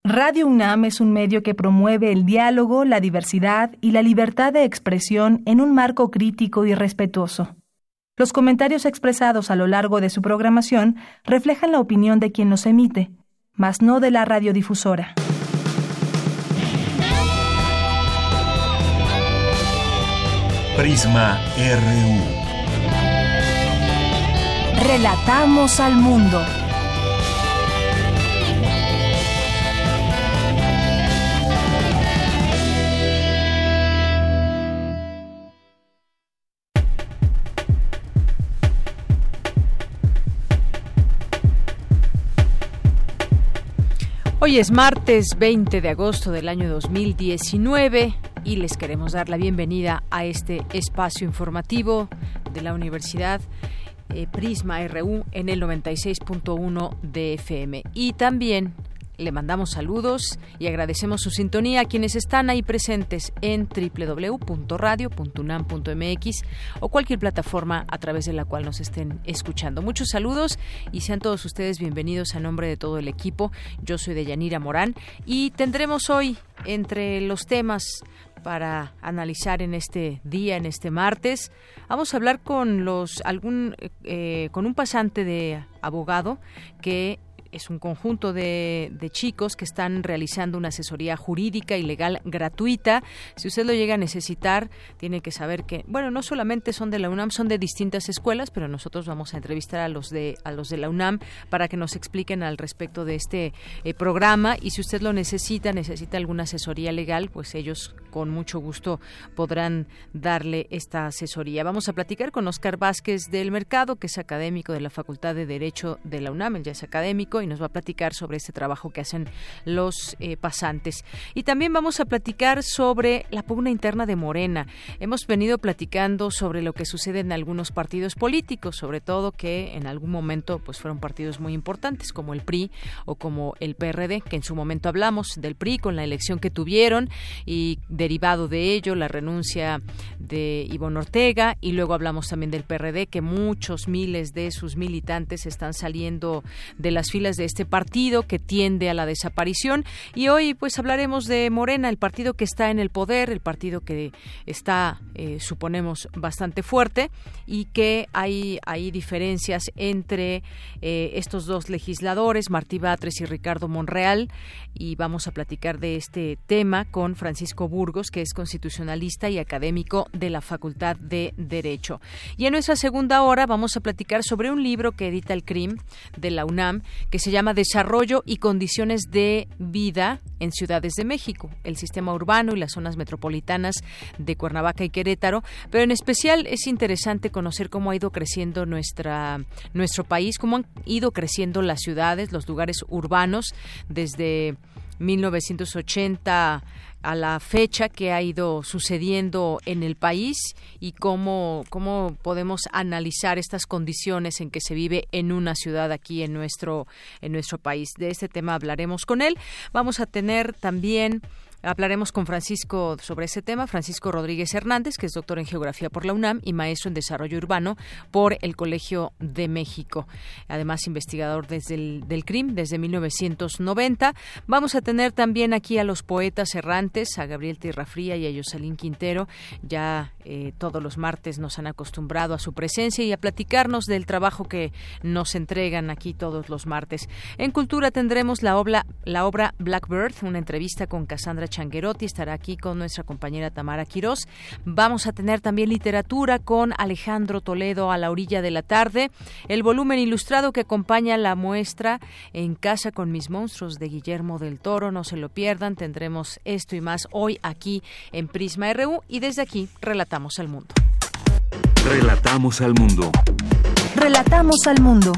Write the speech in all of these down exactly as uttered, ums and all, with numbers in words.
Radio UNAM es un medio que promueve el diálogo, la diversidad y la libertad de expresión en un marco crítico y respetuoso. Los comentarios expresados a lo largo de su programación reflejan la opinión de quien los emite, mas no de la radiodifusora. Prisma R U. Relatamos al mundo. Hoy es martes veinte de agosto del año dos mil diecinueve y les queremos dar la bienvenida a este espacio informativo de la Universidad eh, Prisma R U en el noventa y seis punto uno de F M. Y también le mandamos saludos y agradecemos su sintonía a quienes están ahí presentes en doble u doble u doble u punto radio punto unam punto m x o cualquier plataforma a través de la cual nos estén escuchando. Muchos saludos y sean todos ustedes bienvenidos a nombre de todo el equipo. Yo soy Deyanira Morán y tendremos hoy entre los temas para analizar en este día, en este martes, vamos a hablar con los algún eh, con un pasante de abogado que es un conjunto de, de chicos que están realizando una asesoría jurídica y legal gratuita. Si usted lo llega a necesitar, tiene que saber que, bueno, no solamente son de la UNAM, son de distintas escuelas, pero nosotros vamos a entrevistar a los de a los de la UNAM para que nos expliquen al respecto de este eh, programa. Y si usted lo necesita, necesita alguna asesoría legal, pues ellos con mucho gusto podrán darle esta asesoría. Vamos a platicar con Óscar Vázquez del Mercado, que es académico de la Facultad de Derecho de la UNAM, él ya es académico y nos va a platicar sobre este trabajo que hacen los eh, pasantes. Y también vamos a platicar sobre la pugna interna de Morena. Hemos venido platicando sobre lo que sucede en algunos partidos políticos, sobre todo que en algún momento pues fueron partidos muy importantes como el P R I o como el P R D, que en su momento hablamos del P R I con la elección que tuvieron y derivado de ello la renuncia de Ivonne Ortega, y luego hablamos también del P R D, que muchos miles de sus militantes están saliendo de las filas de este partido que tiende a la desaparición. Y hoy pues hablaremos de Morena, el partido que está en el poder, el partido que está eh, suponemos bastante fuerte y que hay, hay diferencias entre eh, estos dos legisladores, Martí Batres y Ricardo Monreal, y vamos a platicar de este tema con Francisco Burgos, que es constitucionalista y académico de la Facultad de Derecho. Y en nuestra segunda hora vamos a platicar sobre un libro que edita el C R I M de la UNAM, que se llama Desarrollo y Condiciones de Vida en Ciudades de México, el sistema urbano y las zonas metropolitanas de Cuernavaca y Querétaro, pero en especial es interesante conocer cómo ha ido creciendo nuestra nuestro país, cómo han ido creciendo las ciudades, los lugares urbanos desde mil novecientos ochenta a la fecha, que ha ido sucediendo en el país y cómo, cómo podemos analizar estas condiciones en que se vive en una ciudad aquí en nuestro, en nuestro país. De este tema hablaremos con él. Vamos a tener también... Hablaremos con Francisco sobre ese tema, Francisco Rodríguez Hernández, que es doctor en Geografía por la UNAM y maestro en Desarrollo Urbano por el Colegio de México. Además, investigador desde el, del C R I M desde mil novecientos noventa. Vamos a tener también aquí a los poetas errantes, a Gabriel Tierrafría y a Yosalín Quintero. Ya eh, todos los martes nos han acostumbrado a su presencia y a platicarnos del trabajo que nos entregan aquí todos los martes. En Cultura tendremos la obra, la obra Blackbird, una entrevista con Cassandra Changuerotti, estará aquí con nuestra compañera Tamara Quirós. Vamos a tener también literatura con Alejandro Toledo a la orilla de la tarde, el volumen ilustrado que acompaña la muestra En casa con mis monstruos de Guillermo del Toro. No se lo pierdan, tendremos esto y más hoy aquí en Prisma R U y desde aquí relatamos al mundo. Relatamos al mundo. Relatamos al mundo.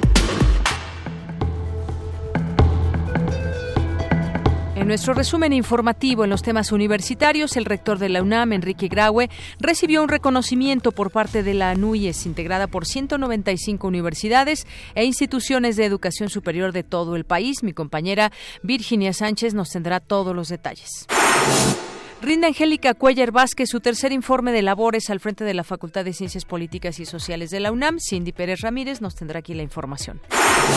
En nuestro resumen informativo en los temas universitarios, el rector de la UNAM, Enrique Graue, recibió un reconocimiento por parte de la ANUYES, integrada por ciento noventa y cinco universidades e instituciones de educación superior de todo el país. Mi compañera Virginia Sánchez nos tendrá todos los detalles. Rinde Angélica Cuellar Vázquez su tercer informe de labores al frente de la Facultad de Ciencias Políticas y Sociales de la UNAM. Cindy Pérez Ramírez nos tendrá aquí la información.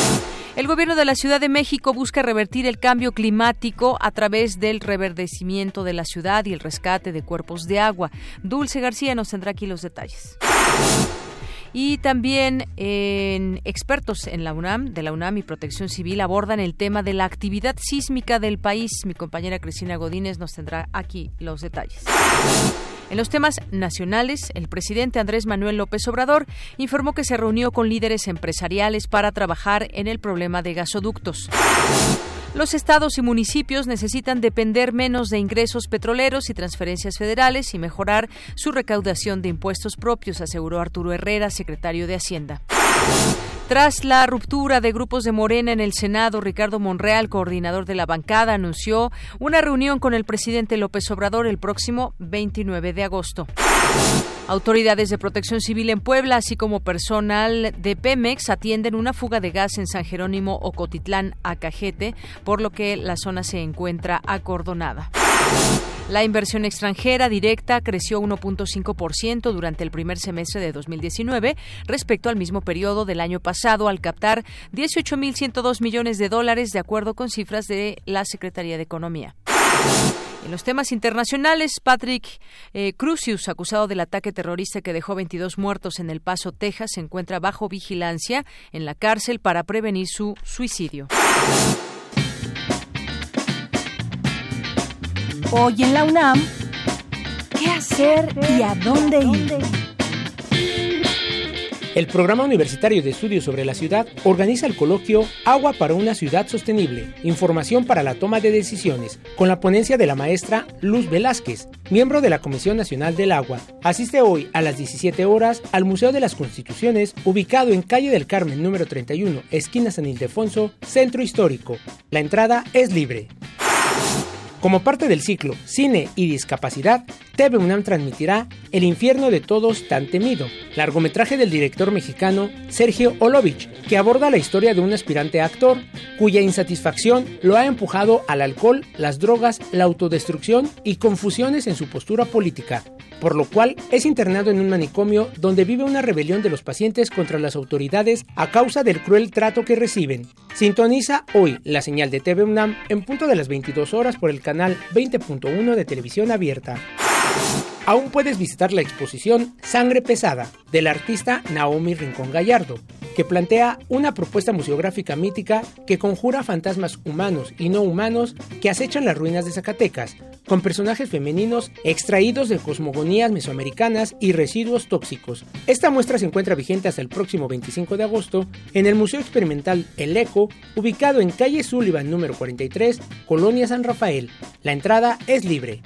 El gobierno de la Ciudad de México busca revertir el cambio climático a través del reverdecimiento de la ciudad y el rescate de cuerpos de agua. Dulce García nos tendrá aquí los detalles. Y también en expertos en la UNAM, de la UNAM y Protección Civil abordan el tema de la actividad sísmica del país. Mi compañera Cristina Godínez nos tendrá aquí los detalles. En los temas nacionales, el presidente Andrés Manuel López Obrador informó que se reunió con líderes empresariales para trabajar en el problema de gasoductos. Los estados y municipios necesitan depender menos de ingresos petroleros y transferencias federales y mejorar su recaudación de impuestos propios, aseguró Arturo Herrera, secretario de Hacienda. Tras la ruptura de grupos de Morena en el Senado, Ricardo Monreal, coordinador de la bancada, anunció una reunión con el presidente López Obrador el próximo veintinueve de agosto. Autoridades de Protección Civil en Puebla, así como personal de Pemex, atienden una fuga de gas en San Jerónimo Ocotitlán, Acajete, por lo que la zona se encuentra acordonada. La inversión extranjera directa creció uno punto cinco por ciento durante el primer semestre de dos mil diecinueve respecto al mismo periodo del año pasado, al captar dieciocho mil ciento dos millones de dólares, de acuerdo con cifras de la Secretaría de Economía. En los temas internacionales, Patrick eh, Crusius, acusado del ataque terrorista que dejó veintidós muertos en El Paso, Texas, se encuentra bajo vigilancia en la cárcel para prevenir su suicidio. Hoy en la UNAM, ¿qué hacer y a dónde ir? El Programa Universitario de Estudios sobre la Ciudad organiza el coloquio Agua para una ciudad sostenible, información para la toma de decisiones, con la ponencia de la maestra Luz Velázquez, miembro de la Comisión Nacional del Agua. Asiste hoy a las diecisiete horas al Museo de las Constituciones, ubicado en Calle del Carmen número treinta y uno, esquina San Ildefonso, Centro Histórico. La entrada es libre. Como parte del ciclo Cine y Discapacidad, T V UNAM transmitirá El infierno de todos tan temido, largometraje del director mexicano Sergio Olovich, que aborda la historia de un aspirante actor cuya insatisfacción lo ha empujado al alcohol, las drogas, la autodestrucción y confusiones en su postura política, por lo cual es internado en un manicomio donde vive una rebelión de los pacientes contra las autoridades a causa del cruel trato que reciben. Sintoniza hoy la señal de T V UNAM en punto de las veintidós horas por el canal veinte punto uno de televisión abierta. Aún puedes visitar la exposición Sangre Pesada del artista Naomi Rincón Gallardo, que plantea una propuesta museográfica mítica que conjura fantasmas humanos y no humanos que acechan las ruinas de Zacatecas, con personajes femeninos extraídos de cosmogonías mesoamericanas y residuos tóxicos. Esta muestra se encuentra vigente hasta el próximo veinticinco de agosto en el Museo Experimental El Eco, ubicado en calle Sullivan número cuarenta y tres, Colonia San Rafael. La entrada es libre.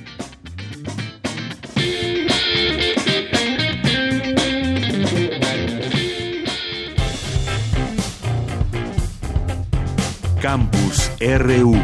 Campus R U.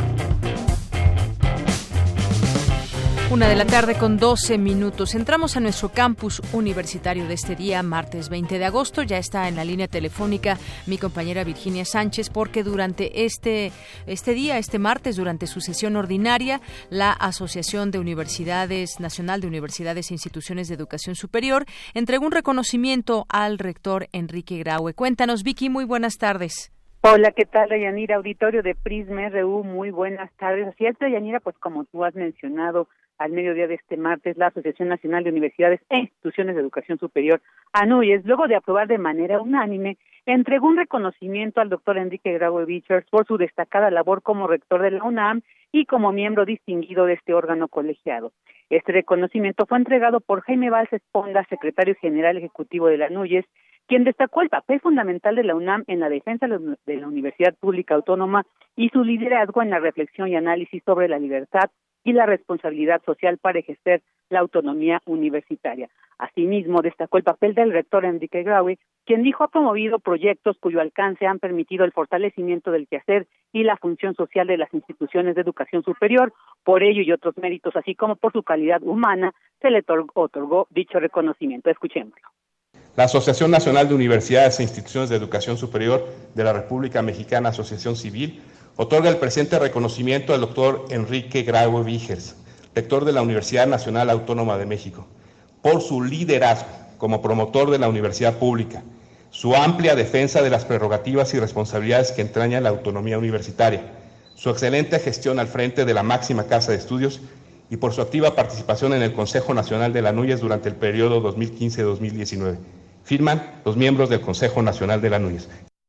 Una de la tarde con doce minutos. Entramos a nuestro campus universitario de este día, martes veinte de agosto. Ya está en la línea telefónica mi compañera Virginia Sánchez, porque durante este, este día, este martes, durante su sesión ordinaria, la Asociación de Universidades Nacional de Universidades e Instituciones de Educación Superior entregó un reconocimiento al rector Enrique Graue. Cuéntanos, Vicky, muy buenas tardes. Hola, ¿qué tal, Deyanira? Auditorio de Prisma R U, muy buenas tardes. Así es, Deyanira, pues como tú has mencionado, al mediodía de este martes, la Asociación Nacional de Universidades e Instituciones de Educación Superior, ANUYES, luego de aprobar de manera unánime, entregó un reconocimiento al doctor Enrique Graue Vichers por su destacada labor como rector de la UNAM y como miembro distinguido de este órgano colegiado. Este reconocimiento fue entregado por Jaime Valls Esponda, secretario general ejecutivo de la ANUYES, quien destacó el papel fundamental de la UNAM en la defensa de la Universidad Pública Autónoma y su liderazgo en la reflexión y análisis sobre la libertad y la responsabilidad social para ejercer la autonomía universitaria. Asimismo, destacó el papel del rector Enrique Graue, quien dijo ha promovido proyectos cuyo alcance han permitido el fortalecimiento del quehacer y la función social de las instituciones de educación superior. Por ello y otros méritos, así como por su calidad humana, se le otorgó dicho reconocimiento. Escuchémoslo. La Asociación Nacional de Universidades e Instituciones de Educación Superior de la República Mexicana, Asociación Civil, otorga el presente reconocimiento al doctor Enrique Graue Vichers, rector de la Universidad Nacional Autónoma de México, por su liderazgo como promotor de la universidad pública, su amplia defensa de las prerrogativas y responsabilidades que entraña la autonomía universitaria, su excelente gestión al frente de la máxima casa de estudios y por su activa participación en el Consejo Nacional de la Núñez durante el periodo dos mil quince a dos mil diecinueve. Firman los miembros del Consejo Nacional de la Núñez.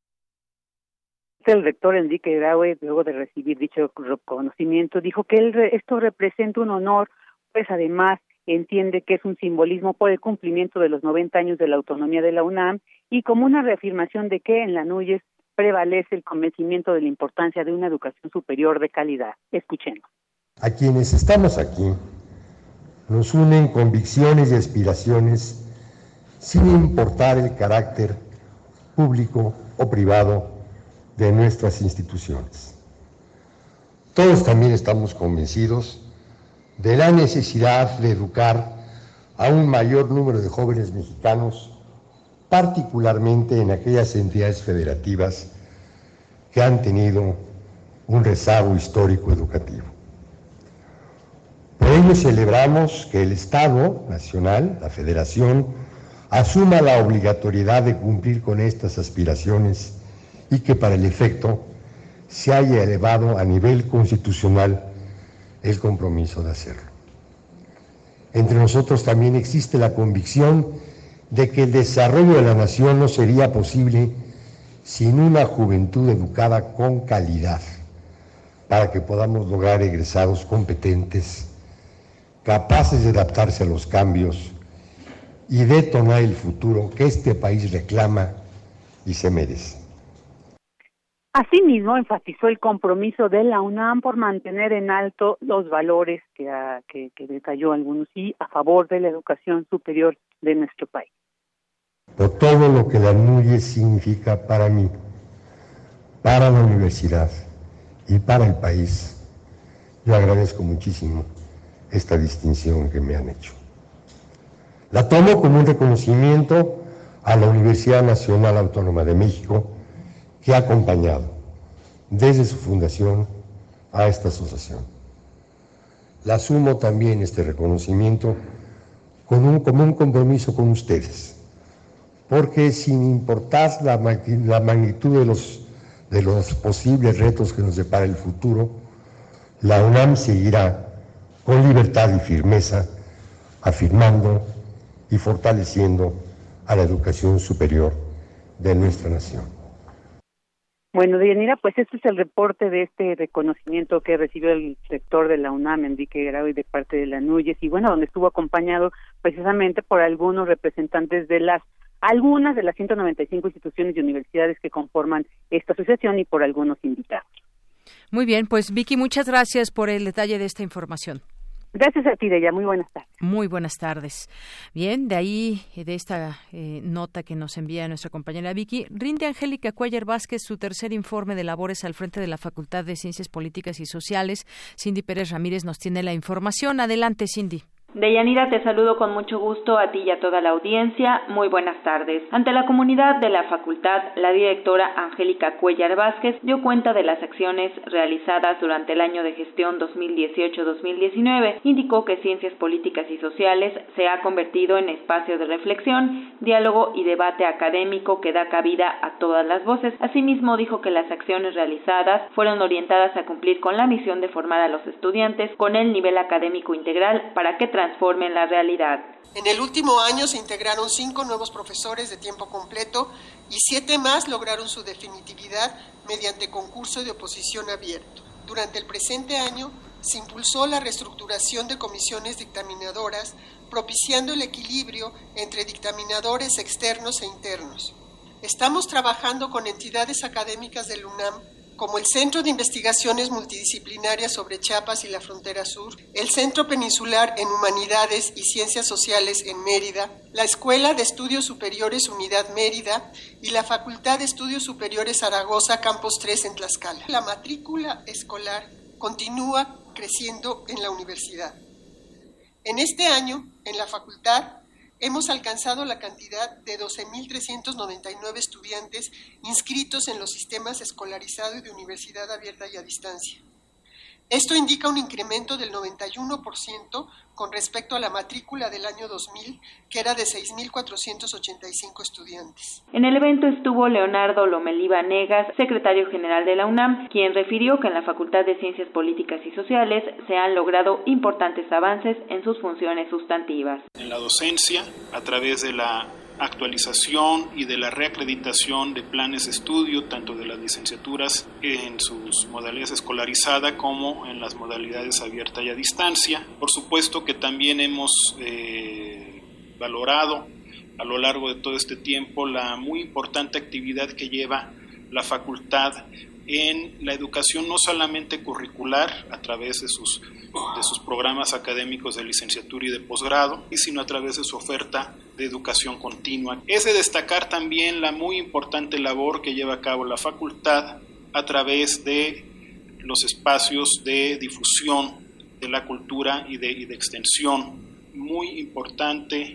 El rector Enrique Graue, luego de recibir dicho reconocimiento, dijo que él, esto representa un honor, pues además entiende que es un simbolismo por el cumplimiento de los noventa años de la autonomía de la UNAM y como una reafirmación de que en la Núñez prevalece el convencimiento de la importancia de una educación superior de calidad. Escuchemos. A quienes estamos aquí nos unen convicciones y aspiraciones sin importar el carácter público o privado de nuestras instituciones. Todos también estamos convencidos de la necesidad de educar a un mayor número de jóvenes mexicanos, particularmente en aquellas entidades federativas que han tenido un rezago histórico educativo. Por ello celebramos que el Estado Nacional, la Federación, asuma la obligatoriedad de cumplir con estas aspiraciones y que para el efecto se haya elevado a nivel constitucional el compromiso de hacerlo. Entre nosotros también existe la convicción de que el desarrollo de la nación no sería posible sin una juventud educada con calidad, para que podamos lograr egresados competentes, capaces de adaptarse a los cambios y detonar el futuro que este país reclama y se merece. Asimismo, enfatizó el compromiso de la UNAM por mantener en alto los valores que, a, que, que detalló algunos y a favor de la educación superior de nuestro país. Por todo lo que la Núñez significa para mí, para la universidad y para el país, yo agradezco muchísimo esta distinción que me han hecho. La tomo como un reconocimiento a la Universidad Nacional Autónoma de México, que ha acompañado desde su fundación a esta asociación. La asumo también este reconocimiento con un, como un compromiso con ustedes, porque sin importar la, la magnitud de los, de los posibles retos que nos depara el futuro, la UNAM seguirá con libertad y firmeza afirmando y fortaleciendo a la educación superior de nuestra nación. Bueno, Deyanira, pues este es el reporte de este reconocimiento que recibió el rector de la UNAM, Enrique Graue, de parte de la Núñez, y bueno, donde estuvo acompañado precisamente por algunos representantes de las, algunas de las ciento noventa y cinco instituciones y universidades que conforman esta asociación y por algunos invitados. Muy bien, pues Vicky, muchas gracias por el detalle de esta información. Gracias a ti, Deya. Muy buenas tardes. Muy buenas tardes. Bien, de ahí, de esta eh, nota que nos envía nuestra compañera Vicky, rinde Angélica Cuellar Vázquez su tercer informe de labores al frente de la Facultad de Ciencias Políticas y Sociales. Cindy Pérez Ramírez nos tiene la información. Adelante, Cindy. Deyanira, te saludo con mucho gusto a ti y a toda la audiencia. Muy buenas tardes. Ante la comunidad de la facultad, la directora Angélica Cuellar Vázquez dio cuenta de las acciones realizadas durante el año de gestión dos mil dieciocho dos mil diecinueve. Indicó que Ciencias Políticas y Sociales se ha convertido en espacio de reflexión, diálogo y debate académico que da cabida a todas las voces. Asimismo, dijo que las acciones realizadas fueron orientadas a cumplir con la misión de formar a los estudiantes con el nivel académico integral para que transformen la realidad. En el último año se integraron cinco nuevos profesores de tiempo completo y siete más lograron su definitividad mediante concurso de oposición abierto. Durante el presente año se impulsó la reestructuración de comisiones dictaminadoras, propiciando el equilibrio entre dictaminadores externos e internos. Estamos trabajando con entidades académicas del UNAM como el Centro de Investigaciones Multidisciplinarias sobre Chiapas y la Frontera Sur, el Centro Peninsular en Humanidades y Ciencias Sociales en Mérida, la Escuela de Estudios Superiores Unidad Mérida y la Facultad de Estudios Superiores Zaragoza Campus tres en Tlaxcala. La matrícula escolar continúa creciendo en la universidad. En este año, en la facultad, hemos alcanzado la cantidad de doce mil trescientos noventa y nueve estudiantes inscritos en los sistemas escolarizados y de universidad abierta y a distancia. Esto indica un incremento del noventa y uno por ciento con respecto a la matrícula del año dos mil, que era de seis mil cuatrocientos ochenta y cinco estudiantes. En el evento estuvo Leonardo Lomelí Vanegas, secretario general de la UNAM, quien refirió que en la Facultad de Ciencias Políticas y Sociales se han logrado importantes avances en sus funciones sustantivas. En la docencia, a través de la actualización y de la reacreditación de planes de estudio, tanto de las licenciaturas en sus modalidades escolarizada como en las modalidades abierta y a distancia. Por supuesto que también hemos eh, valorado a lo largo de todo este tiempo la muy importante actividad que lleva la facultad en la educación no solamente curricular a través de sus, de sus programas académicos de licenciatura y de posgrado, sino a través de su oferta de educación continua. Es de destacar también la muy importante labor que lleva a cabo la facultad a través de los espacios de difusión de la cultura y de, y de extensión. Muy importante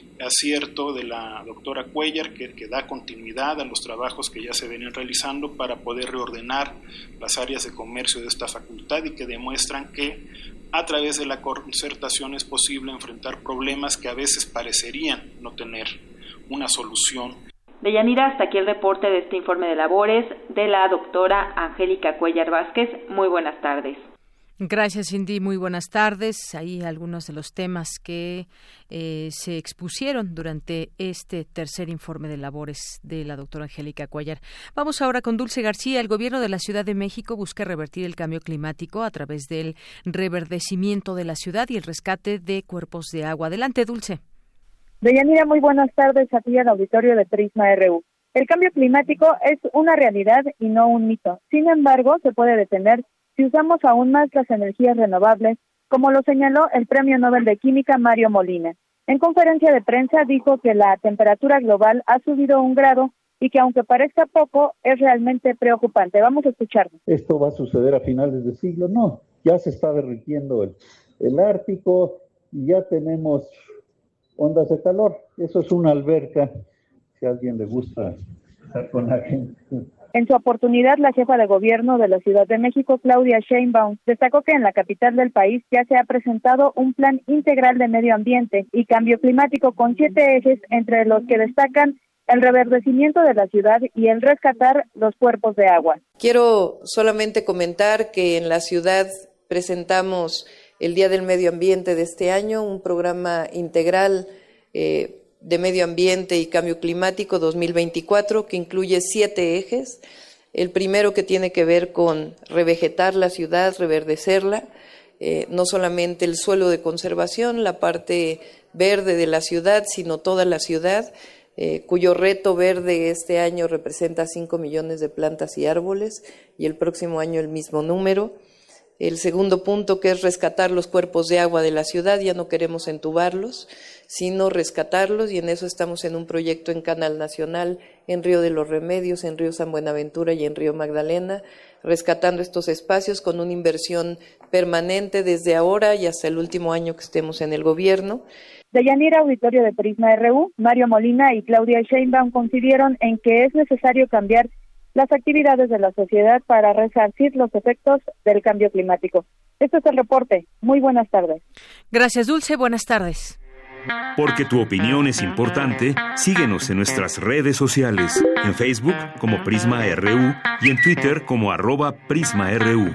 acierto de la doctora Cuéllar, que, que da continuidad a los trabajos que ya se venían realizando para poder reordenar las áreas de comercio de esta facultad y que demuestran que a través de la concertación es posible enfrentar problemas que a veces parecerían no tener una solución. Deyanira, hasta aquí el reporte de este informe de labores de la doctora Angélica Cuéllar Vázquez. Muy buenas tardes. Gracias, Cindy. Muy buenas tardes. Ahí algunos de los temas que eh, se expusieron durante este tercer informe de labores de la doctora Angélica Cuéllar. Vamos ahora con Dulce García. El gobierno de la Ciudad de México busca revertir el cambio climático a través del reverdecimiento de la ciudad y el rescate de cuerpos de agua. Adelante, Dulce. Deyanira, muy buenas tardes a ti al auditorio de Prisma R U. El cambio climático es una realidad y no un mito. Sin embargo, se puede detener si usamos aún más las energías renovables, como lo señaló el Premio Nobel de Química Mario Molina. En conferencia de prensa dijo que la temperatura global ha subido un grado y que aunque parezca poco, es realmente preocupante. Vamos a escucharlo. ¿Esto va a suceder a finales de siglo? No, ya se está derritiendo el, el Ártico y ya tenemos ondas de calor. Eso es una alberca, si a alguien le gusta estar con la gente. En su oportunidad, la jefa de gobierno de la Ciudad de México, Claudia Sheinbaum, destacó que en la capital del país ya se ha presentado un plan integral de medio ambiente y cambio climático con siete ejes, entre los que destacan el reverdecimiento de la ciudad y el rescatar los cuerpos de agua. Quiero solamente comentar que en la ciudad presentamos el Día del Medio Ambiente de este año, un programa integral eh, de Medio Ambiente y Cambio Climático dos mil veinticuatro, que incluye siete ejes. El primero, que tiene que ver con revegetar la ciudad, reverdecerla, eh, no solamente el suelo de conservación, la parte verde de la ciudad, sino toda la ciudad, eh, cuyo reto verde este año representa cinco millones de plantas y árboles, y el próximo año el mismo número. El segundo punto, que es rescatar los cuerpos de agua de la ciudad, ya no queremos entubarlos, sino rescatarlos, y en eso estamos en un proyecto en Canal Nacional, en Río de los Remedios, en Río San Buenaventura y en Río Magdalena, rescatando estos espacios con una inversión permanente desde ahora y hasta el último año que estemos en el gobierno. Deyanira, auditorio de Prisma R U, Mario Molina y Claudia Sheinbaum coincidieron en que es necesario cambiar las actividades de la sociedad para resarcir los efectos del cambio climático. Este es el reporte. Muy buenas tardes. Gracias, Dulce. Buenas tardes. Porque tu opinión es importante, síguenos en nuestras redes sociales, en Facebook como Prisma R U y en Twitter como arroba PrismaRU.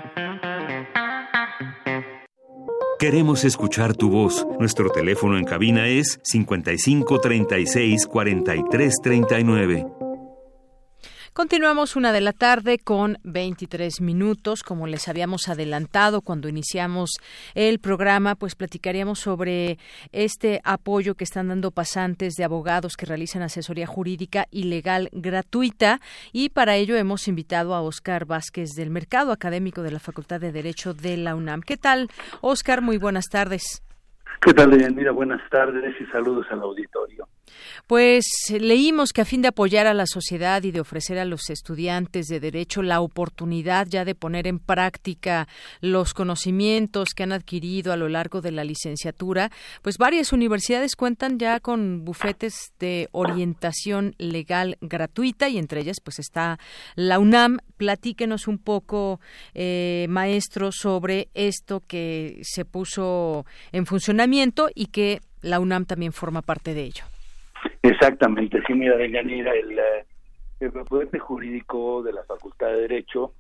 Queremos escuchar tu voz. Nuestro teléfono en cabina es cincuenta y cinco treinta y seis cuarenta y tres treinta y nueve. Continuamos una de la tarde con veintitrés minutos. Como les habíamos adelantado cuando iniciamos el programa, pues platicaríamos sobre este apoyo que están dando pasantes de abogados que realizan asesoría jurídica y legal gratuita, y para ello hemos invitado a Óscar Vázquez del Mercado, académico de la Facultad de Derecho de la UNAM. ¿Qué tal, Óscar? Muy buenas tardes. ¿Qué tal, Deyanira? Buenas tardes y saludos al auditorio. Pues leímos que a fin de apoyar a la sociedad y de ofrecer a los estudiantes de Derecho la oportunidad ya de poner en práctica los conocimientos que han adquirido a lo largo de la licenciatura, pues varias universidades cuentan ya con bufetes de orientación legal gratuita y entre ellas pues está la UNAM. Platíquenos un poco, eh, maestro, sobre esto que se puso en funcionamiento y que la UNAM también forma parte de ello. Exactamente, sí, mira, Deyanira, el, el bufete jurídico de la Facultad de Derecho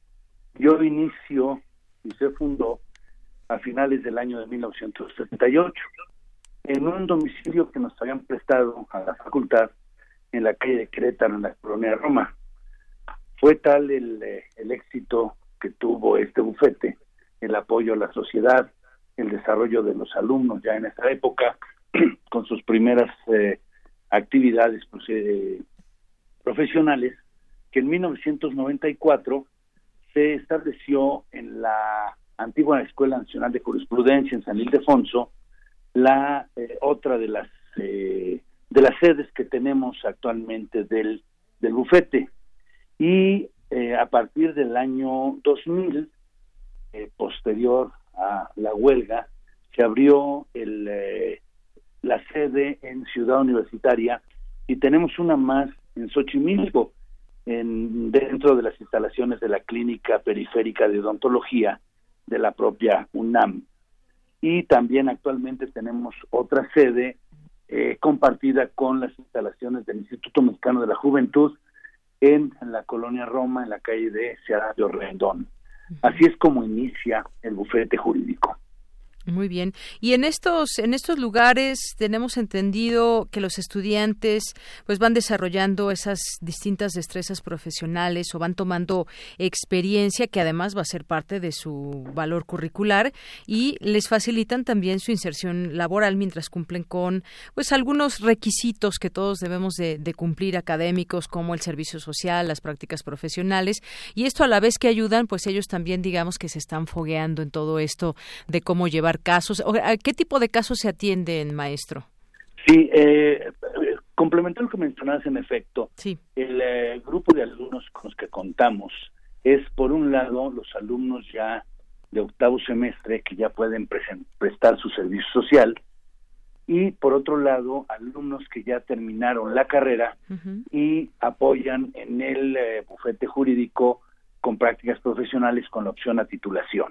dio inicio y se fundó a finales del año de mil novecientos setenta y ocho en un domicilio que nos habían prestado a la facultad en la calle de Querétaro, en la colonia Roma. Fue tal el, el éxito que tuvo este bufete, el apoyo a la sociedad, el desarrollo de los alumnos ya en esa época, con sus primeras eh, actividades pues, eh, profesionales, que en mil novecientos noventa y cuatro se estableció en la antigua Escuela Nacional de Jurisprudencia en San Ildefonso la eh, otra de las eh, de las sedes que tenemos actualmente del del bufete, y eh, a partir del año dos mil, eh, posterior a la huelga, se abrió el eh, la sede en Ciudad Universitaria y tenemos una más en Xochimilco, en, dentro de las instalaciones de la Clínica Periférica de Odontología de la propia UNAM. Y también actualmente tenemos otra sede eh, compartida con las instalaciones del Instituto Mexicano de la Juventud en, en la colonia Roma, en la calle de Ceará de Rendón. Así es como inicia el bufete jurídico. Muy bien. Y en estos en estos lugares tenemos entendido que los estudiantes pues van desarrollando esas distintas destrezas profesionales o van tomando experiencia que además va a ser parte de su valor curricular y les facilitan también su inserción laboral mientras cumplen con pues algunos requisitos que todos debemos de, de cumplir académicos, como el servicio social, las prácticas profesionales, y esto a la vez que ayudan, pues ellos también digamos que se están fogueando en todo esto de cómo llevar casos. ¿A qué tipo de casos se atienden, maestro? Sí, eh, complementando lo que mencionabas, en efecto, sí. el eh, grupo de alumnos con los que contamos es, por un lado, los alumnos ya de octavo semestre que ya pueden presen- prestar su servicio social, y por otro lado, alumnos que ya terminaron la carrera uh-huh. y apoyan en el eh, bufete jurídico con prácticas profesionales con la opción a titulación.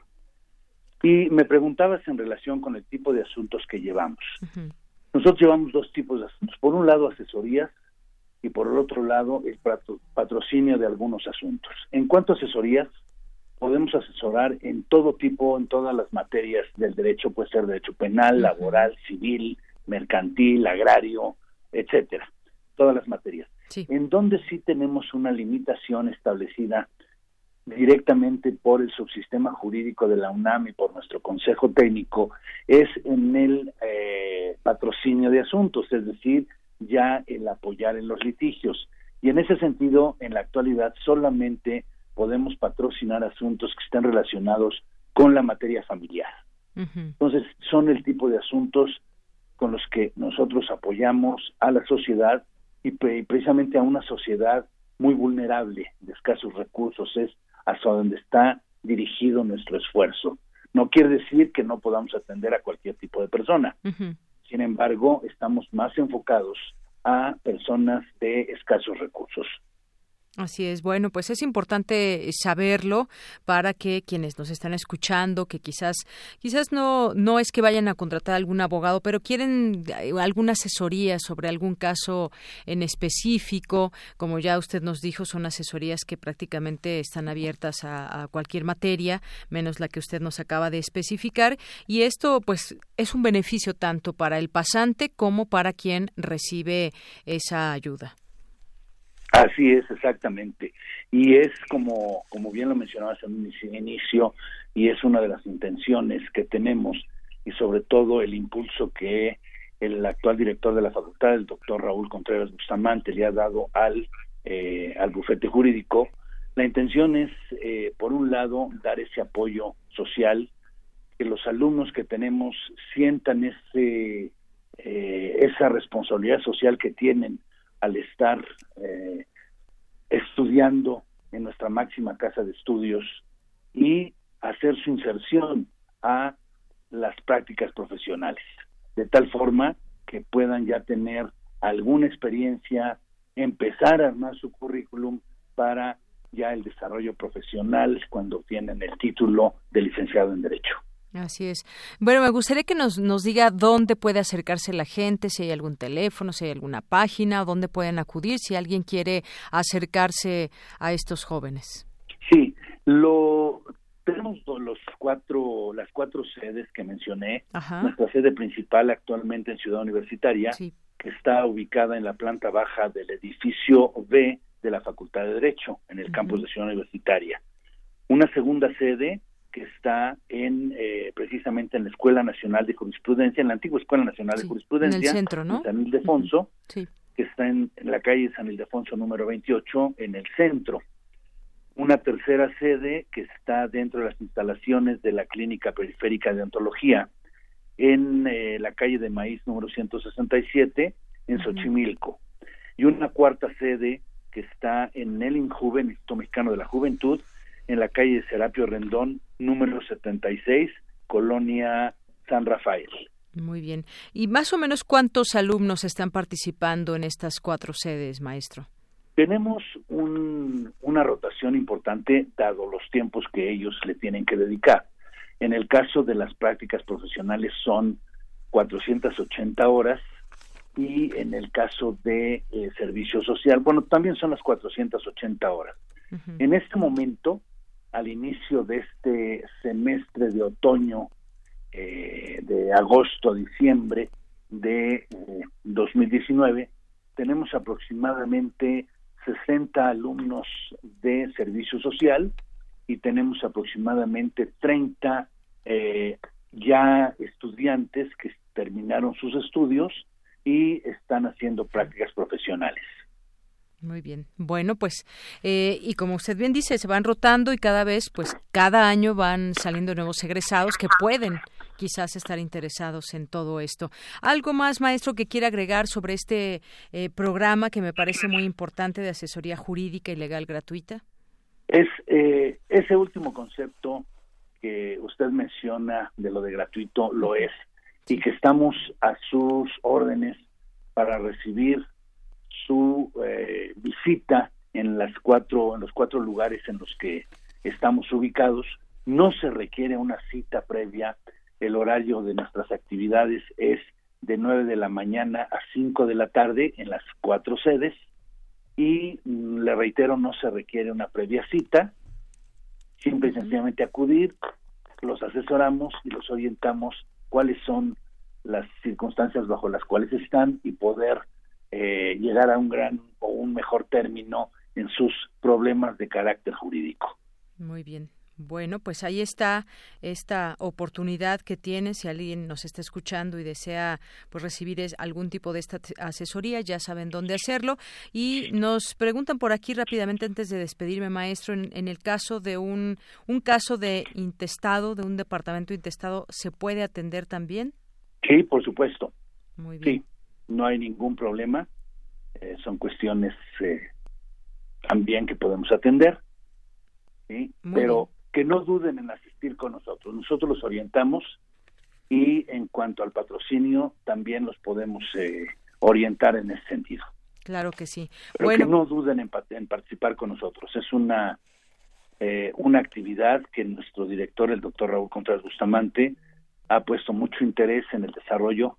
Y me preguntabas en relación con el tipo de asuntos que llevamos. Uh-huh. Nosotros llevamos dos tipos de asuntos. Por un lado, asesorías, y por el otro lado, el patrocinio de algunos asuntos. En cuanto a asesorías, podemos asesorar en todo tipo, en todas las materias del derecho, puede ser derecho penal, uh-huh. laboral, civil, mercantil, agrario, etcétera, todas las materias. Sí. En donde sí tenemos una limitación establecida directamente por el subsistema jurídico de la UNAM y por nuestro Consejo Técnico, es en el eh, patrocinio de asuntos, es decir, ya el apoyar en los litigios. Y en ese sentido, en la actualidad, solamente podemos patrocinar asuntos que estén relacionados con la materia familiar. Uh-huh. Entonces, son el tipo de asuntos con los que nosotros apoyamos a la sociedad y, pre- y precisamente a una sociedad muy vulnerable, de escasos recursos, es hacia donde está dirigido nuestro esfuerzo. No quiere decir que no podamos atender a cualquier tipo de persona. Uh-huh. Sin embargo, estamos más enfocados a personas de escasos recursos. Así es. Bueno, pues es importante saberlo para que quienes nos están escuchando, que quizás quizás no no es que vayan a contratar a algún abogado, pero quieren alguna asesoría sobre algún caso en específico, como ya usted nos dijo, son asesorías que prácticamente están abiertas a, a cualquier materia, menos la que usted nos acaba de especificar, y esto pues es un beneficio tanto para el pasante como para quien recibe esa ayuda. Así es, exactamente. Y es como, como bien lo mencionabas en un inicio, y es una de las intenciones que tenemos, y sobre todo el impulso que el actual director de la facultad, el doctor Raúl Contreras Bustamante, le ha dado al, eh, al bufete jurídico. La intención es, eh, por un lado, dar ese apoyo social, que los alumnos que tenemos sientan ese eh, esa responsabilidad social que tienen al estar eh, estudiando en nuestra máxima casa de estudios y hacer su inserción a las prácticas profesionales, de tal forma que puedan ya tener alguna experiencia, empezar a armar su currículum para ya el desarrollo profesional cuando obtienen el título de licenciado en Derecho. Así es. Bueno, me gustaría que nos, nos diga dónde puede acercarse la gente, si hay algún teléfono, si hay alguna página, o dónde pueden acudir, si alguien quiere acercarse a estos jóvenes. Sí, lo tenemos los cuatro, las cuatro sedes que mencioné. Ajá. Nuestra sede principal actualmente en Ciudad Universitaria, sí, que está ubicada en la planta baja del edificio B de la Facultad de Derecho, en el uh-huh. campus de Ciudad Universitaria. Una segunda sede que está en eh, precisamente en la Escuela Nacional de Jurisprudencia, en la antigua Escuela Nacional sí, de Jurisprudencia, en el centro, ¿no? En San Ildefonso, uh-huh. sí. que está en, en la calle San Ildefonso número veintiocho, en el centro. Una tercera sede que está dentro de las instalaciones de la Clínica Periférica de Odontología, en eh, la calle de Maíz número ciento sesenta y siete, en Xochimilco. Uh-huh. Y una cuarta sede que está en el INJUVE, el Instituto Mexicano de la Juventud, en la calle Serapio Rendón, número setenta y seis, Colonia San Rafael. Muy bien. ¿Y más o menos cuántos alumnos están participando en estas cuatro sedes, maestro? Tenemos un, una rotación importante, dado los tiempos que ellos le tienen que dedicar. En el caso de las prácticas profesionales son cuatrocientas ochenta horas, y en el caso de eh, servicio social, bueno, también son las cuatrocientas ochenta horas. Uh-huh. En este momento, al inicio de este semestre de otoño, eh, de agosto a diciembre de eh, dos mil diecinueve, tenemos aproximadamente sesenta alumnos de servicio social y tenemos aproximadamente treinta eh, ya estudiantes que terminaron sus estudios y están haciendo prácticas profesionales. Muy bien. Bueno, pues, eh, y como usted bien dice, se van rotando y cada vez, pues, cada año van saliendo nuevos egresados que pueden quizás estar interesados en todo esto. ¿Algo más, maestro, que quiera agregar sobre este eh, programa que me parece muy importante de asesoría jurídica y legal gratuita? Es eh, ese último concepto que usted menciona de lo de gratuito, lo es, y que estamos a sus órdenes para recibir su eh, visita en las cuatro en los cuatro lugares en los que estamos ubicados. No se requiere una cita previa. El horario de nuestras actividades es de nueve de la mañana a cinco de la tarde en las cuatro sedes y mm, le reitero, no se requiere una previa cita. Simple y sencillamente acudir, los asesoramos y los orientamos cuáles son las circunstancias bajo las cuales están y poder eh, llegar a un gran o un mejor término en sus problemas de carácter jurídico. Muy bien. Bueno, pues ahí está esta oportunidad que tiene. Si alguien nos está escuchando y desea pues recibir algún tipo de esta asesoría, ya saben dónde hacerlo. Y nos preguntan por aquí rápidamente antes de despedirme, maestro, en, en el caso de un un caso de intestado, de un departamento intestado, ¿se puede atender también? Sí, por supuesto. Muy bien. Sí, no hay ningún problema. Eh, son cuestiones eh, también que podemos atender. Sí, Muy pero bien. Que no duden en asistir con nosotros. Nosotros los orientamos y en cuanto al patrocinio también los podemos eh, orientar en ese sentido. Claro que sí. Pero bueno, que no duden en, en participar con nosotros. Es una eh, una actividad que nuestro director, el doctor Raúl Contreras Bustamante, ha puesto mucho interés en el desarrollo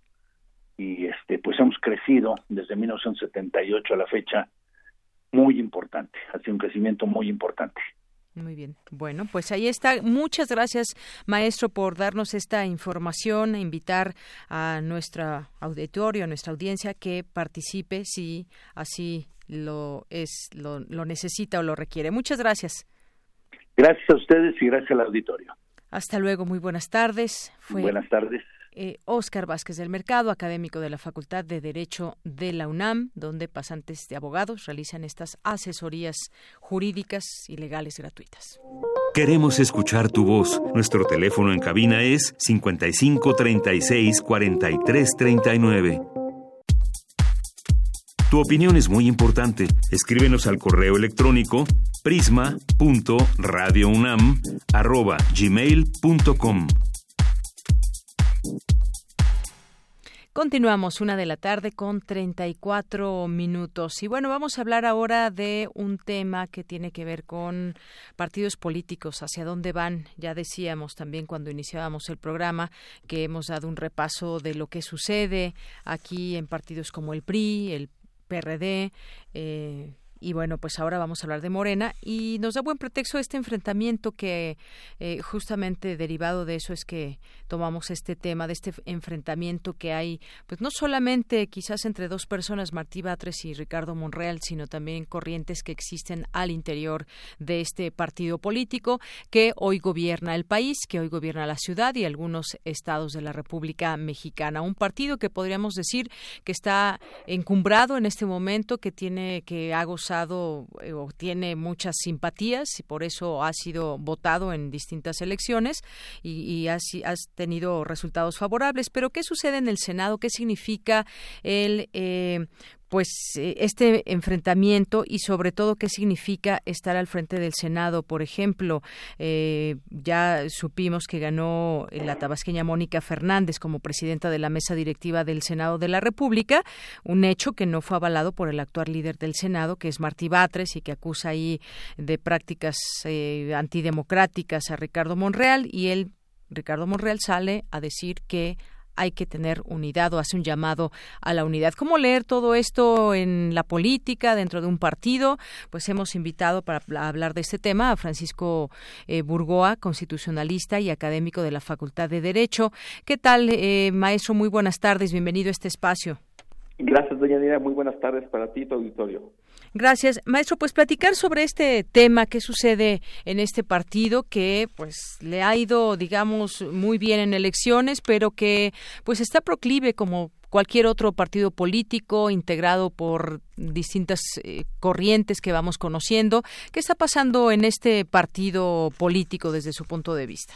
y este pues hemos crecido desde mil novecientos setenta y ocho a la fecha muy importante. Ha sido un crecimiento muy importante. Muy bien. Bueno, pues ahí está. Muchas gracias, maestro, por darnos esta información, e invitar a nuestro auditorio, a nuestra audiencia que participe si así lo es, lo, lo necesita o lo requiere. Muchas gracias. Gracias a ustedes y gracias al auditorio. Hasta luego. Muy buenas tardes. Fue, buenas tardes. Eh, Óscar Vázquez del Mercado, académico de la Facultad de Derecho de la UNAM, donde pasantes de abogados realizan estas asesorías jurídicas y legales gratuitas. Queremos escuchar tu voz. Nuestro teléfono en cabina es cincuenta y cinco treinta y seis cuarenta y tres treinta y nueve. Tu opinión es muy importante. Escríbenos al correo electrónico prisma punto radio unam arroba gmail punto com. Continuamos, una de la tarde con treinta y cuatro minutos. Y bueno, vamos a hablar ahora de un tema que tiene que ver con partidos políticos, hacia dónde van. Ya decíamos también cuando iniciábamos el programa que hemos dado un repaso de lo que sucede aquí en partidos como el P R I, el P R D, eh, y bueno, pues ahora vamos a hablar de Morena y nos da buen pretexto este enfrentamiento que eh, justamente derivado de eso es que tomamos este tema, de este enfrentamiento que hay, pues no solamente quizás entre dos personas, Martí Batres y Ricardo Monreal, sino también corrientes que existen al interior de este partido político que hoy gobierna el país, que hoy gobierna la ciudad y algunos estados de la República Mexicana. Un partido que podríamos decir que está encumbrado en este momento, que tiene, que ha gozado o tiene muchas simpatías y por eso ha sido votado en distintas elecciones y, y has, has tenido resultados favorables. Pero ¿qué sucede en el Senado? ¿Qué significa el eh, pues este enfrentamiento y sobre todo qué significa estar al frente del Senado? Por ejemplo, eh, ya supimos que ganó la tabasqueña Mónica Fernández como presidenta de la mesa directiva del Senado de la República, un hecho que no fue avalado por el actual líder del Senado, que es Martí Batres, y que acusa ahí de prácticas eh, antidemocráticas a Ricardo Monreal, y él, Ricardo Monreal, sale a decir que hay que tener unidad o hace un llamado a la unidad. ¿Cómo leer todo esto en la política, dentro de un partido? Pues hemos invitado para hablar de este tema a Francisco eh, Burgoa, constitucionalista y académico de la Facultad de Derecho. ¿Qué tal, eh, maestro? Muy buenas tardes, bienvenido a este espacio. Gracias, doña Nira, muy buenas tardes para ti y tu auditorio. Gracias, maestro. Pues platicar sobre este tema, qué sucede en este partido que pues le ha ido, digamos, muy bien en elecciones, pero que pues está proclive como cualquier otro partido político integrado por distintas eh, corrientes que vamos conociendo. ¿Qué está pasando en este partido político desde su punto de vista?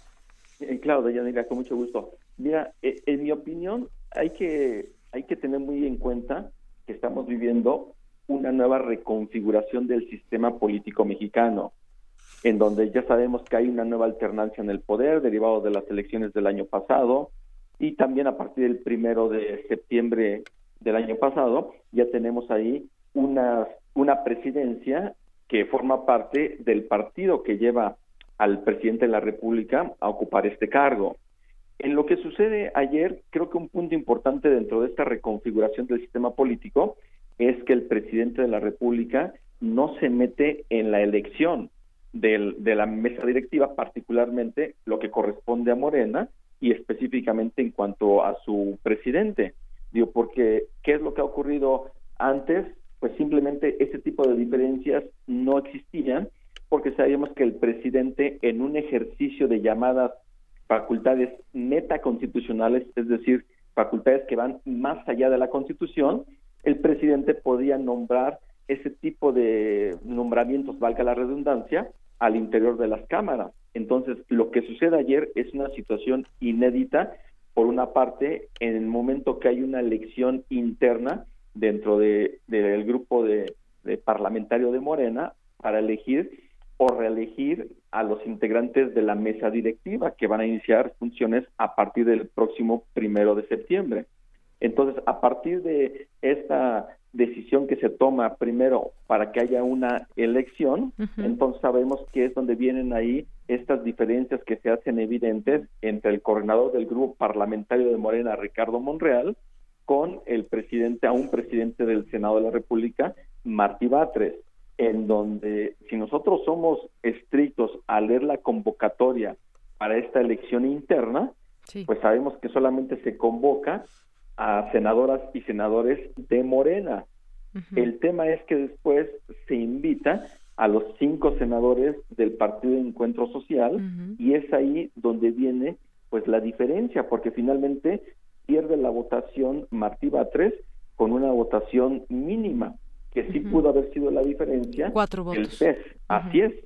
Eh, claro, doña Nira, con mucho gusto. Mira, eh, en mi opinión hay que hay que tener muy en cuenta que estamos viviendo una nueva reconfiguración del sistema político mexicano, en donde ya sabemos que hay una nueva alternancia en el poder derivado de las elecciones del año pasado, y también a partir del primero de septiembre del año pasado ya tenemos ahí una, una presidencia que forma parte del partido que lleva al presidente de la República a ocupar este cargo. En lo que sucede ayer, creo que un punto importante dentro de esta reconfiguración del sistema político es que el presidente de la República no se mete en la elección del, de la mesa directiva, particularmente lo que corresponde a Morena y específicamente en cuanto a su presidente. Digo, porque ¿qué es lo que ha ocurrido antes? Pues simplemente ese tipo de diferencias no existían, porque sabíamos que el presidente, en un ejercicio de llamadas facultades metaconstitucionales, es decir, facultades que van más allá de la Constitución, el presidente podía nombrar ese tipo de nombramientos, valga la redundancia, al interior de las cámaras. Entonces, lo que sucede ayer es una situación inédita, por una parte, en el momento que hay una elección interna dentro de del grupo de, de parlamentario de Morena para elegir o reelegir a los integrantes de la mesa directiva que van a iniciar funciones a partir del próximo primero de septiembre. Entonces, a partir de esta decisión que se toma primero para que haya una elección, uh-huh. entonces sabemos que es donde vienen ahí estas diferencias que se hacen evidentes entre el coordinador del grupo parlamentario de Morena, Ricardo Monreal, con el presidente, a un presidente del Senado de la República, Martí Batres, en donde si nosotros somos estrictos al leer la convocatoria para esta elección interna, sí. pues sabemos que solamente se convoca a senadoras y senadores de Morena. Uh-huh. El tema es que después se invita a los cinco senadores del Partido de Encuentro Social, uh-huh. y es ahí donde viene pues la diferencia, porque finalmente pierde la votación Martí Batres con una votación mínima, que sí uh-huh. pudo haber sido la diferencia. Cuatro votos. El P E S, uh-huh. así es.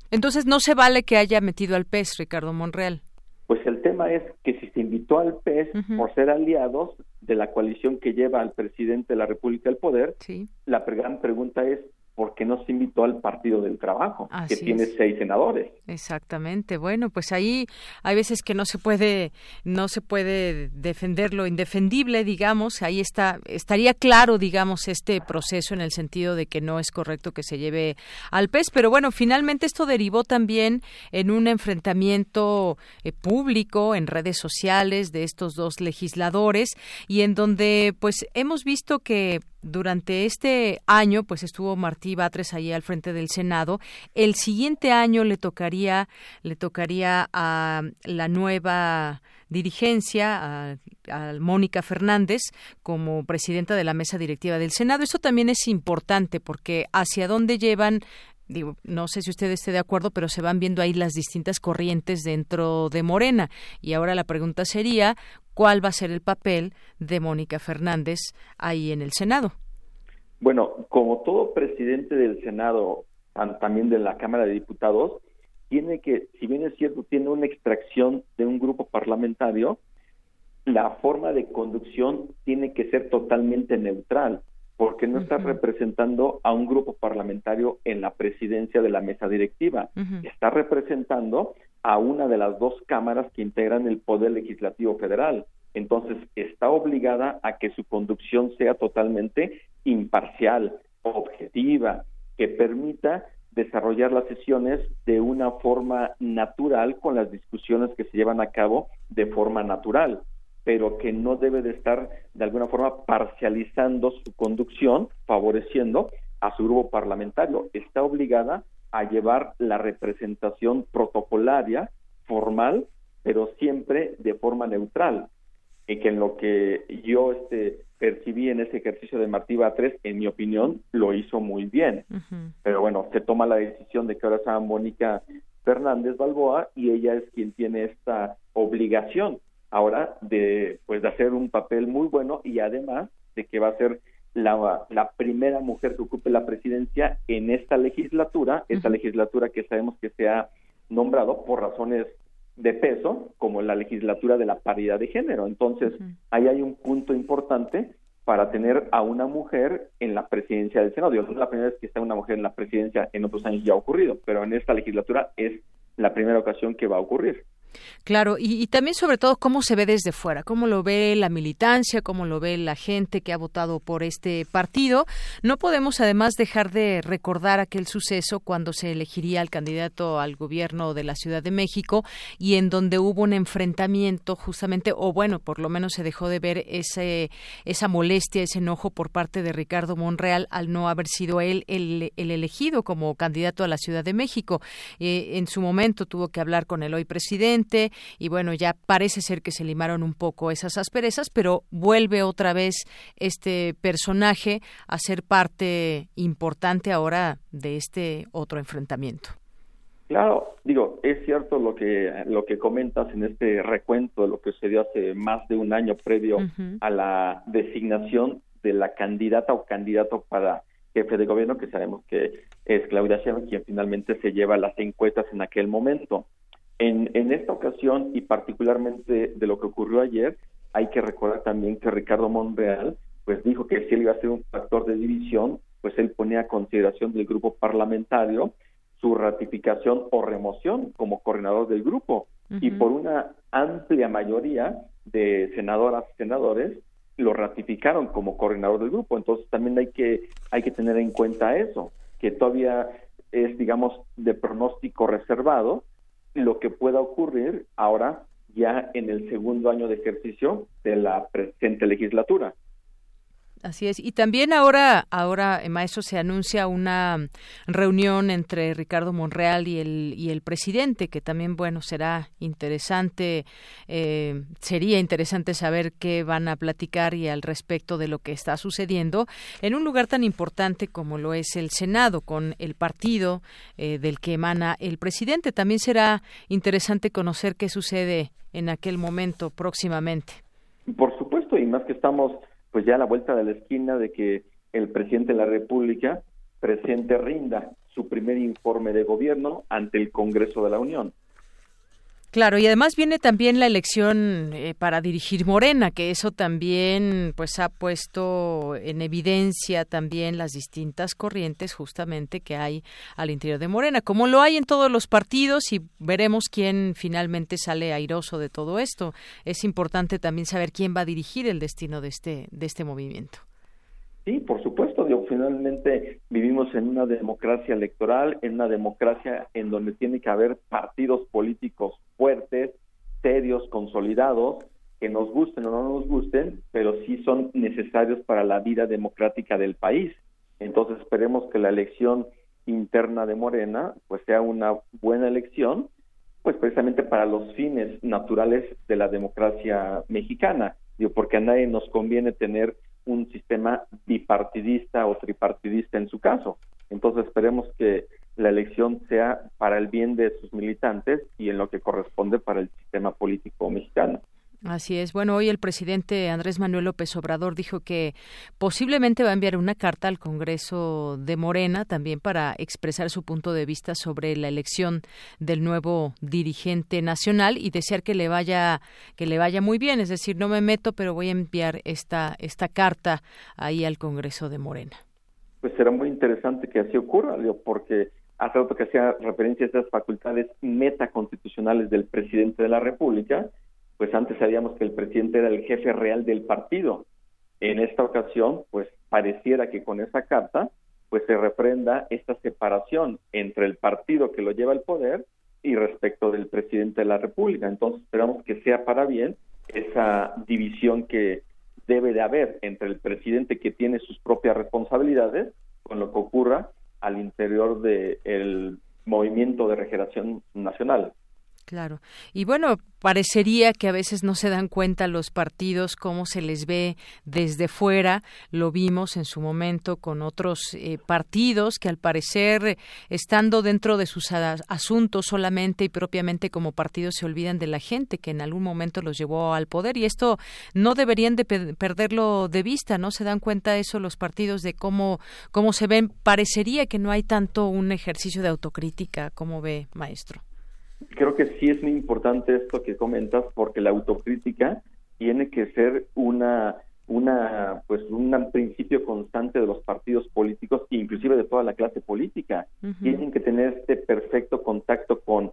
Entonces, ¿no se vale que haya metido al P E S, Ricardo Monreal? Pues el tema es que si se invitó al P E S uh-huh. por ser aliados de la coalición que lleva al presidente de la República al poder, sí. la gran pregunta es ¿por qué no se invitó al Partido del Trabajo, Así que tiene es. seis senadores? Exactamente. Bueno, pues ahí hay veces que no se puede, no se puede defender lo indefendible, digamos. Ahí está, estaría claro, digamos, este proceso en el sentido de que no es correcto que se lleve al P E S. Pero bueno, finalmente esto derivó también en un enfrentamiento eh, público en redes sociales de estos dos legisladores y en donde, pues, hemos visto que durante este año, pues estuvo Martí Batres ahí al frente del Senado. El siguiente año le tocaría, le tocaría a la nueva dirigencia, a, a Mónica Fernández, como presidenta de la mesa directiva del Senado. Esto también es importante porque hacia dónde llevan. Digo, no sé si usted esté de acuerdo, pero se van viendo ahí las distintas corrientes dentro de Morena. Y ahora la pregunta sería, ¿cuál va a ser el papel de Mónica Fernández ahí en el Senado? Bueno, como todo presidente del Senado, también de la Cámara de Diputados, tiene que, si bien es cierto, tiene una extracción de un grupo parlamentario, la forma de conducción tiene que ser totalmente neutral, porque no uh-huh. está representando a un grupo parlamentario en la presidencia de la mesa directiva, uh-huh. está representando a una de las dos cámaras que integran el Poder Legislativo Federal. Entonces, está obligada a que su conducción sea totalmente imparcial, objetiva, que permita desarrollar las sesiones de una forma natural con las discusiones que se llevan a cabo de forma natural, pero que no debe de estar de alguna forma parcializando su conducción, favoreciendo a su grupo parlamentario. Está obligada a llevar la representación protocolaria, formal, pero siempre de forma neutral. Y que en lo que yo este, percibí en ese ejercicio de Martí Batres, en mi opinión, lo hizo muy bien. Uh-huh. Pero bueno, se toma la decisión de que ahora sea Mónica Fernández Balboa y ella es quien tiene esta obligación ahora de pues de hacer un papel muy bueno y además de que va a ser la, la primera mujer que ocupe la presidencia en esta legislatura, uh-huh. esta legislatura que sabemos que se ha nombrado por razones de peso, como la legislatura de la paridad de género. Entonces, uh-huh. ahí hay un punto importante para tener a una mujer en la presidencia del Senado. Yo, no es la primera vez que está una mujer en la presidencia, en otros años ya ha ocurrido, pero en esta legislatura es la primera ocasión que va a ocurrir. Claro, y, y también sobre todo cómo se ve desde fuera, cómo lo ve la militancia, cómo lo ve la gente que ha votado por este partido. No podemos además dejar de recordar aquel suceso cuando se elegiría al candidato al gobierno de la Ciudad de México y en donde hubo un enfrentamiento justamente, o bueno, por lo menos se dejó de ver ese esa molestia, ese enojo por parte de Ricardo Monreal al no haber sido él el, el elegido como candidato a la Ciudad de México. Eh, en su momento tuvo que hablar con el hoy presidente y bueno, ya parece ser que se limaron un poco esas asperezas, pero vuelve otra vez este personaje a ser parte importante ahora de este otro enfrentamiento. Claro, digo, es cierto lo que lo que comentas en este recuento de lo que sucedió hace más de un año previo uh-huh. a la designación de la candidata o candidato para jefe de gobierno, que sabemos que es Claudia Sheinbaum quien finalmente se lleva las encuestas en aquel momento. En, en esta ocasión, y particularmente de lo que ocurrió ayer, hay que recordar también que Ricardo Monreal pues dijo que si él iba a ser un factor de división, pues él ponía a consideración del grupo parlamentario su ratificación o remoción como coordinador del grupo. Uh-huh. Y por una amplia mayoría de senadoras y senadores lo ratificaron como coordinador del grupo. Entonces también hay que, hay que tener en cuenta eso, que todavía es, digamos, de pronóstico reservado lo que pueda ocurrir ahora ya en el segundo año de ejercicio de la presente legislatura. Así es. Y también ahora, ahora, maestro, se anuncia una reunión entre Ricardo Monreal y el y el presidente, que también, bueno, será interesante, eh, sería interesante saber qué van a platicar y al respecto de lo que está sucediendo en un lugar tan importante como lo es el Senado, con el partido eh, del que emana el presidente. También será interesante conocer qué sucede en aquel momento próximamente. Por supuesto, y más que estamos pues ya a la vuelta de la esquina de que el presidente de la República presente rinda su primer informe de gobierno ante el Congreso de la Unión. Claro, y además viene también la elección eh, para dirigir Morena, que eso también pues ha puesto en evidencia también las distintas corrientes justamente que hay al interior de Morena, como lo hay en todos los partidos, y veremos quién finalmente sale airoso de todo esto. Es importante también saber quién va a dirigir el destino de este de este movimiento. Sí, por supuesto, digo, finalmente vivimos en una democracia electoral, en una democracia en donde tiene que haber partidos políticos fuertes, serios, consolidados, que nos gusten o no nos gusten, pero sí son necesarios para la vida democrática del país. Entonces esperemos que la elección interna de Morena pues sea una buena elección, pues precisamente para los fines naturales de la democracia mexicana, digo, porque a nadie nos conviene tener un sistema bipartidista o tripartidista en su caso. Entonces esperemos que la elección sea para el bien de sus militantes y en lo que corresponde para el sistema político mexicano. Así es. Bueno, hoy el presidente Andrés Manuel López Obrador dijo que posiblemente va a enviar una carta al Congreso de Morena también para expresar su punto de vista sobre la elección del nuevo dirigente nacional y desear que le vaya que le vaya muy bien. Es decir, no me meto, pero voy a enviar esta esta carta ahí al Congreso de Morena. Pues será muy interesante que así ocurra, Leo, porque hace rato que hacía referencia a estas facultades metaconstitucionales del presidente de la República. Pues antes sabíamos que el presidente era el jefe real del partido. En esta ocasión, pues pareciera que con esa carta, pues se reprenda esta separación entre el partido que lo lleva al poder y respecto del presidente de la República. Entonces esperamos que sea para bien esa división que debe de haber entre el presidente, que tiene sus propias responsabilidades, con lo que ocurra al interior del movimiento de regeneración nacional. Claro. Y bueno, parecería que a veces no se dan cuenta los partidos cómo se les ve desde fuera. Lo vimos en su momento con otros eh, partidos que al parecer, estando dentro de sus a- asuntos solamente y propiamente como partidos, se olvidan de la gente que en algún momento los llevó al poder, y esto no deberían de pe- perderlo de vista, ¿no? Se dan cuenta eso los partidos de cómo, cómo se ven. Parecería que no hay tanto un ejercicio de autocrítica. ¿Cómo ve, maestro? Creo que sí es muy importante esto que comentas, porque la autocrítica tiene que ser una una pues un principio constante de los partidos políticos, inclusive de toda la clase política. Uh-huh. Tienen que tener este perfecto contacto con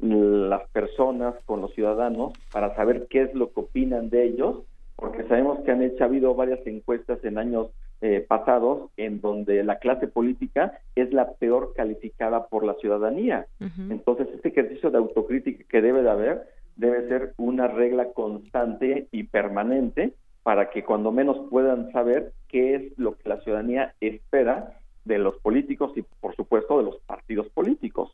las personas, con los ciudadanos, para saber qué es lo que opinan de ellos, porque sabemos que han hecho, ha habido varias encuestas en años eh, pasados en donde la clase política es la peor calificada por la ciudadanía. Uh-huh. Entonces, este ejercicio de autocrítica que debe de haber, debe ser una regla constante y permanente para que cuando menos puedan saber qué es lo que la ciudadanía espera de los políticos y, por supuesto, de los partidos políticos.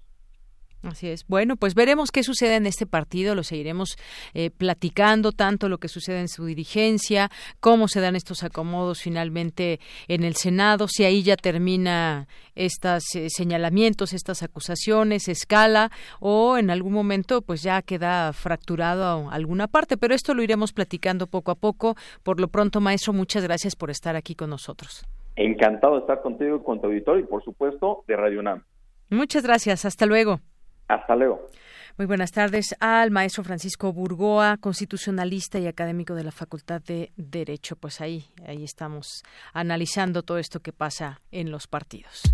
Así es. Bueno, pues veremos qué sucede en este partido, lo seguiremos eh, platicando, tanto lo que sucede en su dirigencia, cómo se dan estos acomodos finalmente en el Senado, si ahí ya termina estos eh, señalamientos, estas acusaciones, escala, o en algún momento pues ya queda fracturado alguna parte, pero esto lo iremos platicando poco a poco. Por lo pronto, maestro, muchas gracias por estar aquí con nosotros. Encantado de estar contigo y con tu auditorio y, por supuesto, de Radio UNAM. Muchas gracias. Hasta luego. Hasta luego. Muy buenas tardes al maestro Francisco Burgoa, constitucionalista y académico de la Facultad de Derecho. Pues ahí, ahí estamos analizando todo esto que pasa en los partidos.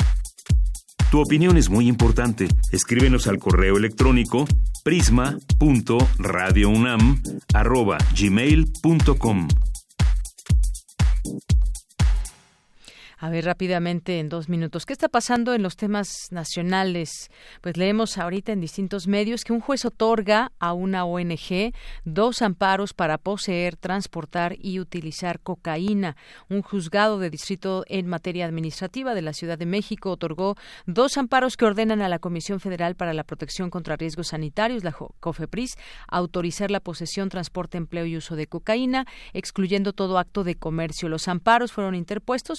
Tu opinión es muy importante. Escríbenos al correo electrónico prisma punto radio unam arroba gmail punto com. A ver, rápidamente, en dos minutos, ¿qué está pasando en los temas nacionales? Pues leemos ahorita en distintos medios que un juez otorga a una O N G dos amparos para poseer, transportar y utilizar cocaína. Un juzgado de distrito en materia administrativa de la Ciudad de México otorgó dos amparos que ordenan a la Comisión Federal para la Protección contra Riesgos Sanitarios, la COFEPRIS, autorizar la posesión, transporte, empleo y uso de cocaína, excluyendo todo acto de comercio. Los amparos fueron interpuestos por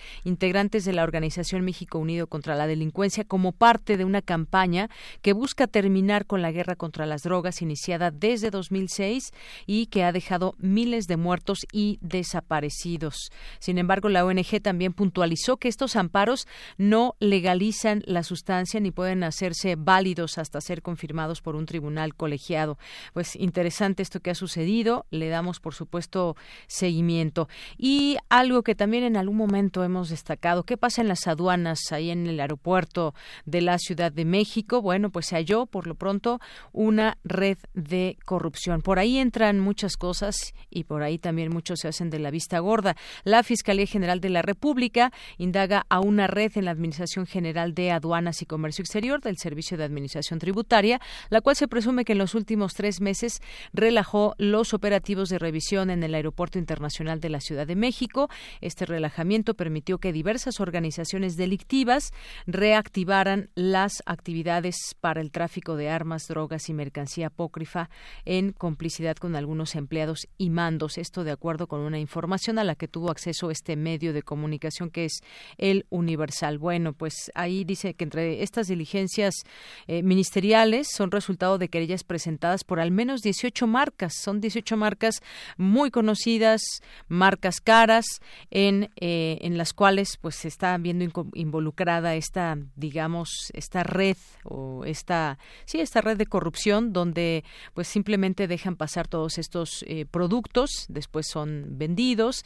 integrantes de la Organización México Unido contra la Delincuencia, como parte de una campaña que busca terminar con la guerra contra las drogas iniciada desde dos mil seis y que ha dejado miles de muertos y desaparecidos. Sin embargo, la O N G también puntualizó que estos amparos no legalizan la sustancia ni pueden hacerse válidos hasta ser confirmados por un tribunal colegiado. Pues interesante esto que ha sucedido, le damos por supuesto seguimiento. Y algo que también en algún momento hemos destacado, ¿qué pasa en las aduanas ahí en el aeropuerto de la Ciudad de México? Bueno, pues se halló por lo pronto una red de corrupción. Por ahí entran muchas cosas y por ahí también muchos se hacen de la vista gorda. La Fiscalía General de la República indaga a una red en la Administración General de Aduanas y Comercio Exterior del Servicio de Administración Tributaria, la cual se presume que en los últimos tres meses relajó los operativos de revisión en el Aeropuerto Internacional de la Ciudad de México. Este relajamiento permitió que diversas organizaciones delictivas reactivaran las actividades para el tráfico de armas, drogas y mercancía apócrifa en complicidad con algunos empleados y mandos. Esto de acuerdo con una información a la que tuvo acceso este medio de comunicación que es El Universal. Bueno, pues ahí dice que entre estas diligencias eh, ministeriales son resultado de querellas presentadas por al menos dieciocho marcas. Son dieciocho marcas muy conocidas, marcas caras, en, eh, en las cuales pues se está viendo involucrada esta, digamos, esta red o esta, sí, esta red de corrupción donde pues simplemente dejan pasar todos estos eh, productos, después son vendidos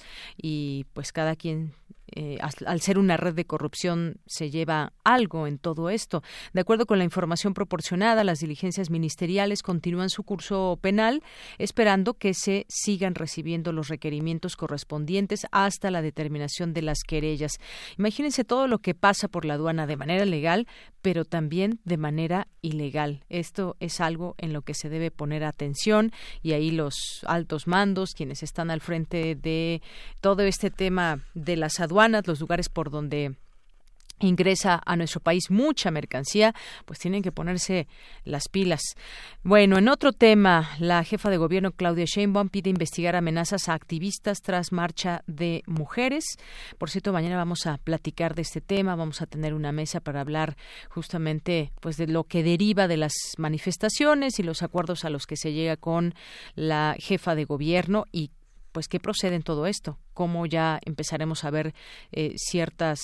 y pues cada quien Eh, al ser una red de corrupción se lleva algo en todo esto. De acuerdo con la información proporcionada, las diligencias ministeriales continúan su curso penal, esperando que se sigan recibiendo los requerimientos correspondientes hasta la determinación de las querellas. Imagínense todo lo que pasa por la aduana de manera legal, pero también de manera ilegal. Esto es algo en lo que se debe poner atención y ahí los altos mandos, quienes están al frente de todo este tema de las aduanas, los lugares por donde ingresa a nuestro país mucha mercancía, pues tienen que ponerse las pilas. Bueno, en otro tema, la jefa de gobierno Claudia Sheinbaum pide investigar amenazas a activistas tras marcha de mujeres. Por cierto, mañana vamos a platicar de este tema, vamos a tener una mesa para hablar justamente pues de lo que deriva de las manifestaciones y los acuerdos a los que se llega con la jefa de gobierno y pues qué procede en todo esto, cómo ya empezaremos a ver eh, ciertas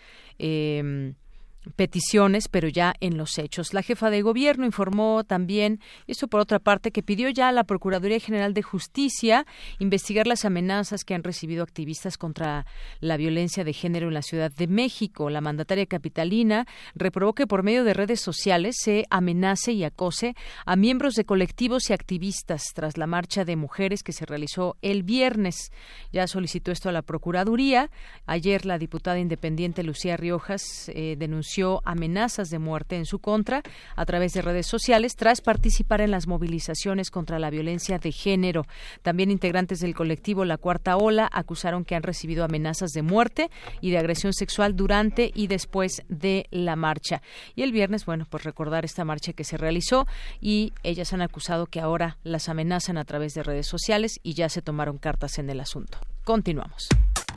eh, peticiones, pero ya en los hechos. La jefa de gobierno informó también, esto por otra parte, que pidió ya a la Procuraduría General de Justicia investigar las amenazas que han recibido activistas contra la violencia de género en la Ciudad de México. La mandataria capitalina reprobó que por medio de redes sociales se amenace y acose a miembros de colectivos y activistas tras la marcha de mujeres que se realizó el viernes. Ya solicitó esto a la Procuraduría. Ayer la diputada independiente Lucía Riojas eh, denunció amenazas de muerte en su contra a través de redes sociales tras participar en las movilizaciones contra la violencia de género. También integrantes del colectivo La Cuarta Ola acusaron que han recibido amenazas de muerte y de agresión sexual durante y después de la marcha. Y el viernes, bueno, pues recordar esta marcha que se realizó y ellas han acusado que ahora las amenazan a través de redes sociales y ya se tomaron cartas en el asunto. Continuamos.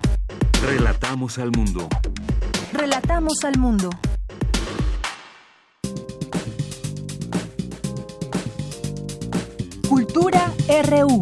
Relatamos al mundo. Relatamos al mundo. Cultura R U.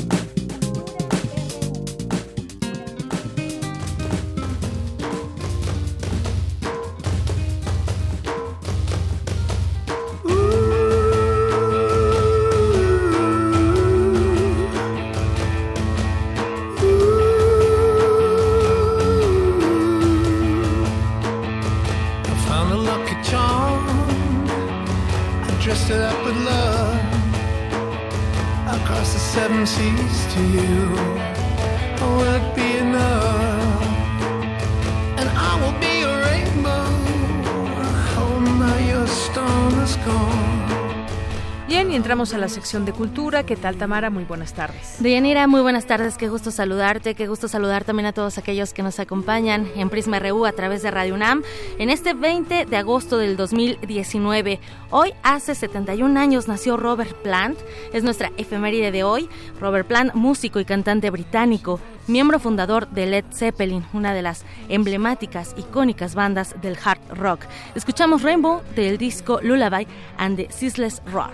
Seven seas to you, will it be enough? And I will be a rainbow. Oh, now your storm is gone. Bien, y entramos a la sección de cultura. ¿Qué tal, Tamara? Muy buenas tardes. Deyanira, muy buenas tardes. Qué gusto saludarte. Qué gusto saludar también a todos aquellos que nos acompañan en Prisma R U a través de Radio UNAM en este veinte de agosto del dos mil diecinueve. Hoy, hace setenta y un años, nació Robert Plant. Es nuestra efeméride de hoy. Robert Plant, músico y cantante británico. miembro fundador de Led Zeppelin, una de las emblemáticas, icónicas bandas del hard rock. Escuchamos Rainbow del disco Lullaby and the Ceaseless Roar.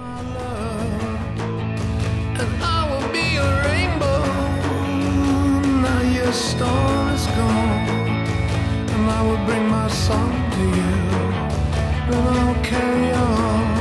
And I will be a rainbow. Now your storm is gone, and I will bring my song to you, and I will carry on.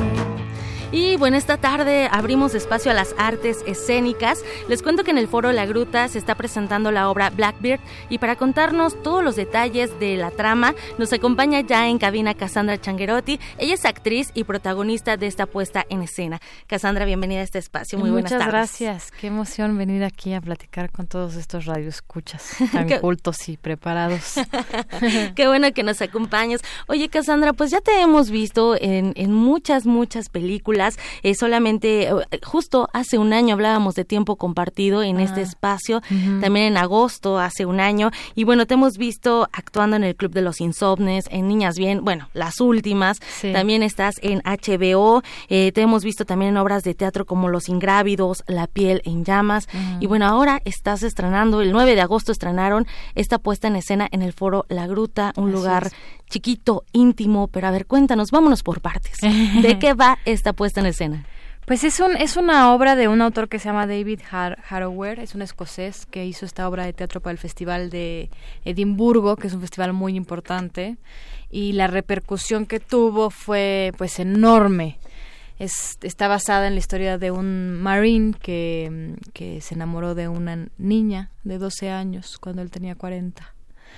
Y bueno, esta tarde abrimos espacio a las artes escénicas. Les cuento que en el Foro La Gruta se está presentando la obra Blackbeard, y para contarnos todos los detalles de la trama nos acompaña ya en cabina Cassandra Changuerotti. Ella es actriz y protagonista de esta puesta en escena. Cassandra, bienvenida a este espacio. Muy buenas tardes. Muchas gracias. Qué emoción venir aquí a platicar con todos estos radioescuchas tan cultos y preparados. Qué bueno que nos acompañes. Oye, Cassandra, pues ya te hemos visto en, en muchas, muchas películas. Eh, solamente, justo hace un año hablábamos de Tiempo Compartido en ah, este espacio, uh-huh. También en agosto, hace un año, y bueno, te hemos visto actuando en el Club de los Insomnes, en Niñas Bien, bueno, las últimas, sí. También estás en H B O, eh, te hemos visto también en obras de teatro como Los Ingrávidos, La Piel en Llamas, uh-huh. Y bueno, ahora estás estrenando, el nueve de agosto estrenaron esta puesta en escena en el Foro La Gruta, un Así lugar es. chiquito, íntimo, pero a ver, cuéntanos, vámonos por partes. ¿De qué va esta puesta en escena? Pues es un es una obra de un autor que se llama David Har- Harrower, es un escocés que hizo esta obra de teatro para el Festival de Edimburgo, que es un festival muy importante, y la repercusión que tuvo fue pues enorme. Es, está basada en la historia de un marine que, que se enamoró de una niña de doce años cuando él tenía cuarenta.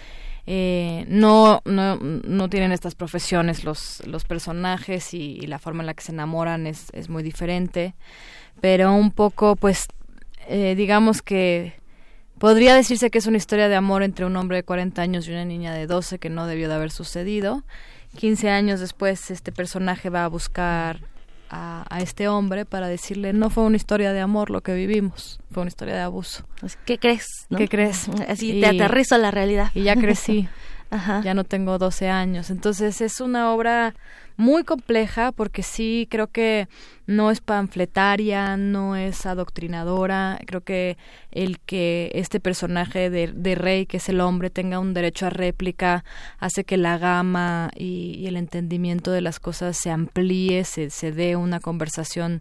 Eh, no, no, no tienen estas profesiones los, los personajes y, y la forma en la que se enamoran es, es muy diferente, pero un poco, pues, eh, digamos que podría decirse que es una historia de amor entre un hombre de cuarenta años y una niña de doce que no debió de haber sucedido. quince años después este personaje va a buscar A, a este hombre para decirle no fue una historia de amor lo que vivimos, fue una historia de abuso. ¿Qué crees? ¿no? ¿Qué crees? Así y, te aterrizo a la realidad. Y ya crecí. Ajá. Ya no tengo doce años. Entonces es una obra muy compleja porque sí creo que no es panfletaria, no es adoctrinadora. Creo que el que este personaje de, de Rey, que es el hombre, tenga un derecho a réplica hace que la gama y, y el entendimiento de las cosas se amplíe, se, se dé una conversación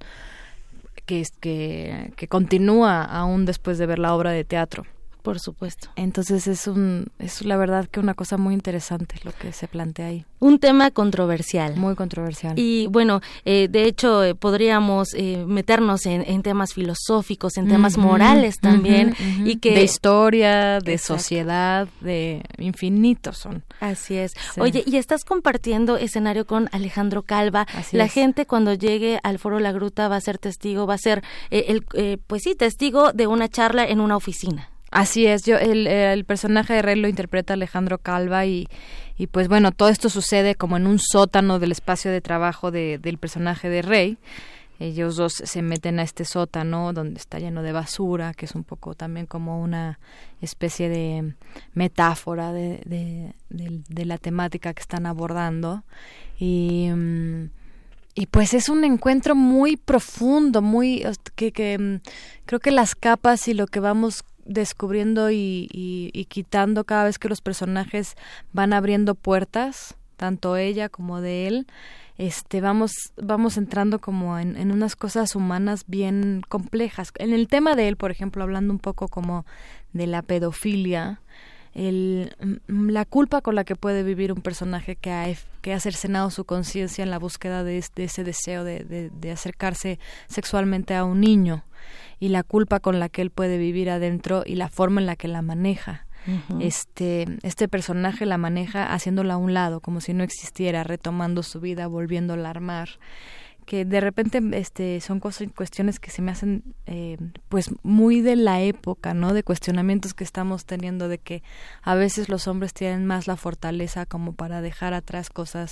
que, que, que continúa aún después de ver la obra de teatro. Por supuesto. Entonces es un es la verdad que una cosa muy interesante lo que se plantea ahí. Un tema controversial. Muy controversial. Y bueno, eh, de hecho eh, podríamos eh, meternos en, en temas filosóficos, en temas uh-huh, morales también. Uh-huh, uh-huh. Y que de historia, de Exacto. sociedad, de infinitos son. Así es. Sí. Oye, y estás compartiendo escenario con Alejandro Calva. Así la es. gente cuando llegue al Foro La Gruta va a ser testigo, va a ser, eh, el eh, pues sí, testigo de una charla en una oficina. Así es, yo el, el personaje de Rey lo interpreta Alejandro Calva y, y pues bueno, todo esto sucede como en un sótano del espacio de trabajo de, del personaje de Rey. Ellos dos se meten a este sótano donde está lleno de basura, que es un poco también como una especie de metáfora de, de, de, de la temática que están abordando. Y... Um, Y pues es un encuentro muy profundo, muy que, que creo que las capas y lo que vamos descubriendo y, y, y quitando cada vez que los personajes van abriendo puertas, tanto ella como de él, este vamos vamos entrando como en, en unas cosas humanas bien complejas. En el tema de él, por ejemplo, hablando un poco como de la pedofilia, El, la culpa con la que puede vivir un personaje que ha, que ha cercenado su conciencia en la búsqueda de, de ese deseo de, de, de acercarse sexualmente a un niño, y la culpa con la que él puede vivir adentro y la forma en la que la maneja. Uh-huh. Este, este personaje la maneja haciéndola a un lado, como si no existiera, retomando su vida, volviéndola a armar, que de repente este son cosas cuestiones que se me hacen eh, pues muy de la época, ¿no? De cuestionamientos que estamos teniendo, de que a veces los hombres tienen más la fortaleza como para dejar atrás cosas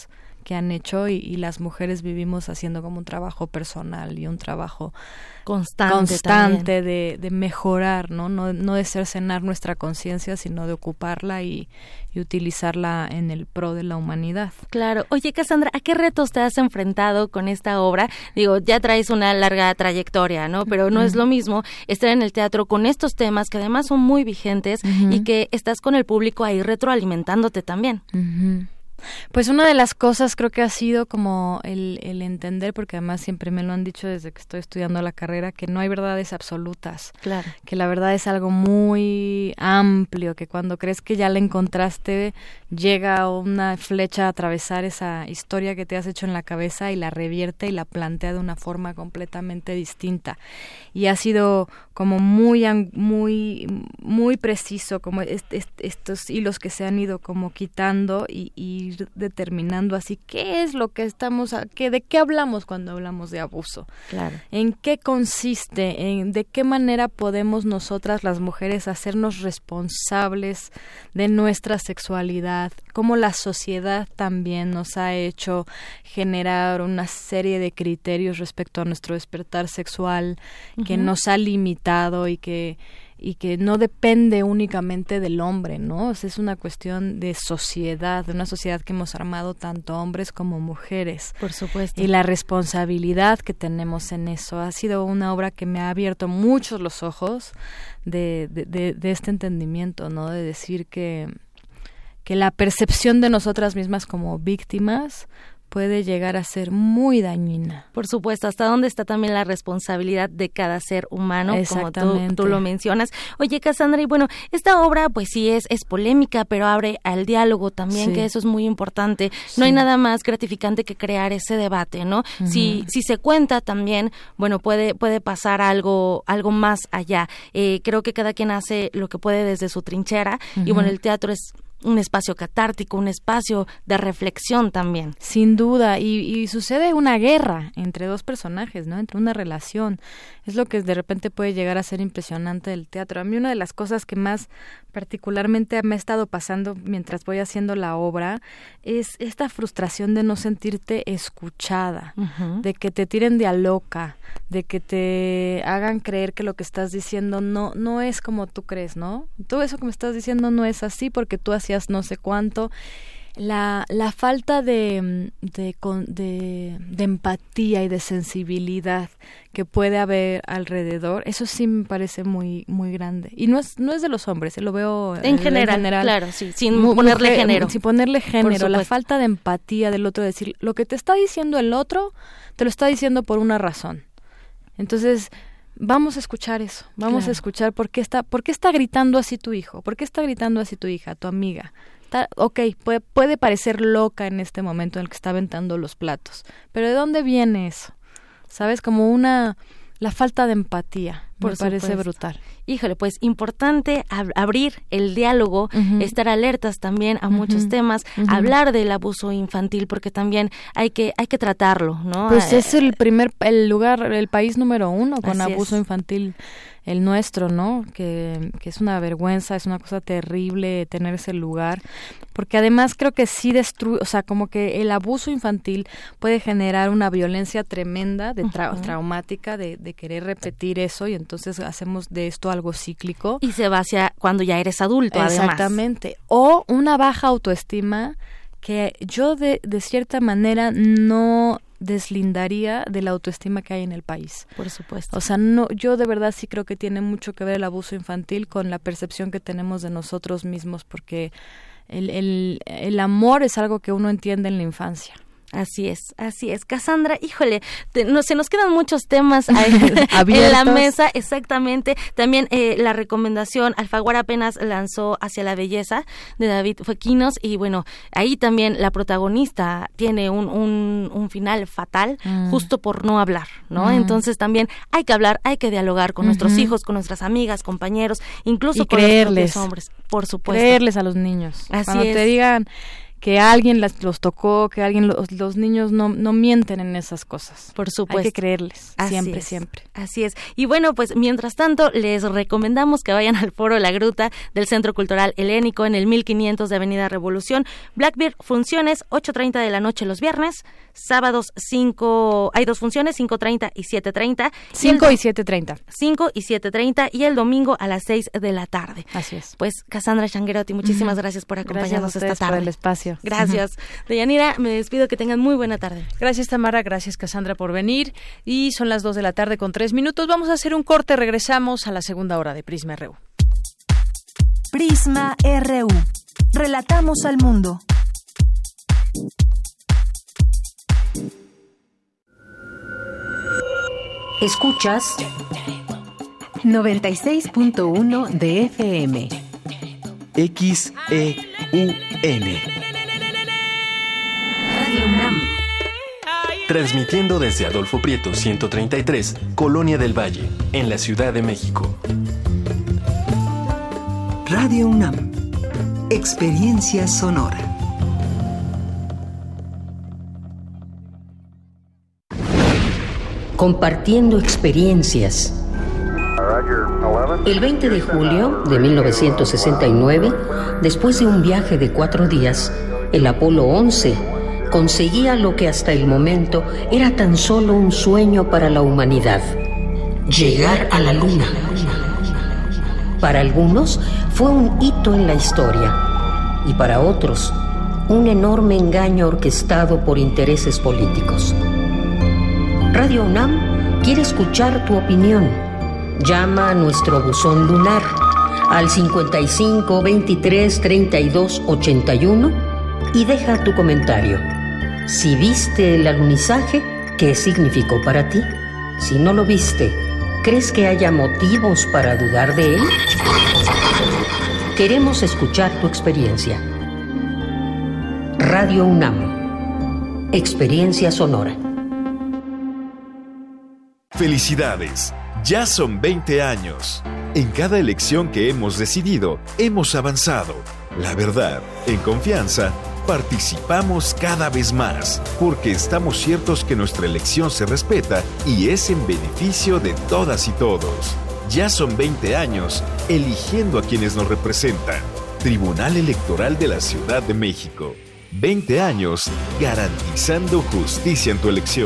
que han hecho y, y las mujeres vivimos haciendo como un trabajo personal y un trabajo constante, constante de, de mejorar, ¿no? No, no de cercenar nuestra conciencia, sino de ocuparla y, y utilizarla en el pro de la humanidad. Claro. Oye, Cassandra, ¿a qué retos te has enfrentado con esta obra? Digo, ya traes una larga trayectoria, ¿no? Pero no uh-huh. es lo mismo estar en el teatro con estos temas que además son muy vigentes uh-huh. y que estás con el público ahí retroalimentándote también. Uh-huh. Pues una de las cosas creo que ha sido como el, el entender, porque además siempre me lo han dicho desde que estoy estudiando la carrera, que no hay verdades absolutas. Claro. Que la verdad es algo muy amplio, que cuando crees que ya la encontraste, llega una flecha a atravesar esa historia que te has hecho en la cabeza y la revierte y la plantea de una forma completamente distinta. Y ha sido como muy, muy, muy preciso, como est, est, estos hilos que se han ido como quitando y, y determinando así qué es lo que estamos, qué, de qué hablamos cuando hablamos de abuso, claro, en qué consiste, en de qué manera podemos nosotras las mujeres hacernos responsables de nuestra sexualidad, cómo la sociedad también nos ha hecho generar una serie de criterios respecto a nuestro despertar sexual, uh-huh. que nos ha limitado y que y que no depende únicamente del hombre, ¿no? O sea, es una cuestión de sociedad, de una sociedad que hemos armado tanto hombres como mujeres. Por supuesto. Y la responsabilidad que tenemos en eso. Ha sido una obra que me ha abierto muchos los ojos de, de, de, de este entendimiento, ¿no? De decir que, que la percepción de nosotras mismas como víctimas puede llegar a ser muy dañina. Por supuesto, hasta dónde está también la responsabilidad de cada ser humano, como tú, tú lo mencionas. Oye, Cassandra, y bueno, esta obra pues sí es, es polémica, pero abre al diálogo también, sí. que eso es muy importante. Sí. No hay nada más gratificante que crear ese debate, ¿no? Uh-huh. Si si se cuenta también, bueno, puede puede pasar algo algo más allá. Eh, creo que cada quien hace lo que puede desde su trinchera, uh-huh. y bueno, el teatro es un espacio catártico, un espacio de reflexión también. Sin duda, y, y sucede una guerra entre dos personajes, ¿no? Entre una relación. Es lo que de repente puede llegar a ser impresionante del teatro. A mí una de las cosas que más particularmente me ha estado pasando mientras voy haciendo la obra es esta frustración de no sentirte escuchada, uh-huh. de que te tiren de a loca, de que te hagan creer que lo que estás diciendo no no es como tú crees, ¿no? Todo eso que me estás diciendo no es así porque tú hacías no sé cuánto. La, la falta de, de, de, de empatía y de sensibilidad que puede haber alrededor, eso sí me parece muy muy grande. Y no es no es de los hombres, lo veo en, en general, general, claro, sí, sin muy, ponerle mujer, género. Sin ponerle género, la falta de empatía del otro, decir, lo que te está diciendo el otro, te lo está diciendo por una razón. Entonces, vamos a escuchar eso, vamos claro. a escuchar por qué está, por qué está gritando así tu hijo, por qué está gritando así tu hija, tu amiga. Está, ok, puede, puede parecer loca en este momento en el que está aventando los platos, pero ¿de dónde viene eso? ¿Sabes? Como una, la falta de empatía, por me supuesto. Parece brutal. Híjole, pues importante ab- abrir el diálogo, uh-huh. estar alertas también a uh-huh. muchos temas, uh-huh. hablar del abuso infantil, porque también hay que hay que tratarlo, ¿no? Pues es el primer, el lugar, el país número uno con Así abuso es. infantil, el nuestro, ¿no? Que, que es una vergüenza, es una cosa terrible tener ese lugar, porque además creo que sí destruye, o sea, como que el abuso infantil puede generar una violencia tremenda, de tra- uh-huh. traumática, de, de querer repetir eso, y entonces hacemos de esto algo cíclico. Y se va hacia cuando ya eres adulto, además. Exactamente. O una baja autoestima que yo de, de cierta manera no deslindaría de la autoestima que hay en el país. Por supuesto. O sea, no, yo de verdad sí creo que tiene mucho que ver el abuso infantil con la percepción que tenemos de nosotros mismos, porque el, el, el amor es algo que uno entiende en la infancia. Así es, así es. Cassandra, híjole, te, no, se nos quedan muchos temas en la mesa, exactamente. También eh, la recomendación, Alfaguara apenas lanzó Hacia la Belleza, de David Fuequinos, y bueno, ahí también la protagonista tiene un, un, un final fatal, mm. justo por no hablar, ¿no? Mm. Entonces también hay que hablar, hay que dialogar con uh-huh. nuestros hijos, con nuestras amigas, compañeros, incluso y con creerles, los propios hombres, por supuesto. Creerles a los niños. Así Cuando es. te digan que alguien las, los tocó, que alguien los, los niños no, no mienten en esas cosas. Por supuesto. Hay que creerles, Así siempre, es. siempre. Así es. Y bueno, pues mientras tanto, les recomendamos que vayan al Foro La Gruta del Centro Cultural Helénico en el mil quinientos de Avenida Revolución. Blackbeard, funciones ocho treinta de la noche los viernes, sábados cinco, hay dos funciones, cinco treinta y siete treinta. cinco y siete treinta. cinco y siete treinta y el domingo a las seis de la tarde. Así es. Pues Cassandra Changuerotti, muchísimas Uh-huh. gracias por acompañarnos Gracias a ustedes esta tarde. por el espacio. Gracias. Deyanira, me despido, que tengan muy buena tarde. Gracias, Tamara, gracias, Cassandra, por venir. Y son las dos de la tarde con tres minutos. Vamos a hacer un corte, regresamos a la segunda hora de Prisma R U. Prisma R U. Relatamos al mundo. Escuchas noventa y seis punto uno de F M. X E U N. Radio UNAM. Transmitiendo desde Adolfo Prieto ciento treinta y tres, Colonia del Valle, en la Ciudad de México. Radio UNAM. Experiencia sonora. Compartiendo experiencias. El veinte de julio de mil novecientos sesenta y nueve, después de un viaje de cuatro días, el Apolo once conseguía lo que hasta el momento era tan solo un sueño para la humanidad: llegar a la Luna. Para algunos fue un hito en la historia y para otros un enorme engaño orquestado por intereses políticos. Radio UNAM quiere escuchar tu opinión. Llama a nuestro buzón lunar al cincuenta y cinco, veintitrés, treinta y dos, ochenta y uno y deja tu comentario. Si viste el alunizaje, ¿qué significó para ti? Si no lo viste, ¿crees que haya motivos para dudar de él? Queremos escuchar tu experiencia. Radio UNAM. Experiencia sonora. ¡Felicidades! Ya son veinte años. En cada elección que hemos decidido, hemos avanzado. La verdad, en confianza, participamos cada vez más, porque estamos ciertos que nuestra elección se respeta y es en beneficio de todas y todos. Ya son veinte años eligiendo a quienes nos representan. Tribunal Electoral de la Ciudad de México. veinte años garantizando justicia en tu elección.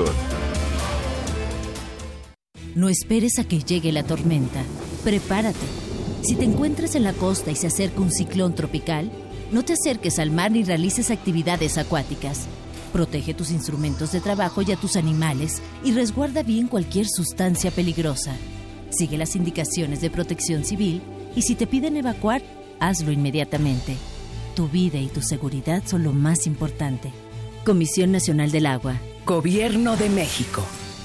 No esperes a que llegue la tormenta. Prepárate. Si te encuentras en la costa y se acerca un ciclón tropical, no te acerques al mar ni realices actividades acuáticas. Protege tus instrumentos de trabajo y a tus animales y resguarda bien cualquier sustancia peligrosa. Sigue las indicaciones de Protección Civil y si te piden evacuar, hazlo inmediatamente. Tu vida y tu seguridad son lo más importante. Comisión Nacional del Agua. Gobierno de México.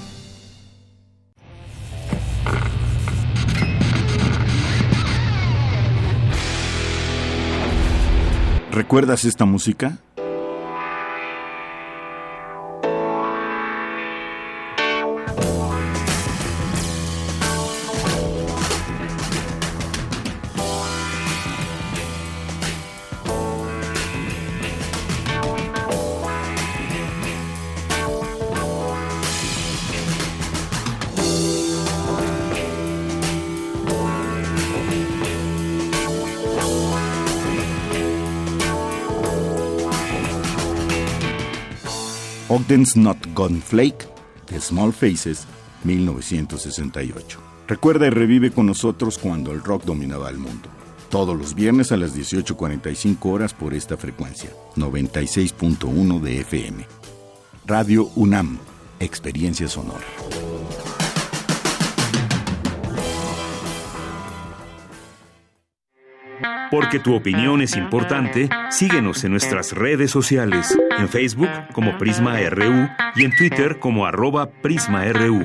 ¿Recuerdas esta música? Ogden's Not Gone Flake, The Small Faces, mil novecientos sesenta y ocho. Recuerda y revive con nosotros cuando el rock dominaba el mundo. Todos los viernes a las dieciocho cuarenta y cinco horas por esta frecuencia, noventa y seis punto uno de F M. Radio UNAM, Experiencia Sonora. Porque tu opinión es importante, síguenos en nuestras redes sociales, en Facebook como Prisma R U y en Twitter como arroba PrismaRU.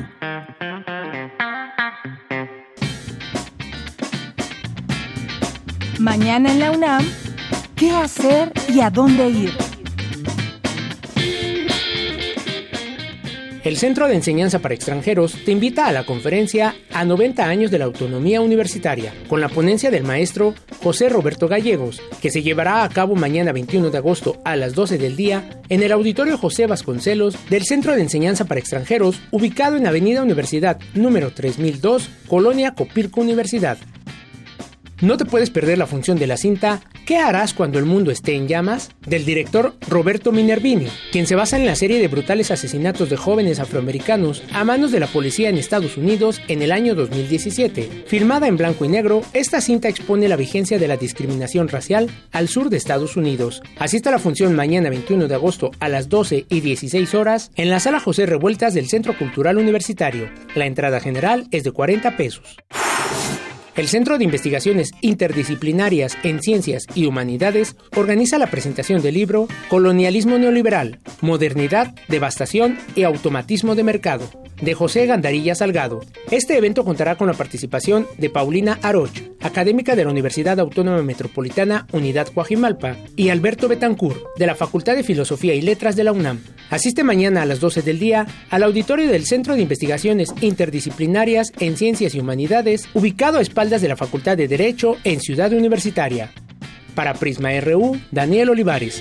Mañana en la UNAM, ¿qué hacer y a dónde ir? El Centro de Enseñanza para Extranjeros te invita a la conferencia A noventa años de la autonomía universitaria, con la ponencia del maestro José Roberto Gallegos, que se llevará a cabo mañana veintiuno de agosto a las doce del día en el Auditorio José Vasconcelos del Centro de Enseñanza para Extranjeros, ubicado en Avenida Universidad número tres mil dos, Colonia Copilco Universidad. No te puedes perder la función de la cinta ¿Qué harás cuando el mundo esté en llamas?, del director Roberto Minervini, quien se basa en la serie de brutales asesinatos de jóvenes afroamericanos a manos de la policía en Estados Unidos en el año dos mil diecisiete. Filmada en blanco y negro, esta cinta expone la vigencia de la discriminación racial al sur de Estados Unidos. Asista a la función mañana veintiuno de agosto a las doce y dieciséis horas en la Sala José Revueltas del Centro Cultural Universitario. La entrada general es de cuarenta pesos. El Centro de Investigaciones Interdisciplinarias en Ciencias y Humanidades organiza la presentación del libro Colonialismo Neoliberal, Modernidad, Devastación y Automatismo de Mercado, de José Gandarilla Salgado. Este evento contará con la participación de Paulina Aroch, académica de la Universidad Autónoma Metropolitana Unidad Coajimalpa, y Alberto Betancourt, de la Facultad de Filosofía y Letras de la UNAM. Asiste mañana a las doce del día al auditorio del Centro de Investigaciones Interdisciplinarias en Ciencias y Humanidades, ubicado a espaldas de la Facultad de Derecho en Ciudad Universitaria. Para Prisma R U, Daniel Olivares.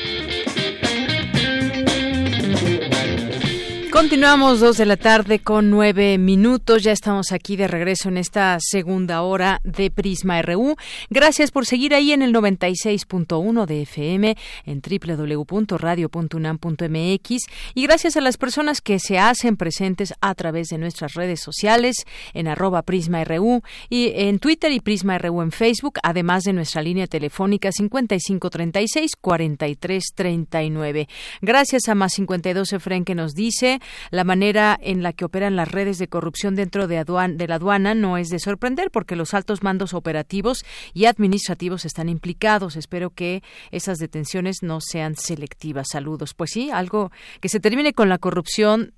Continuamos dos de la tarde con nueve minutos. Ya estamos aquí de regreso en esta segunda hora de Prisma R U. Gracias por seguir ahí en el noventa y seis punto uno de F M, en doble u doble u doble u punto radio punto unam punto m x, y gracias a las personas que se hacen presentes a través de nuestras redes sociales en arroba Prisma R U y en Twitter y Prisma R U en Facebook, además de nuestra línea telefónica cincuenta y cinco treinta y seis cuarenta y tres treinta y nueve. Gracias a más cincuenta y dos Efren, que nos dice: la manera en la que operan las redes de corrupción dentro de, aduan- de la aduana no es de sorprender, porque los altos mandos operativos y administrativos están implicados. Espero que esas detenciones no sean selectivas. Saludos. Pues sí, algo que se termine con la corrupción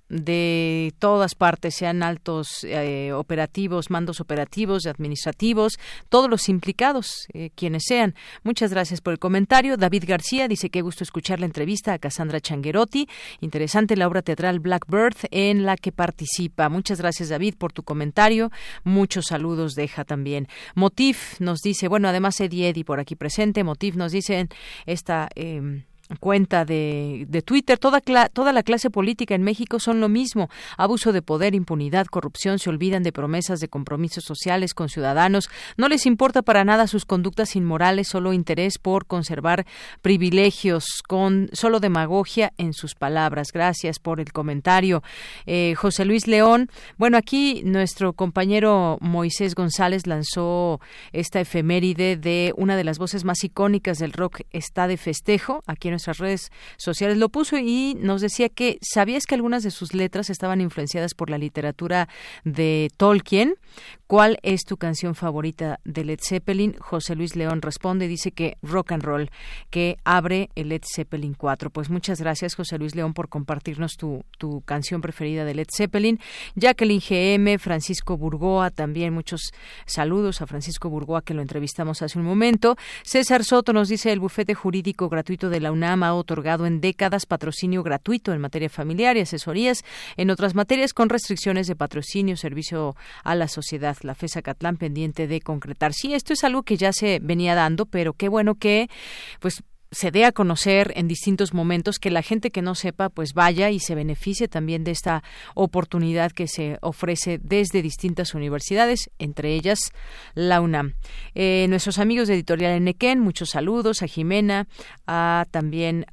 de todas partes, sean altos eh, operativos, mandos operativos, administrativos, todos los implicados, eh, quienes sean. Muchas gracias por el comentario. David García dice: qué gusto escuchar la entrevista a Cassandra Changuerotti. Interesante la obra teatral Blackbird en la que participa. Muchas gracias, David, por tu comentario. Muchos saludos deja también. Motif nos dice, bueno, además Eddie Eddie por aquí presente. Motif nos dice esta eh, cuenta de, de Twitter: toda, cla- toda la clase política en México son lo mismo: abuso de poder, impunidad, corrupción, se olvidan de promesas de compromisos sociales con ciudadanos, no les importa para nada sus conductas inmorales, solo interés por conservar privilegios, con solo demagogia en sus palabras. Gracias por el comentario. Eh, José Luis León, bueno, aquí nuestro compañero Moisés González lanzó esta efeméride de una de las voces más icónicas del rock, está de festejo, aquí en nuestras redes sociales lo puso y nos decía que ¿sabías que algunas de sus letras estaban influenciadas por la literatura de Tolkien? ¿Cuál es tu canción favorita de Led Zeppelin? José Luis León responde y dice que Rock and Roll, que abre el Led Zeppelin cuatro. Pues muchas gracias, José Luis León, por compartirnos tu, tu canción preferida de Led Zeppelin. Jacqueline G M, Francisco Burgoa, también muchos saludos a Francisco Burgoa, que lo entrevistamos hace un momento. César Soto nos dice: el bufete jurídico gratuito de la UNAM ha otorgado en décadas patrocinio gratuito en materia familiar y asesorías en otras materias, con restricciones de patrocinio, servicio a la sociedad. La FES Acatlán pendiente de concretar. Sí, esto es algo que ya se venía dando, pero qué bueno que pues se dé a conocer en distintos momentos, que la gente que no sepa pues vaya y se beneficie también de esta oportunidad que se ofrece desde distintas universidades, entre ellas la UNAM. Eh, nuestros amigos de Editorial Enequén, muchos saludos a Jimena, a también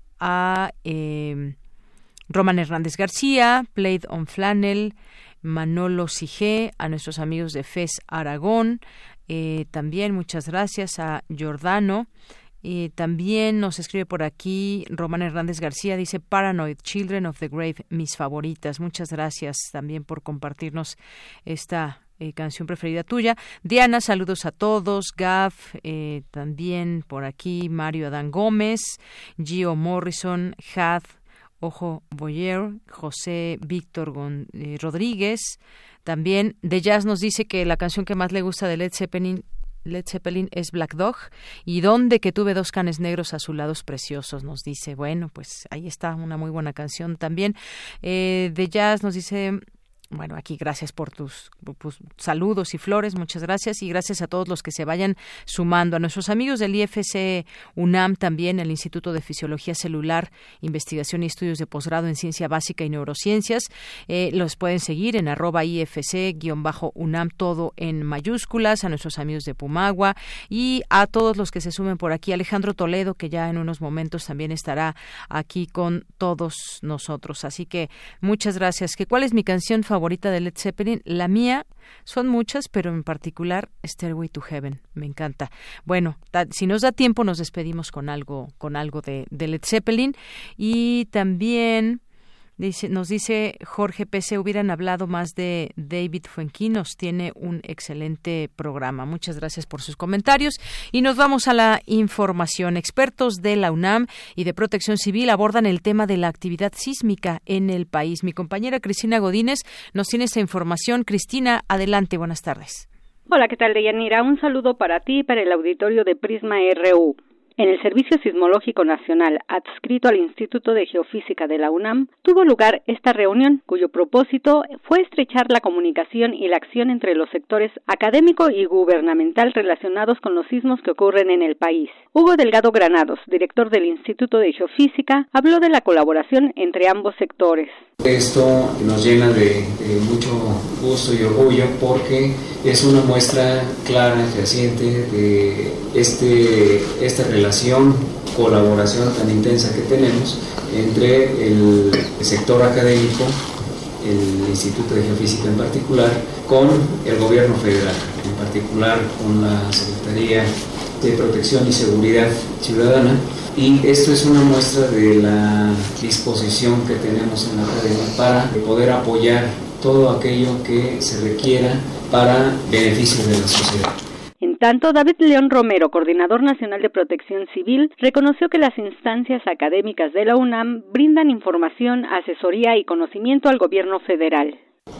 a eh, Roman Hernández García, Played on Flannel, Manolo Sige, a nuestros amigos de F E S Aragón, eh, también muchas gracias a Giordano. Y también nos escribe por aquí Román Hernández García, dice: Paranoid, Children of the Grave, mis favoritas. Muchas gracias también por compartirnos esta eh, canción preferida tuya. Diana, saludos a todos. Gaf, eh, también por aquí Mario Adán Gómez, Gio Morrison, Had, Ojo Boyer, José Víctor Gon, eh, Rodríguez. También de Jazz nos dice que la canción que más le gusta de Led Zeppelin Led Zeppelin es Black Dog. Y donde que tuve dos canes negros azulados preciosos, nos dice. Bueno, pues ahí está una muy buena canción también. Eh, de jazz nos dice... Bueno, aquí gracias por tus pues, saludos y flores, muchas gracias, y gracias a todos los que se vayan sumando, a nuestros amigos del I F C UNAM también, el Instituto de Fisiología Celular, Investigación y Estudios de Posgrado en Ciencia Básica y Neurociencias, eh, los pueden seguir en arroba I F C-UNAM, todo en mayúsculas, a nuestros amigos de Pumagua y a todos los que se sumen por aquí, Alejandro Toledo, que ya en unos momentos también estará aquí con todos nosotros, así que muchas gracias. ¿Que cuál es mi canción favorita? favorita de Led Zeppelin? La mía son muchas, pero en particular Stairway to Heaven, me encanta. Bueno, ta, si nos da tiempo nos despedimos con algo con algo de, de Led Zeppelin. Y también dice, nos dice Jorge P C, hubieran hablado más de David Fuenquinos, tiene un excelente programa. Muchas gracias por sus comentarios y nos vamos a la información. Expertos de la UNAM y de Protección Civil abordan el tema de la actividad sísmica en el país. Mi compañera Cristina Godínez nos tiene esta información. Cristina, adelante, buenas tardes. Hola, ¿qué tal, Deyanira? Un saludo para ti y para el auditorio de Prisma R U. En el Servicio Sismológico Nacional, adscrito al Instituto de Geofísica de la UNAM, tuvo lugar esta reunión, cuyo propósito fue estrechar la comunicación y la acción entre los sectores académico y gubernamental relacionados con los sismos que ocurren en el país. Hugo Delgado Granados, director del Instituto de Geofísica, habló de la colaboración entre ambos sectores. Esto nos llena de, de mucho gusto y orgullo porque es una muestra clara, fehaciente de este, esta relación, colaboración tan intensa que tenemos entre el sector académico, el Instituto de Geofísica en particular, con el gobierno federal, en particular con la Secretaría de Protección y Seguridad Ciudadana. Y esto es una muestra de la disposición que tenemos en la academia para poder apoyar todo aquello que se requiera para beneficio de la sociedad. En tanto, David León Romero, coordinador nacional de Protección Civil, reconoció que las instancias académicas de la UNAM brindan información, asesoría y conocimiento al gobierno federal,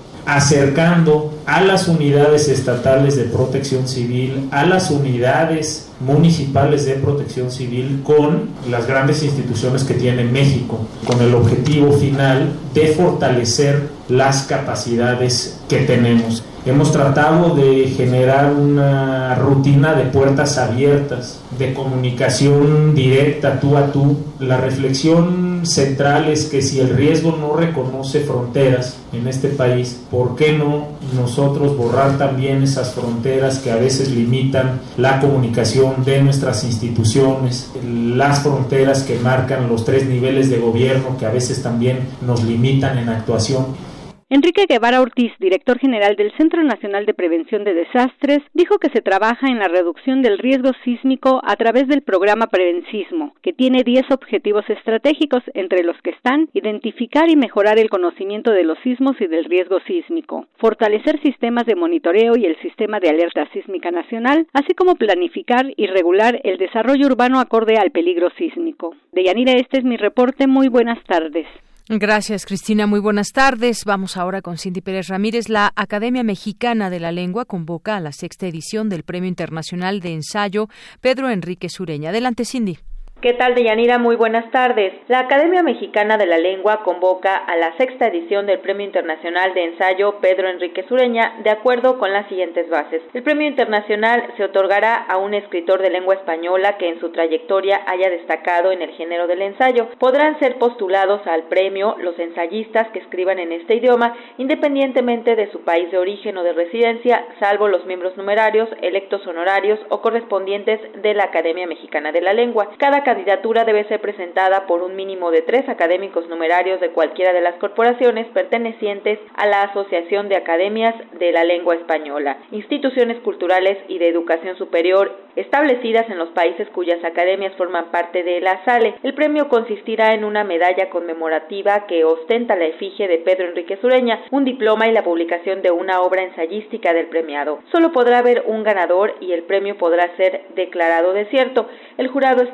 acercando a las unidades estatales de protección civil, a las unidades municipales de protección civil con las grandes instituciones que tiene México, con el objetivo final de fortalecer las capacidades que tenemos. Hemos tratado de generar una rutina de puertas abiertas, de comunicación directa tú a tú. La reflexión central es que si el riesgo no reconoce fronteras en este país, ¿por qué no nosotros borrar también esas fronteras que a veces limitan la comunicación de nuestras instituciones, las fronteras que marcan los tres niveles de gobierno que a veces también nos limitan en actuación? Enrique Guevara Ortiz, director general del Centro Nacional de Prevención de Desastres, dijo que se trabaja en la reducción del riesgo sísmico a través del programa Prevensismo, que tiene diez objetivos estratégicos, entre los que están identificar y mejorar el conocimiento de los sismos y del riesgo sísmico, fortalecer sistemas de monitoreo y el sistema de alerta sísmica nacional, así como planificar y regular el desarrollo urbano acorde al peligro sísmico. Deyanira, este es mi reporte. Muy buenas tardes. Gracias, Cristina. Muy buenas tardes. Vamos ahora con Cindy Pérez Ramírez. La Academia Mexicana de la Lengua convoca a la sexta edición del Premio Internacional de Ensayo Pedro Enrique Sureña. Adelante, Cindy. ¿Qué tal, Deyanira? Muy buenas tardes. La Academia Mexicana de la Lengua convoca a la sexta edición del Premio Internacional de Ensayo Pedro Enrique Sureña de acuerdo con las siguientes bases. El Premio Internacional se otorgará a un escritor de lengua española que en su trayectoria haya destacado en el género del ensayo. Podrán ser postulados al premio los ensayistas que escriban en este idioma, independientemente de su país de origen o de residencia, salvo los miembros numerarios, electos honorarios o correspondientes de la Academia Mexicana de la Lengua. Cada candidatura debe ser presentada por un mínimo de tres académicos numerarios de cualquiera de las corporaciones pertenecientes a la Asociación de Academias de la Lengua Española, instituciones culturales y de educación superior establecidas en los países cuyas academias forman parte de la SALE. El premio consistirá en una medalla conmemorativa que ostenta la efigie de Pedro Enrique Sureña, un diploma y la publicación de una obra ensayística del premiado. Solo podrá haber un ganador y el premio podrá ser declarado desierto. El jurado está presidido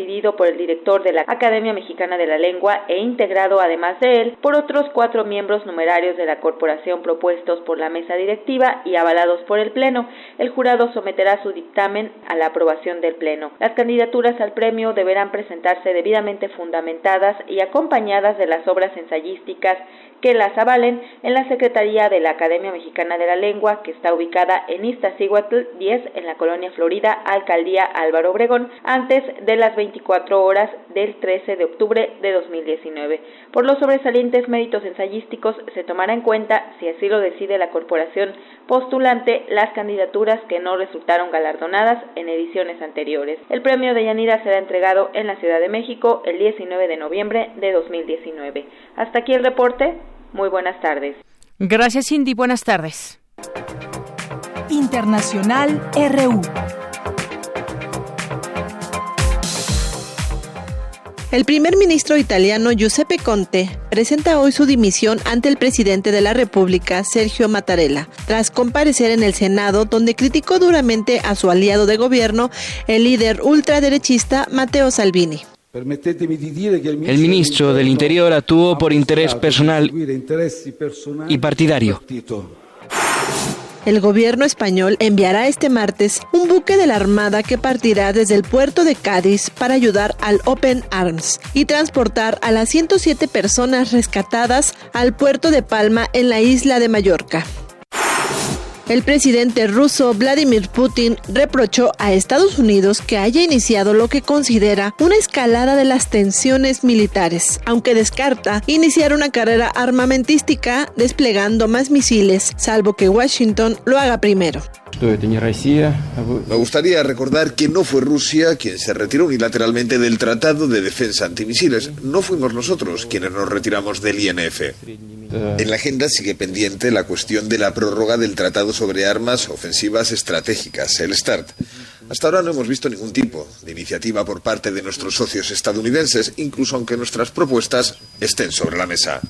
presidido por el director de la Academia Mexicana de la Lengua e integrado, además de él, por otros cuatro miembros numerarios de la corporación propuestos por la mesa directiva y avalados por el Pleno. El jurado someterá su dictamen a la aprobación del Pleno. Las candidaturas al premio deberán presentarse debidamente fundamentadas y acompañadas de las obras ensayísticas que las avalen en la Secretaría de la Academia Mexicana de la Lengua, que está ubicada en Iztaccíhuatl diez, en la Colonia Florida, Alcaldía Álvaro Obregón, antes de las veinticuatro horas del trece de octubre de dos mil diecinueve. Por los sobresalientes méritos ensayísticos se tomará en cuenta, si así lo decide la corporación postulante, las candidaturas que no resultaron galardonadas en ediciones anteriores. El premio de Yanira será entregado en la Ciudad de México el diecinueve de noviembre de dos mil diecinueve. Hasta aquí el reporte. Muy buenas tardes. Gracias, Cindy. Buenas tardes. Internacional R U. El primer ministro italiano Giuseppe Conte presenta hoy su dimisión ante el presidente de la República, Sergio Mattarella, tras comparecer en el Senado, donde criticó duramente a su aliado de gobierno, el líder ultraderechista Matteo Salvini. El ministro del Interior actuó por interés personal y partidario. El gobierno español enviará este martes un buque de la Armada que partirá desde el puerto de Cádiz para ayudar al Open Arms y transportar a las ciento siete personas rescatadas al puerto de Palma en la isla de Mallorca. El presidente ruso Vladimir Putin reprochó a Estados Unidos que haya iniciado lo que considera una escalada de las tensiones militares, aunque descarta iniciar una carrera armamentística desplegando más misiles, salvo que Washington lo haga primero. Me gustaría recordar que no fue Rusia quien se retiró unilateralmente del Tratado de Defensa Antimisiles. No fuimos nosotros quienes nos retiramos del I N F. En la agenda sigue pendiente la cuestión de la prórroga del Tratado sobre Armas Ofensivas Estratégicas, el START. Hasta ahora no hemos visto ningún tipo de iniciativa por parte de nuestros socios estadounidenses, incluso aunque nuestras propuestas estén sobre la mesa.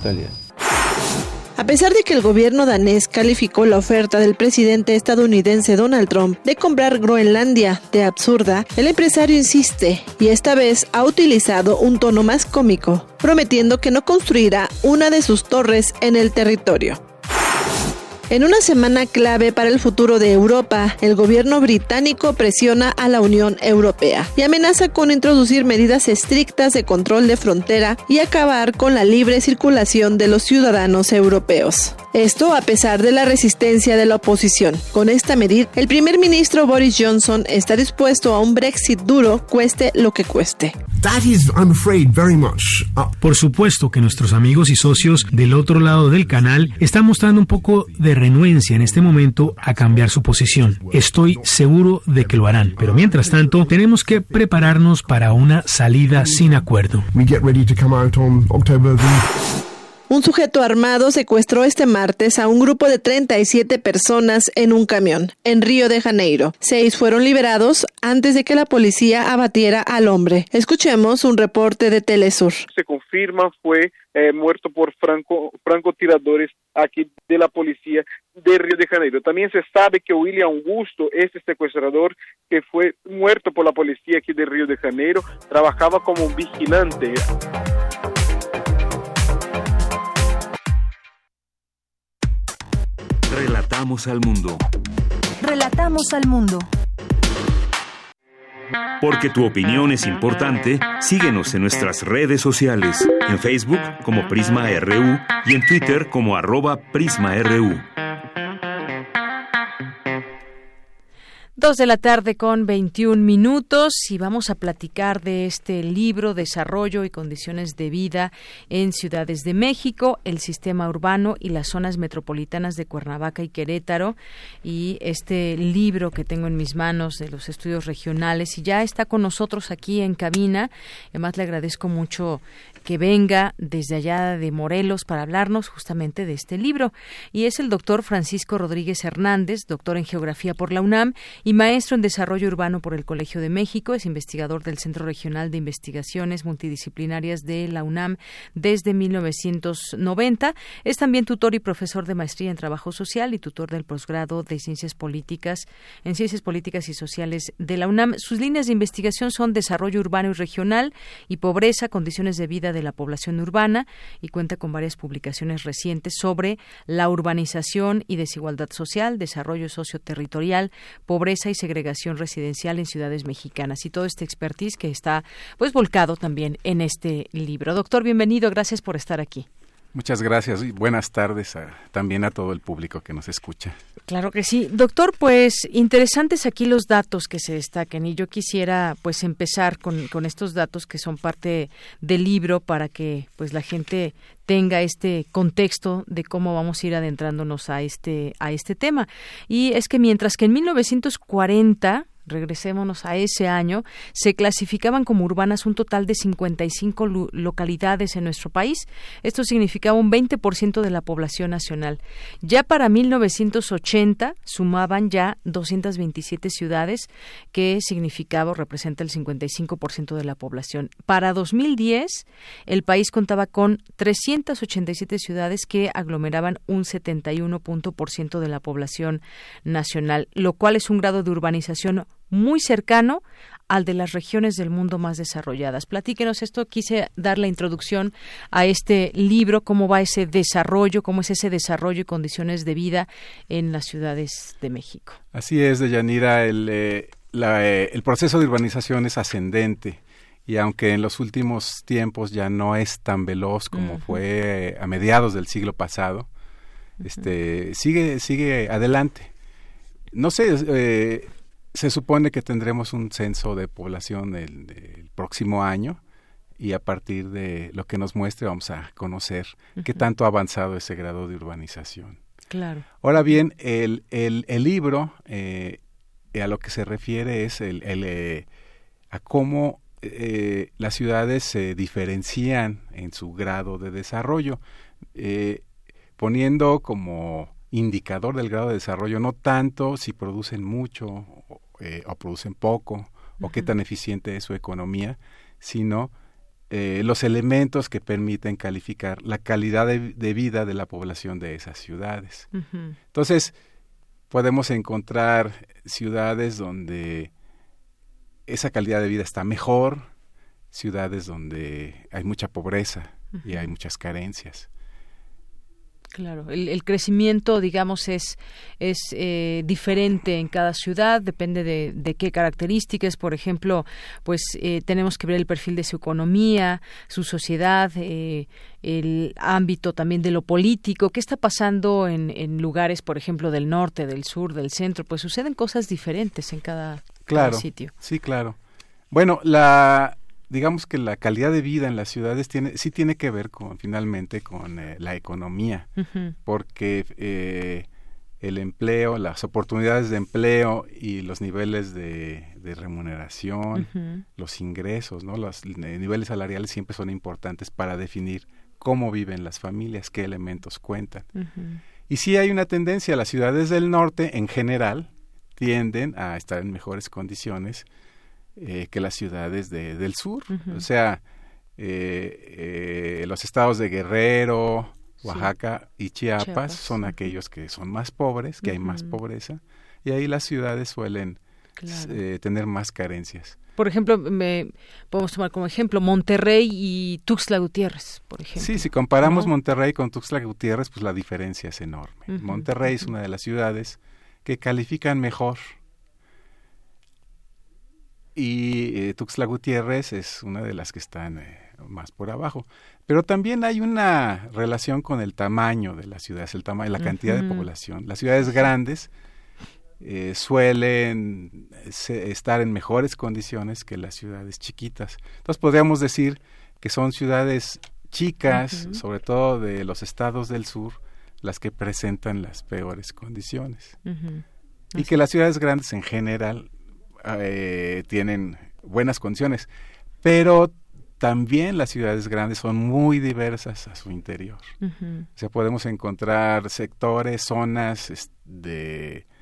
A pesar de que el gobierno danés calificó la oferta del presidente estadounidense Donald Trump de comprar Groenlandia de absurda, el empresario insiste y esta vez ha utilizado un tono más cómico, prometiendo que no construirá una de sus torres en el territorio. En una semana clave para el futuro de Europa, el gobierno británico presiona a la Unión Europea y amenaza con introducir medidas estrictas de control de frontera y acabar con la libre circulación de los ciudadanos europeos. Esto a pesar de la resistencia de la oposición. Con esta medida, el primer ministro Boris Johnson está dispuesto a un Brexit duro, cueste lo que cueste. That is, I'm afraid, very much. Uh... Por supuesto que nuestros amigos y socios del otro lado del canal están mostrando un poco de renuencia en este momento a cambiar su posición. Estoy seguro de que lo harán, pero mientras tanto tenemos que prepararnos para una salida sin acuerdo. We get ready to come out on October the... Un sujeto armado secuestró este martes a un grupo de treinta y siete personas en un camión, en Río de Janeiro. Seis fueron liberados antes de que la policía abatiera al hombre. Escuchemos un reporte de Telesur. Se confirma fue eh, muerto por franco, francotiradores aquí de la policía de Río de Janeiro. También se sabe que William Augusto, este secuestrador que fue muerto por la policía aquí de Río de Janeiro, trabajaba como un vigilante. Relatamos al mundo. Relatamos al mundo. Porque tu opinión es importante, síguenos en nuestras redes sociales, en Facebook como Prisma R U y en Twitter como arroba Prisma R U. Dos de la tarde con veintiún minutos y vamos a platicar de este libro, Desarrollo y Condiciones de Vida en Ciudades de México, el Sistema Urbano y las Zonas Metropolitanas de Cuernavaca y Querétaro, y este libro que tengo en mis manos de los estudios regionales, y ya está con nosotros aquí en cabina. Además le agradezco mucho que venga desde allá de Morelos para hablarnos justamente de este libro, y es el doctor Francisco Rodríguez Hernández, doctor en Geografía por la UNAM y maestro en Desarrollo Urbano por el Colegio de México. Es investigador del Centro Regional de Investigaciones Multidisciplinarias de la UNAM desde mil novecientos noventa. Es también tutor y profesor de maestría en Trabajo Social y tutor del posgrado de Ciencias Políticas en Ciencias Políticas y Sociales de la UNAM. Sus líneas de investigación son desarrollo urbano y regional y pobreza, condiciones de vida de la población urbana, y cuenta con varias publicaciones recientes sobre la urbanización y desigualdad social, desarrollo socioterritorial, pobreza y segregación residencial en ciudades mexicanas, y todo este expertise que está pues volcado también en este libro. Doctor, bienvenido, gracias por estar aquí. Muchas gracias y buenas tardes a, también a todo el público que nos escucha. Claro que sí. Doctor, pues interesantes aquí los datos que se destacan, y yo quisiera pues empezar con, con estos datos que son parte del libro para que pues la gente tenga este contexto de cómo vamos a ir adentrándonos a este, a este tema. Y es que mientras que en mil novecientos cuarenta, regresémonos a ese año, se clasificaban como urbanas un total de cincuenta y cinco lo- localidades en nuestro país. Esto significaba un veinte por ciento de la población nacional. Ya para mil novecientos ochenta sumaban ya doscientas veintisiete ciudades, que significaba o representa el cincuenta y cinco por ciento de la población. Para dos mil diez, el país contaba con trescientas ochenta y siete ciudades que aglomeraban un setenta y uno por ciento de la población nacional, lo cual es un grado de urbanización muy cercano al de las regiones del mundo más desarrolladas. Platíquenos esto, quise dar la introducción a este libro, cómo va ese desarrollo, cómo es ese desarrollo y condiciones de vida en las ciudades de México. Así es, Deyanira, el, eh, la, eh, el proceso de urbanización es ascendente, y aunque en los últimos tiempos ya no es tan veloz como uh-huh. fue eh, a mediados del siglo pasado, uh-huh. este sigue sigue adelante. No sé, eh, se supone que tendremos un censo de población el, el próximo año, y a partir de lo que nos muestre vamos a conocer uh-huh. qué tanto ha avanzado ese grado de urbanización. Claro. Ahora bien, el, el, el libro eh, a lo que se refiere es el, el, eh, a cómo eh, las ciudades se diferencian en su grado de desarrollo, eh, poniendo como indicador del grado de desarrollo no tanto si producen mucho eh, o producen poco uh-huh. o qué tan eficiente es su economía, sino eh, los elementos que permiten calificar la calidad de, de vida de la población de esas ciudades. Uh-huh. Entonces, podemos encontrar ciudades donde esa calidad de vida está mejor, ciudades donde hay mucha pobreza uh-huh. y hay muchas carencias. Claro, el, el crecimiento, digamos, es es eh, diferente en cada ciudad, depende de, de qué características. Por ejemplo, pues eh, tenemos que ver el perfil de su economía, su sociedad, eh, el ámbito también de lo político. ¿Qué está pasando en, en lugares, por ejemplo, del norte, del sur, del centro? Pues suceden cosas diferentes en cada, claro, cada sitio. Sí, claro. Bueno, la... digamos que la calidad de vida en las ciudades tiene sí tiene que ver con finalmente con eh, la economía, uh-huh. porque eh, el empleo, las oportunidades de empleo y los niveles de, de remuneración, uh-huh. los ingresos, ¿no? Los niveles salariales siempre son importantes para definir cómo viven las familias, qué elementos cuentan. Uh-huh. Y sí hay una tendencia, las ciudades del norte en general tienden a estar en mejores condiciones Eh, que las ciudades de, del sur, uh-huh. o sea, eh, eh, los estados de Guerrero, Oaxaca sí. y Chiapas, Chiapas son uh-huh. aquellos que son más pobres, que uh-huh. hay más pobreza, y ahí las ciudades suelen claro. eh, tener más carencias. Por ejemplo, me, podemos tomar como ejemplo Monterrey y Tuxtla Gutiérrez, por ejemplo. Sí, si comparamos ¿no? Monterrey con Tuxtla Gutiérrez, pues la diferencia es enorme. Uh-huh. Monterrey uh-huh. es una de las ciudades que califican mejor, y eh, Tuxtla Gutiérrez es una de las que están eh, más por abajo. Pero también hay una relación con el tamaño de las ciudades, el tamaño, la cantidad uh-huh. de población. Las ciudades grandes eh, suelen se, estar en mejores condiciones que las ciudades chiquitas. Entonces podríamos decir que son ciudades chicas, uh-huh. sobre todo de los estados del sur, las que presentan las peores condiciones. Uh-huh. Y que las ciudades grandes en general Eh, tienen buenas condiciones, pero también las ciudades grandes son muy diversas a su interior. Uh-huh. O sea, podemos encontrar sectores, zonas de,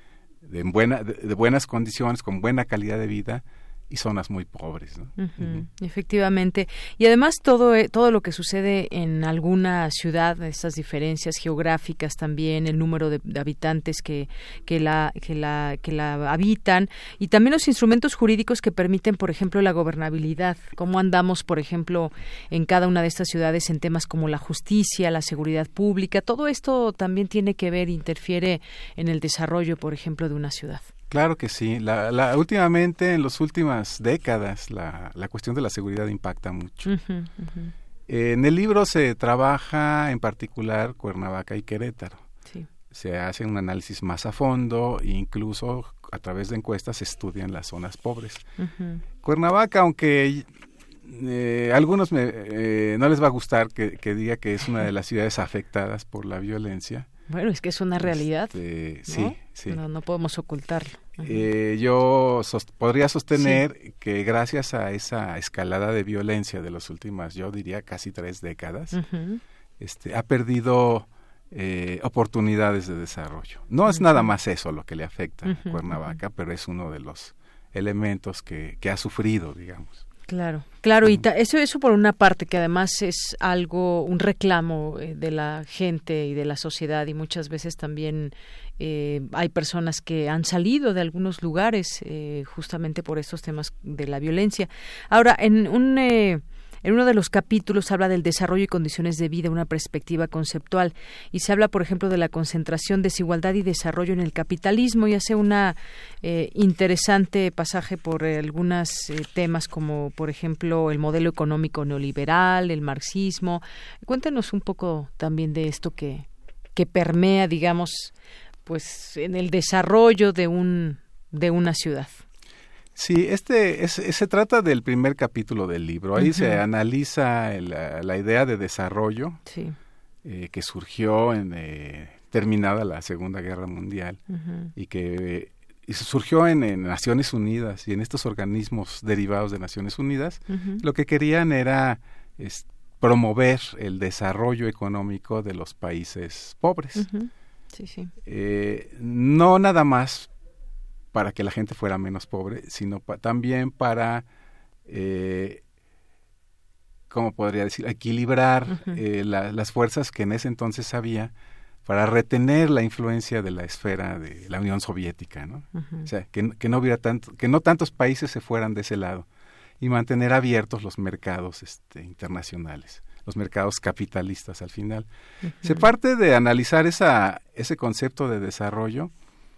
de, buena, de, de buenas condiciones, con buena calidad de vida, y zonas muy pobres, ¿no? Uh-huh, uh-huh. Efectivamente. Y además todo todo lo que sucede en alguna ciudad, estas diferencias geográficas también, el número de, de habitantes que que la que la que la habitan, y también los instrumentos jurídicos que permiten, por ejemplo, la gobernabilidad. Cómo andamos, por ejemplo, en cada una de estas ciudades en temas como la justicia, la seguridad pública. Todo esto también tiene que ver, interfiere en el desarrollo, por ejemplo, de una ciudad. Claro que sí. La, la, últimamente, en las últimas décadas, la, la cuestión de la seguridad impacta mucho. Uh-huh, uh-huh. Eh, en el libro se trabaja en particular Cuernavaca y Querétaro. Sí. Se hace un análisis más a fondo e incluso a través de encuestas se estudian las zonas pobres. Uh-huh. Cuernavaca, aunque eh, a algunos me, eh, no les va a gustar que, que diga que es una de las ciudades afectadas por la violencia. Bueno, es que es una realidad. Este, ¿no? Sí, sí. No, no podemos ocultarlo. Uh-huh. Eh, yo sost- podría sostener sí. que gracias a esa escalada de violencia de las últimas, yo diría, casi tres décadas, uh-huh. este, ha perdido eh, oportunidades de desarrollo. No uh-huh. es nada más eso lo que le afecta uh-huh. a Cuernavaca, uh-huh. pero es uno de los elementos que, que ha sufrido, digamos. Claro, claro, y ta- eso eso por una parte, que además es algo, un reclamo eh, de la gente y de la sociedad, y muchas veces también eh, hay personas que han salido de algunos lugares eh, justamente por estos temas de la violencia. Ahora, en un eh, en uno de los capítulos habla del desarrollo y condiciones de vida, una perspectiva conceptual, y se habla, por ejemplo, de la concentración, desigualdad y desarrollo en el capitalismo, y hace una eh, interesante pasaje por eh, algunos eh, temas como, por ejemplo, el modelo económico neoliberal, el marxismo. Cuéntanos un poco también de esto que, que permea, digamos, pues en el desarrollo de un de una ciudad. Sí, este es, se trata del primer capítulo del libro. Ahí uh-huh. se analiza el, la idea de desarrollo sí. eh, que surgió en eh, terminada la Segunda Guerra Mundial uh-huh. y que y surgió en, en Naciones Unidas y en estos organismos derivados de Naciones Unidas. Uh-huh. Lo que querían era es, promover el desarrollo económico de los países pobres. Uh-huh. Sí, sí. Eh, no nada más para que la gente fuera menos pobre, sino pa- también para, eh, ¿cómo podría decir?, equilibrar uh-huh. eh, la, las fuerzas que en ese entonces había para retener la influencia de la esfera de la Unión Soviética, ¿no? Uh-huh. O sea, que, que no hubiera tanto, que no tantos países se fueran de ese lado y mantener abiertos los mercados este, internacionales, los mercados capitalistas al final. Uh-huh. Se parte de analizar esa, ese concepto de desarrollo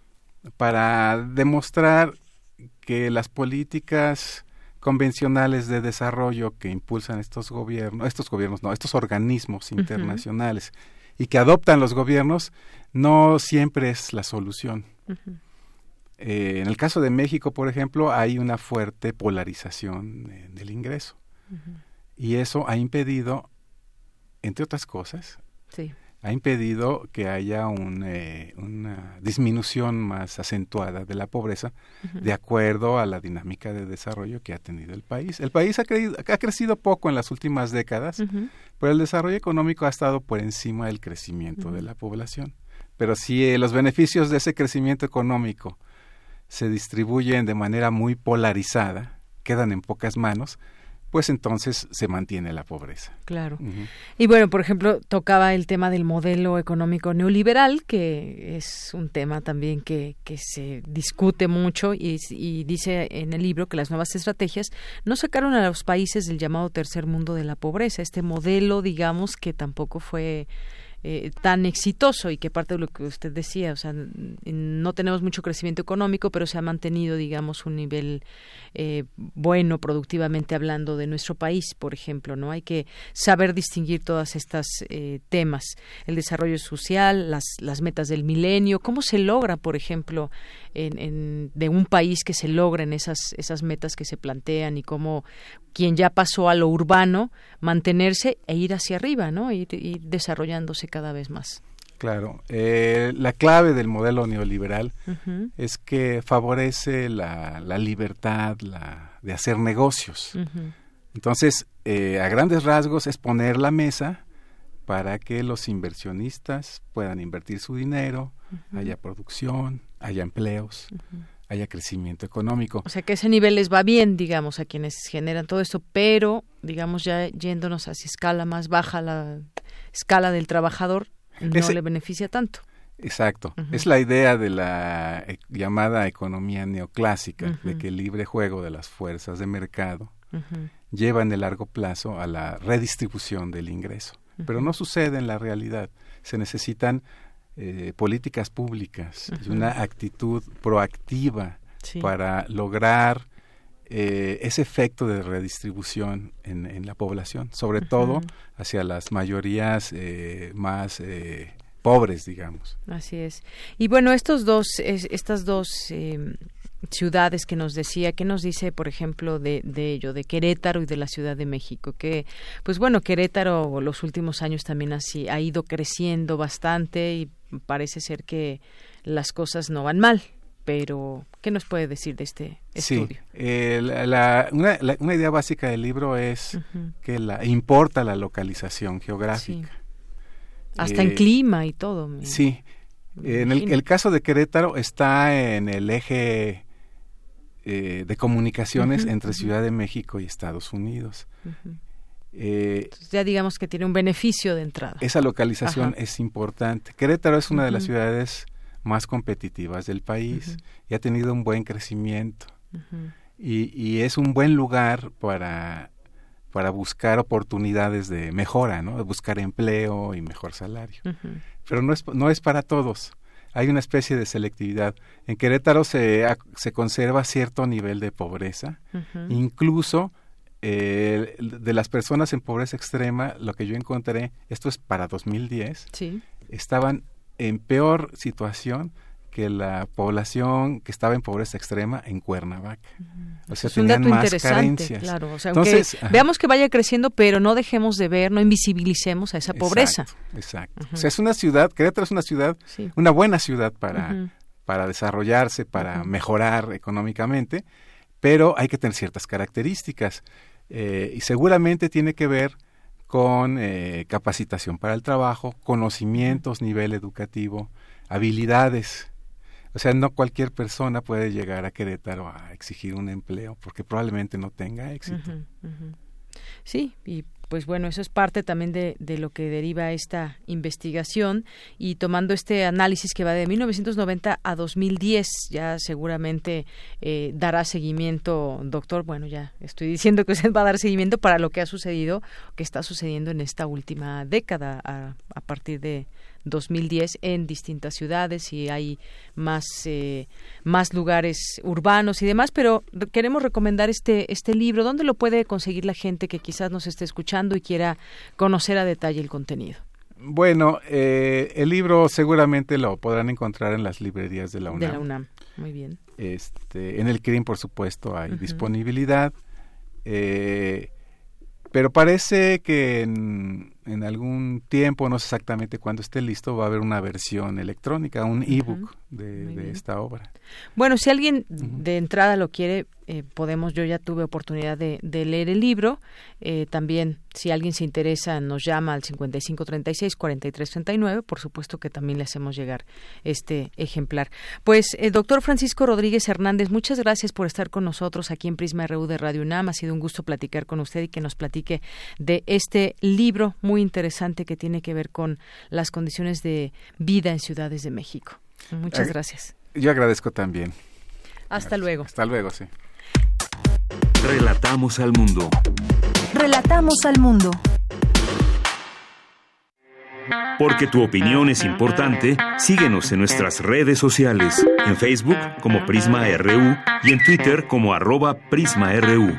para demostrar que las políticas convencionales de desarrollo que impulsan estos gobiernos, estos gobiernos no, estos organismos internacionales uh-huh. y que adoptan los gobiernos, no siempre es la solución. Uh-huh. Eh, en el caso de México, por ejemplo, hay una fuerte polarización eh, del ingreso uh-huh. y eso ha impedido, entre otras cosas, sí. ha impedido que haya un, eh, una disminución más acentuada de la pobreza uh-huh. de acuerdo a la dinámica de desarrollo que ha tenido el país. El país ha, creído, ha crecido poco en las últimas décadas, uh-huh. pero el desarrollo económico ha estado por encima del crecimiento uh-huh. de la población. Pero si eh, los beneficios de ese crecimiento económico se distribuyen de manera muy polarizada, quedan en pocas manos, pues entonces se mantiene la pobreza. Claro. Uh-huh. Y bueno, por ejemplo, tocaba el tema del modelo económico neoliberal, que es un tema también que, que se discute mucho y, y dice en el libro que las nuevas estrategias no sacaron a los países del llamado tercer mundo de la pobreza. Este modelo, digamos, que tampoco fue Eh, tan exitoso y que parte de lo que usted decía, o sea, no tenemos mucho crecimiento económico, pero se ha mantenido, digamos, un nivel eh, bueno, productivamente hablando, de nuestro país, por ejemplo, ¿no? Hay que saber distinguir todas estas eh, temas, el desarrollo social, las, las metas del milenio, cómo se logra, por ejemplo, en, en, de un país que se logren esas, esas metas que se plantean y cómo quien ya pasó a lo urbano, mantenerse e ir hacia arriba, ¿no? Ir, ir desarrollándose cada vez más. Claro. Eh, la clave del modelo neoliberal uh-huh. es que favorece la, la libertad la, de hacer negocios. Uh-huh. Entonces, eh, a grandes rasgos es poner la mesa para que los inversionistas puedan invertir su dinero, uh-huh. haya producción, haya empleos, uh-huh. haya crecimiento económico. O sea que ese nivel les va bien, digamos, a quienes generan todo esto, pero, digamos, ya yéndonos hacia escala más baja, la escala del trabajador, no ese, le beneficia tanto. Exacto. Uh-huh. Es la idea de la eh, llamada economía neoclásica, uh-huh. de que el libre juego de las fuerzas de mercado uh-huh. lleva en el largo plazo a la redistribución del ingreso. Uh-huh. Pero no sucede en la realidad. Se necesitan eh, políticas públicas uh-huh. y una actitud proactiva sí. para lograr eh, ese efecto de redistribución en, en la población, sobre uh-huh. todo hacia las mayorías eh, más eh, pobres, digamos. Así es. Y bueno, estos dos, es, estas dos eh, ciudades que nos decía, ¿qué nos dice, por ejemplo, de, de ello, de Querétaro y de la Ciudad de México? Que, pues bueno, Querétaro los últimos años también así ha ido creciendo bastante y parece ser que las cosas no van mal. Pero, ¿qué nos puede decir de este estudio? Sí, eh, la, la, una, la, una idea básica del libro es uh-huh. que la, importa la localización geográfica. Sí. Hasta eh, en clima y todo. Me, sí, me en el, el caso de Querétaro está en el eje eh, de comunicaciones uh-huh, entre uh-huh. Ciudad de México y Estados Unidos. Uh-huh. Eh, Entonces ya digamos que tiene un beneficio de entrada. Esa localización Ajá. es importante. Querétaro es una uh-huh. de las ciudades más competitivas del país uh-huh. y ha tenido un buen crecimiento uh-huh. y, y es un buen lugar para para buscar oportunidades de mejora, ¿no? De buscar empleo y mejor salario. Uh-huh. Pero no es no es para todos. Hay una especie de selectividad. En Querétaro se se conserva cierto nivel de pobreza, uh-huh. incluso eh, de las personas en pobreza extrema, lo que yo encontré, esto es para dos mil diez, sí. estaban en peor situación que la población que estaba en pobreza extrema en Cuernavaca. Uh-huh. O sea, es un tenían dato más interesante, carencias. Claro. O sea, Entonces, aunque veamos que vaya creciendo, pero no dejemos de ver, no invisibilicemos a esa pobreza. Exacto, exacto. Uh-huh. O sea, es una ciudad, Querétaro es una ciudad, sí. una buena ciudad para, uh-huh. para desarrollarse, para uh-huh. mejorar económicamente, pero hay que tener ciertas características. Eh, y seguramente tiene que ver con eh, capacitación para el trabajo, conocimientos, uh-huh. nivel educativo, habilidades. O sea, no cualquier persona puede llegar a Querétaro a exigir un empleo porque probablemente no tenga éxito. Uh-huh, uh-huh. Sí, y pues bueno, eso es parte también de, de lo que deriva esta investigación y tomando este análisis que va de mil novecientos noventa a dos mil diez, ya seguramente eh, dará seguimiento, doctor. Bueno, ya estoy diciendo que usted va a dar seguimiento para lo que ha sucedido, que está sucediendo en esta última década a, a partir de dos mil diez en distintas ciudades y hay más eh, más lugares urbanos y demás, pero queremos recomendar este este libro. ¿Dónde lo puede conseguir la gente que quizás nos esté escuchando y quiera conocer a detalle el contenido? Bueno, eh, el libro seguramente lo podrán encontrar en las librerías de la UNAM. De la UNAM, muy bien. Este, en el C R I M, por supuesto, hay uh-huh. disponibilidad. Eh, Pero parece que en, en algún tiempo, no sé exactamente cuándo esté listo, va a haber una versión electrónica, un uh-huh. ebook de, de esta obra. Bueno, si alguien uh-huh. de entrada lo quiere, eh, podemos, yo ya tuve oportunidad de, de leer el libro. Eh, también, si alguien se interesa, nos llama al cincuenta y cinco treinta y seis cuarenta y tres treinta y nueve. Por supuesto que también le hacemos llegar este ejemplar. Pues, eh, doctor Francisco Rodríguez Hernández, muchas gracias por estar con nosotros aquí en Prisma R U de Radio UNAM. Ha sido un gusto platicar con usted y que nos platique de este libro muy interesante que tiene que ver con las condiciones de vida en ciudades de México. Muchas gracias. Yo agradezco también. Hasta luego. Hasta luego, sí. Relatamos al mundo. Relatamos al mundo. Porque tu opinión es importante, síguenos en nuestras redes sociales, en Facebook como Prisma R U y en Twitter como arroba Prisma R U.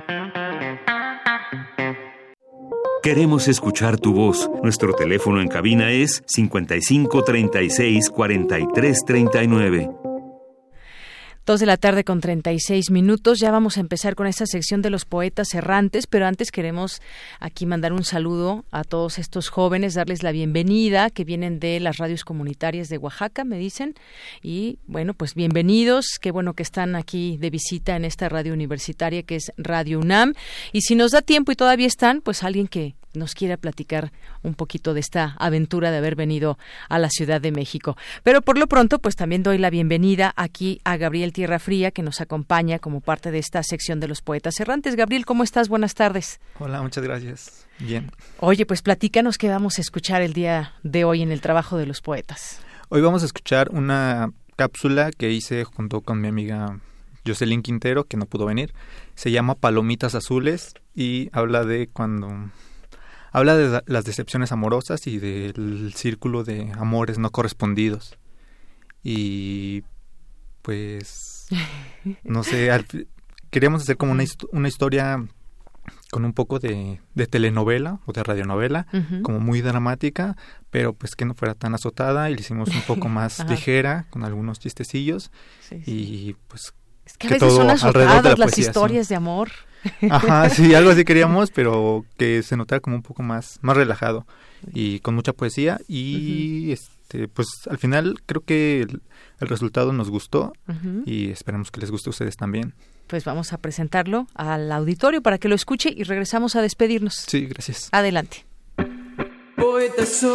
Queremos escuchar tu voz. Nuestro teléfono en cabina es cincuenta y cinco treinta y seis cuarenta y tres treinta y nueve. Dos de la tarde con treinta y seis minutos. Ya vamos a empezar con esta sección de los poetas errantes, pero antes queremos aquí mandar un saludo a todos estos jóvenes, darles la bienvenida, que vienen de las radios comunitarias de Oaxaca, me dicen. Y bueno, pues bienvenidos. Qué bueno que están aquí de visita en esta radio universitaria que es Radio UNAM. Y si nos da tiempo y todavía están, pues alguien que nos quiera platicar un poquito de esta aventura de haber venido a la Ciudad de México. Pero por lo pronto, pues también doy la bienvenida aquí a Gabriel Tierrafría, que nos acompaña como parte de esta sección de los poetas errantes. Gabriel, ¿cómo estás? Buenas tardes. Hola, muchas gracias. Bien. Oye, pues platícanos qué vamos a escuchar el día de hoy en el trabajo de los poetas. Hoy vamos a escuchar una cápsula que hice junto con mi amiga Jocelyn Quintero, que no pudo venir. Se llama Palomitas Azules y habla de cuando... Habla de las decepciones amorosas y del círculo de amores no correspondidos. Y pues... No sé, al, queríamos hacer como una, una historia con un poco de, de telenovela o de radionovela, uh-huh. como muy dramática, pero pues que no fuera tan azotada, y le hicimos un poco más ligera, con algunos chistecillos, sí, sí. y pues... Es que a veces son azotadas las poesía, historias sí. de amor. Ajá, sí, algo así queríamos, pero que se notara como un poco más, más relajado y con mucha poesía. Y uh-huh. este, pues al final creo que el, el resultado nos gustó uh-huh. y esperamos que les guste a ustedes también. Pues vamos a presentarlo al auditorio para que lo escuche y regresamos a despedirnos. Sí, gracias. Adelante. Poeta soy,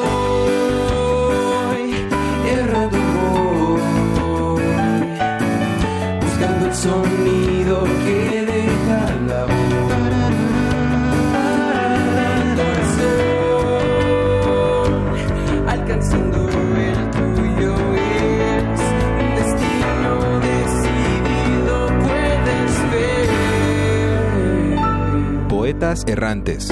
errando voy, buscando el sonido que deja la voz. Corazón, alcanzando el tuyo es un destino decidido, puedes ver. Poetas errantes.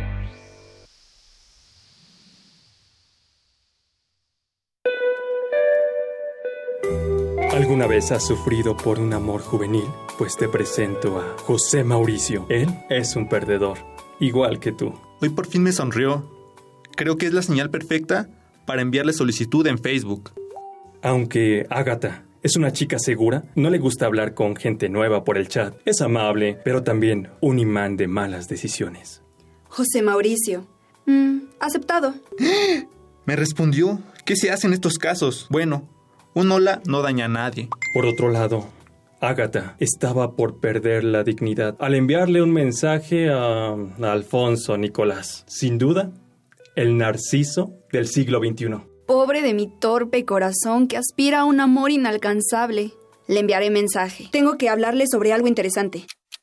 ¿Alguna vez has sufrido por un amor juvenil? Pues te presento a José Mauricio. Él es un perdedor, igual que tú. Hoy por fin me sonrió. Creo que es la señal perfecta para enviarle solicitud en Facebook. Aunque Ágata es una chica segura, no le gusta hablar con gente nueva por el chat. Es amable, pero también un imán de malas decisiones. José Mauricio. Mm, aceptado. Me respondió. ¿Qué se hace en estos casos? Bueno, un hola no daña a nadie. Por otro lado, Ágata estaba por perder la dignidad al enviarle un mensaje a, a Alfonso Nicolás. Sin duda, el narciso del siglo veintiuno. Pobre de mi torpe corazón que aspira a un amor inalcanzable. Le enviaré mensaje. Tengo que hablarle sobre algo interesante.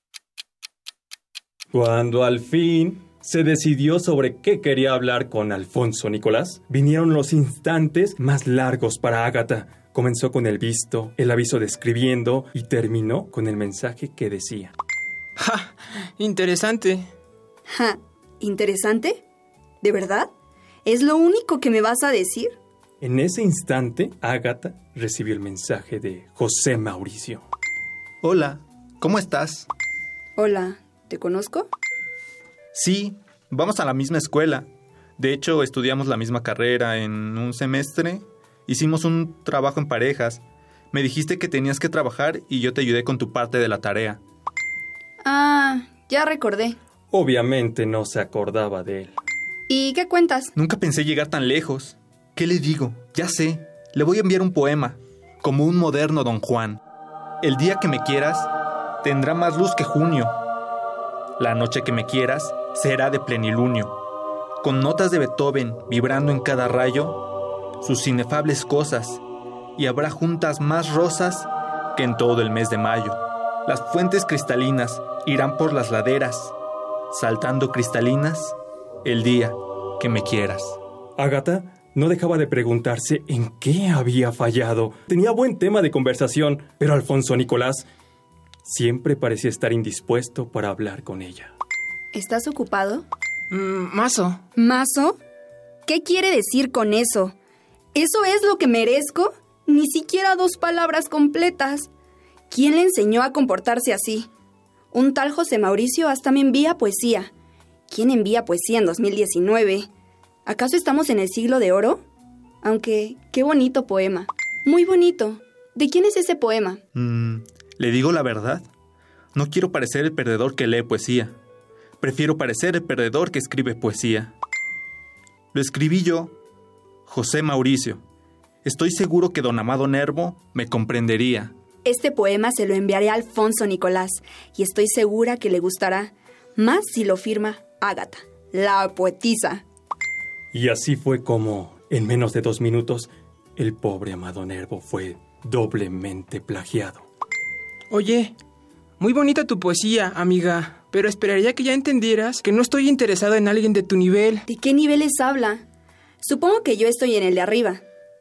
Cuando al fin se decidió sobre qué quería hablar con Alfonso Nicolás, vinieron los instantes más largos para Ágata. Comenzó con el visto, el aviso de escribiendo y terminó con el mensaje que decía: ¡Ja! Interesante. ¡Ja! ¿Interesante? ¿De verdad? ¿Es lo único que me vas a decir? En ese instante, Ágata recibió el mensaje de José Mauricio. Hola, ¿cómo estás? Hola, ¿te conozco? Sí, vamos a la misma escuela. De hecho, estudiamos la misma carrera en un semestre. Hicimos un trabajo en parejas. Me dijiste que tenías que trabajar y yo te ayudé con tu parte de la tarea. Ah, ya recordé. Obviamente no se acordaba de él. ¿Y qué cuentas? Nunca pensé llegar tan lejos. ¿Qué le digo? Ya sé. Le voy a enviar un poema, como un moderno Don Juan. El día que me quieras tendrá más luz que junio. La noche que me quieras será de plenilunio, con notas de Beethoven vibrando en cada rayo sus inefables cosas, y habrá juntas más rosas que en todo el mes de mayo. Las fuentes cristalinas irán por las laderas, saltando cristalinas el día que me quieras. Ágata no dejaba de preguntarse en qué había fallado. Tenía buen tema de conversación, pero Alfonso Nicolás siempre parecía estar indispuesto para hablar con ella. ¿Estás ocupado? Mm, mazo. ¿Mazo? ¿Qué quiere decir con eso? ¿Eso es lo que merezco? Ni siquiera dos palabras completas. ¿Quién le enseñó a comportarse así? Un tal José Mauricio hasta me envía poesía. ¿Quién envía poesía en dos mil diecinueve? ¿Acaso estamos en el siglo de oro? Aunque, qué bonito poema. Muy bonito. ¿De quién es ese poema? Mm, ¿le digo la verdad? No quiero parecer el perdedor que lee poesía. Prefiero parecer el perdedor que escribe poesía. Lo escribí yo, José Mauricio. Estoy seguro que don Amado Nervo me comprendería. Este poema se lo enviaré a Alfonso Nicolás y estoy segura que le gustará, más si lo firma Ágata, la poetisa. Y así fue como, en menos de dos minutos, el pobre Amado Nervo fue doblemente plagiado. Oye, muy bonita tu poesía, amiga, pero esperaría que ya entendieras que no estoy interesado en alguien de tu nivel. ¿De qué niveles habla? Supongo que yo estoy en el de arriba.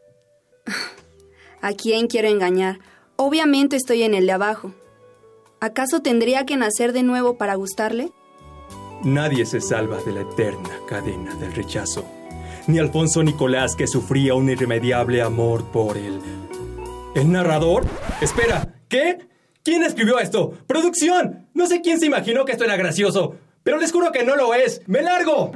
¿A quién quiero engañar? Obviamente estoy en el de abajo. ¿Acaso tendría que nacer de nuevo para gustarle? Nadie se salva de la eterna cadena del rechazo. Ni Alfonso Nicolás, que sufría un irremediable amor por él. ¿El narrador? Espera, ¿qué? ¿Quién escribió esto? ¡Producción! No sé quién se imaginó que esto era gracioso, pero les juro que no lo es. ¡Me largo!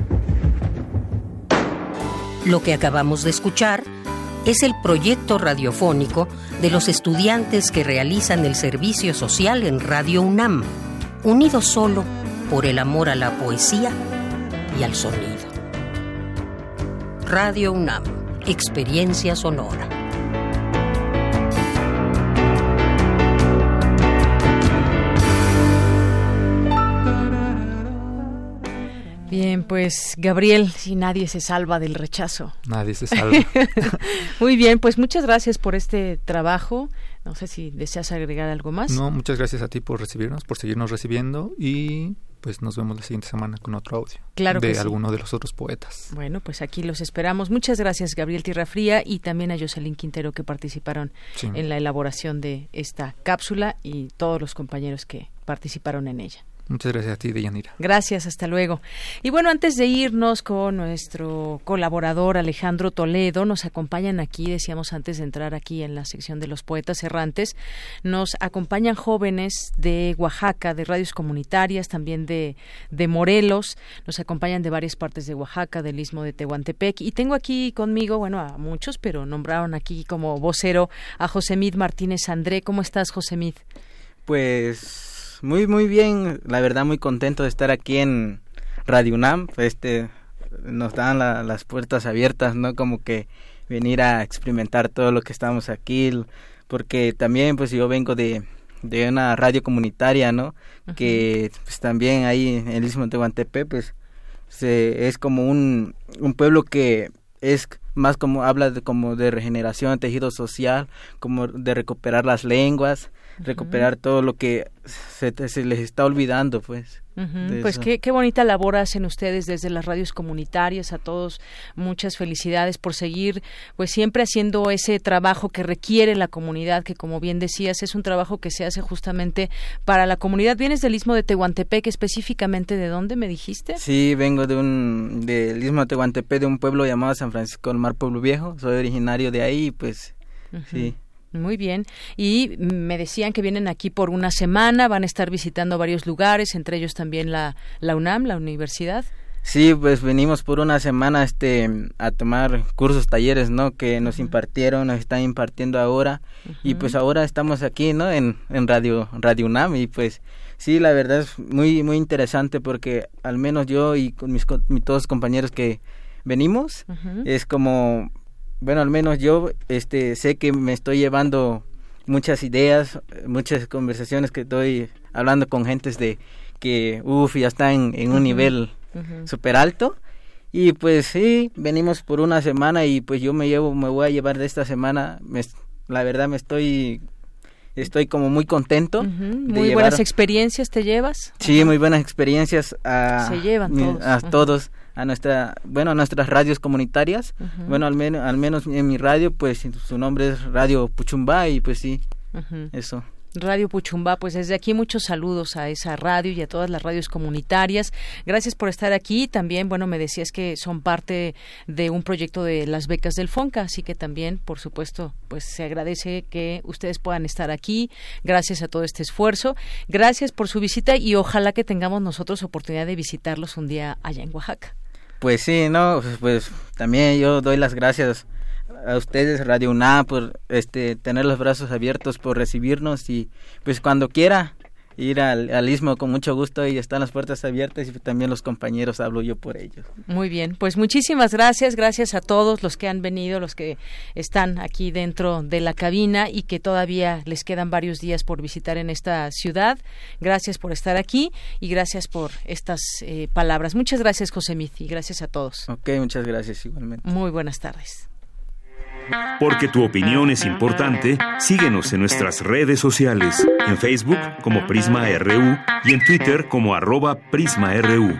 Lo que acabamos de escuchar es el proyecto radiofónico de los estudiantes que realizan el servicio social en Radio UNAM, unidos solo por el amor a la poesía y al sonido. Radio UNAM, experiencia sonora. Bien, pues Gabriel, si nadie se salva del rechazo. Nadie se salva. Muy bien, pues muchas gracias por este trabajo. No sé si deseas agregar algo más. No, muchas gracias a ti por recibirnos, por seguirnos recibiendo y pues nos vemos la siguiente semana con otro audio. Claro que de sí. alguno de los otros poetas. Bueno, pues aquí los esperamos. Muchas gracias, Gabriel Tierrafría, y también a Jocelyn Quintero, que participaron sí. en la elaboración de esta cápsula, y todos los compañeros que participaron en ella. Muchas gracias a ti, Deyanira. Gracias, hasta luego. Y bueno, antes de irnos con nuestro colaborador Alejandro Toledo, nos acompañan aquí, decíamos antes de entrar aquí en la sección de los poetas errantes, nos acompañan jóvenes de Oaxaca, de radios comunitarias, también de, de Morelos, nos acompañan de varias partes de Oaxaca, del Istmo de Tehuantepec, y tengo aquí conmigo, bueno, a muchos, pero nombraron aquí como vocero a Josemid Martínez André. ¿Cómo estás, Josemid? Pues muy muy bien, la verdad muy contento de estar aquí en Radio UNAM. Este nos dan la, las puertas abiertas, ¿no? Como que venir a experimentar todo lo que estamos aquí, porque también pues yo vengo de, de una radio comunitaria, ¿no? Uh-huh. Que pues también ahí en el Istmo de Tehuantepec pues se, es como un, un pueblo que es más como, habla de, como de regeneración, tejido social, como de recuperar las lenguas, uh-huh. recuperar todo lo que se, se les está olvidando, pues. Uh-huh. Pues qué, qué bonita labor hacen ustedes desde las radios comunitarias. A todos muchas felicidades por seguir pues siempre haciendo ese trabajo que requiere la comunidad, que como bien decías es un trabajo que se hace justamente para la comunidad. ¿Vienes del Istmo de Tehuantepec específicamente? ¿De dónde me dijiste? Sí, vengo de un del Istmo de Tehuantepec, de un pueblo llamado San Francisco del Mar, Pueblo Viejo. Soy originario de ahí, pues uh-huh. sí. Muy bien, y me decían que vienen aquí por una semana, van a estar visitando varios lugares, entre ellos también la, la UNAM, la universidad. Sí, pues venimos por una semana este a tomar cursos, talleres, ¿no? Que nos uh-huh. impartieron, nos están impartiendo ahora, uh-huh. y pues ahora estamos aquí, ¿no? En, en Radio Radio UNAM, y pues sí, la verdad es muy muy interesante porque al menos yo y con mis, mis todos los compañeros que venimos, uh-huh. es como... Bueno, al menos yo este sé que me estoy llevando muchas ideas, muchas conversaciones que estoy hablando con gentes de que uff, ya están en un uh-huh. nivel uh-huh. súper alto. Y pues sí, venimos por una semana y pues yo me llevo, me voy a llevar de esta semana, me, la verdad me estoy estoy como muy contento. Uh-huh. Muy llevar, buenas experiencias te llevas. Sí, uh-huh. muy buenas experiencias a, Se llevan todos. a Uh-huh. todos. a nuestra, bueno, a nuestras radios comunitarias. Uh-huh. Bueno, al menos al menos en mi radio, pues su nombre es Radio Puchumbá y pues sí, uh-huh. eso. Radio Puchumbá, pues desde aquí muchos saludos a esa radio y a todas las radios comunitarias. Gracias por estar aquí. También, bueno, me decías que son parte de un proyecto de las becas del FONCA, así que también, por supuesto, pues se agradece que ustedes puedan estar aquí. Gracias a todo este esfuerzo. Gracias por su visita y ojalá que tengamos nosotros oportunidad de visitarlos un día allá en Oaxaca. Pues sí, no, pues, pues también yo doy las gracias a ustedes, Radio UNAM, por este tener los brazos abiertos, por recibirnos y pues cuando quiera ir al, al Istmo con mucho gusto y están las puertas abiertas y también los compañeros, hablo yo por ellos. Muy bien, pues muchísimas gracias, gracias a todos los que han venido, los que están aquí dentro de la cabina y que todavía les quedan varios días por visitar en esta ciudad. Gracias por estar aquí y gracias por estas eh, palabras. Muchas gracias, Josemit, y gracias a todos. Ok, muchas gracias igualmente. Muy buenas tardes. Porque tu opinión es importante, síguenos en nuestras redes sociales, en Facebook como Prisma R U y en Twitter como arroba PrismaRU.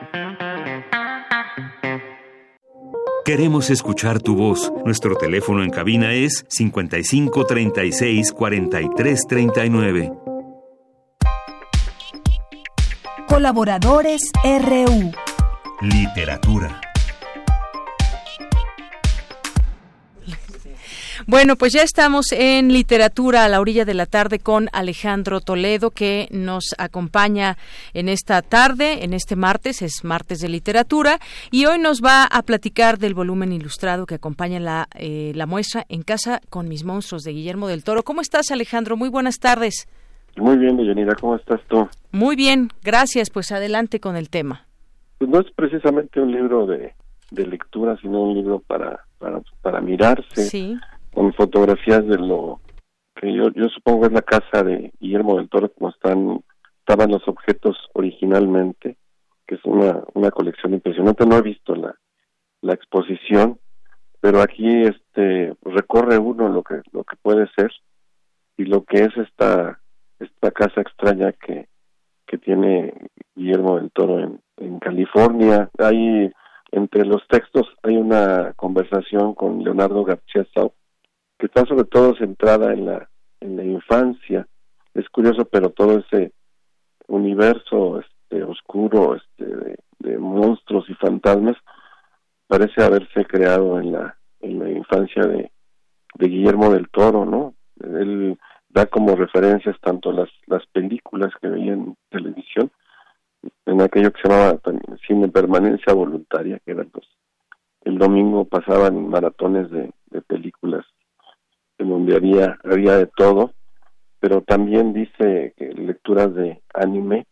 Queremos escuchar tu voz. Nuestro teléfono en cabina es cincuenta y cinco treinta y seis cuarenta y tres treinta y nueve. Colaboradores R U. Literatura. Bueno, pues ya estamos en Literatura a la orilla de la tarde con Alejandro Toledo, que nos acompaña en esta tarde, en este martes, es martes de literatura, y hoy nos va a platicar del volumen ilustrado que acompaña la, eh, la muestra En casa con mis monstruos de Guillermo del Toro. ¿Cómo estás, Alejandro? Muy buenas tardes. Muy bien, Deyanira, ¿cómo estás tú? Muy bien, gracias, pues adelante con el tema. Pues no es precisamente un libro de, de lectura, sino un libro para, para, para mirarse. Sí. Con fotografías de lo que yo yo supongo es la casa de Guillermo del Toro, como están estaban los objetos originalmente, que es una una colección impresionante. No he visto la la exposición, pero aquí este recorre uno lo que lo que puede ser y lo que es esta esta casa extraña que que tiene Guillermo del Toro en en California. Hay entre los textos hay una conversación con Leonardo García-Sau, que está sobre todo centrada en la en la infancia. Es curioso, pero todo ese universo este oscuro este de, de monstruos y fantasmas parece haberse creado en la en la infancia de de Guillermo del Toro, ¿no? Él da como referencias tanto las las películas que veía en televisión, en aquello que se llamaba también cine permanencia voluntaria, que eran los el domingo pasaban maratones de, de películas en donde había, había de todo, pero también dice que lecturas de anime,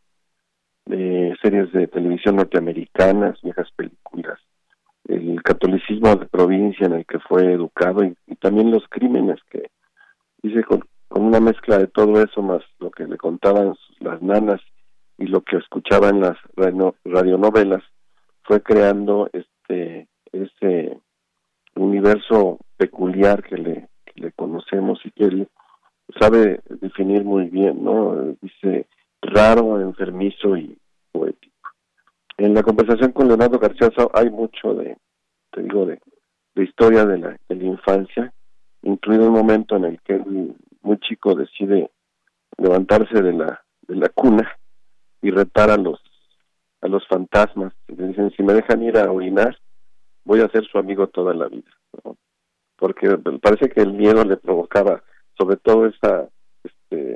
de series de televisión norteamericanas, viejas películas, el catolicismo de provincia en el que fue educado y, y también los crímenes que dice con, con una mezcla de todo eso más lo que le contaban las nanas y lo que escuchaba en las radio, radionovelas, fue creando este ese universo peculiar que le le conocemos y que él sabe definir muy bien, ¿no? Dice raro, enfermizo y poético. En la conversación con Leonardo García-Sau hay mucho de, te digo, de, de historia de la, de la infancia, incluido un momento en el que él, muy chico, decide levantarse de la de la cuna y retar a los a los fantasmas. Y le dicen, si me dejan ir a orinar, voy a ser su amigo toda la vida, ¿no? Porque parece que el miedo le provocaba sobre todo esa este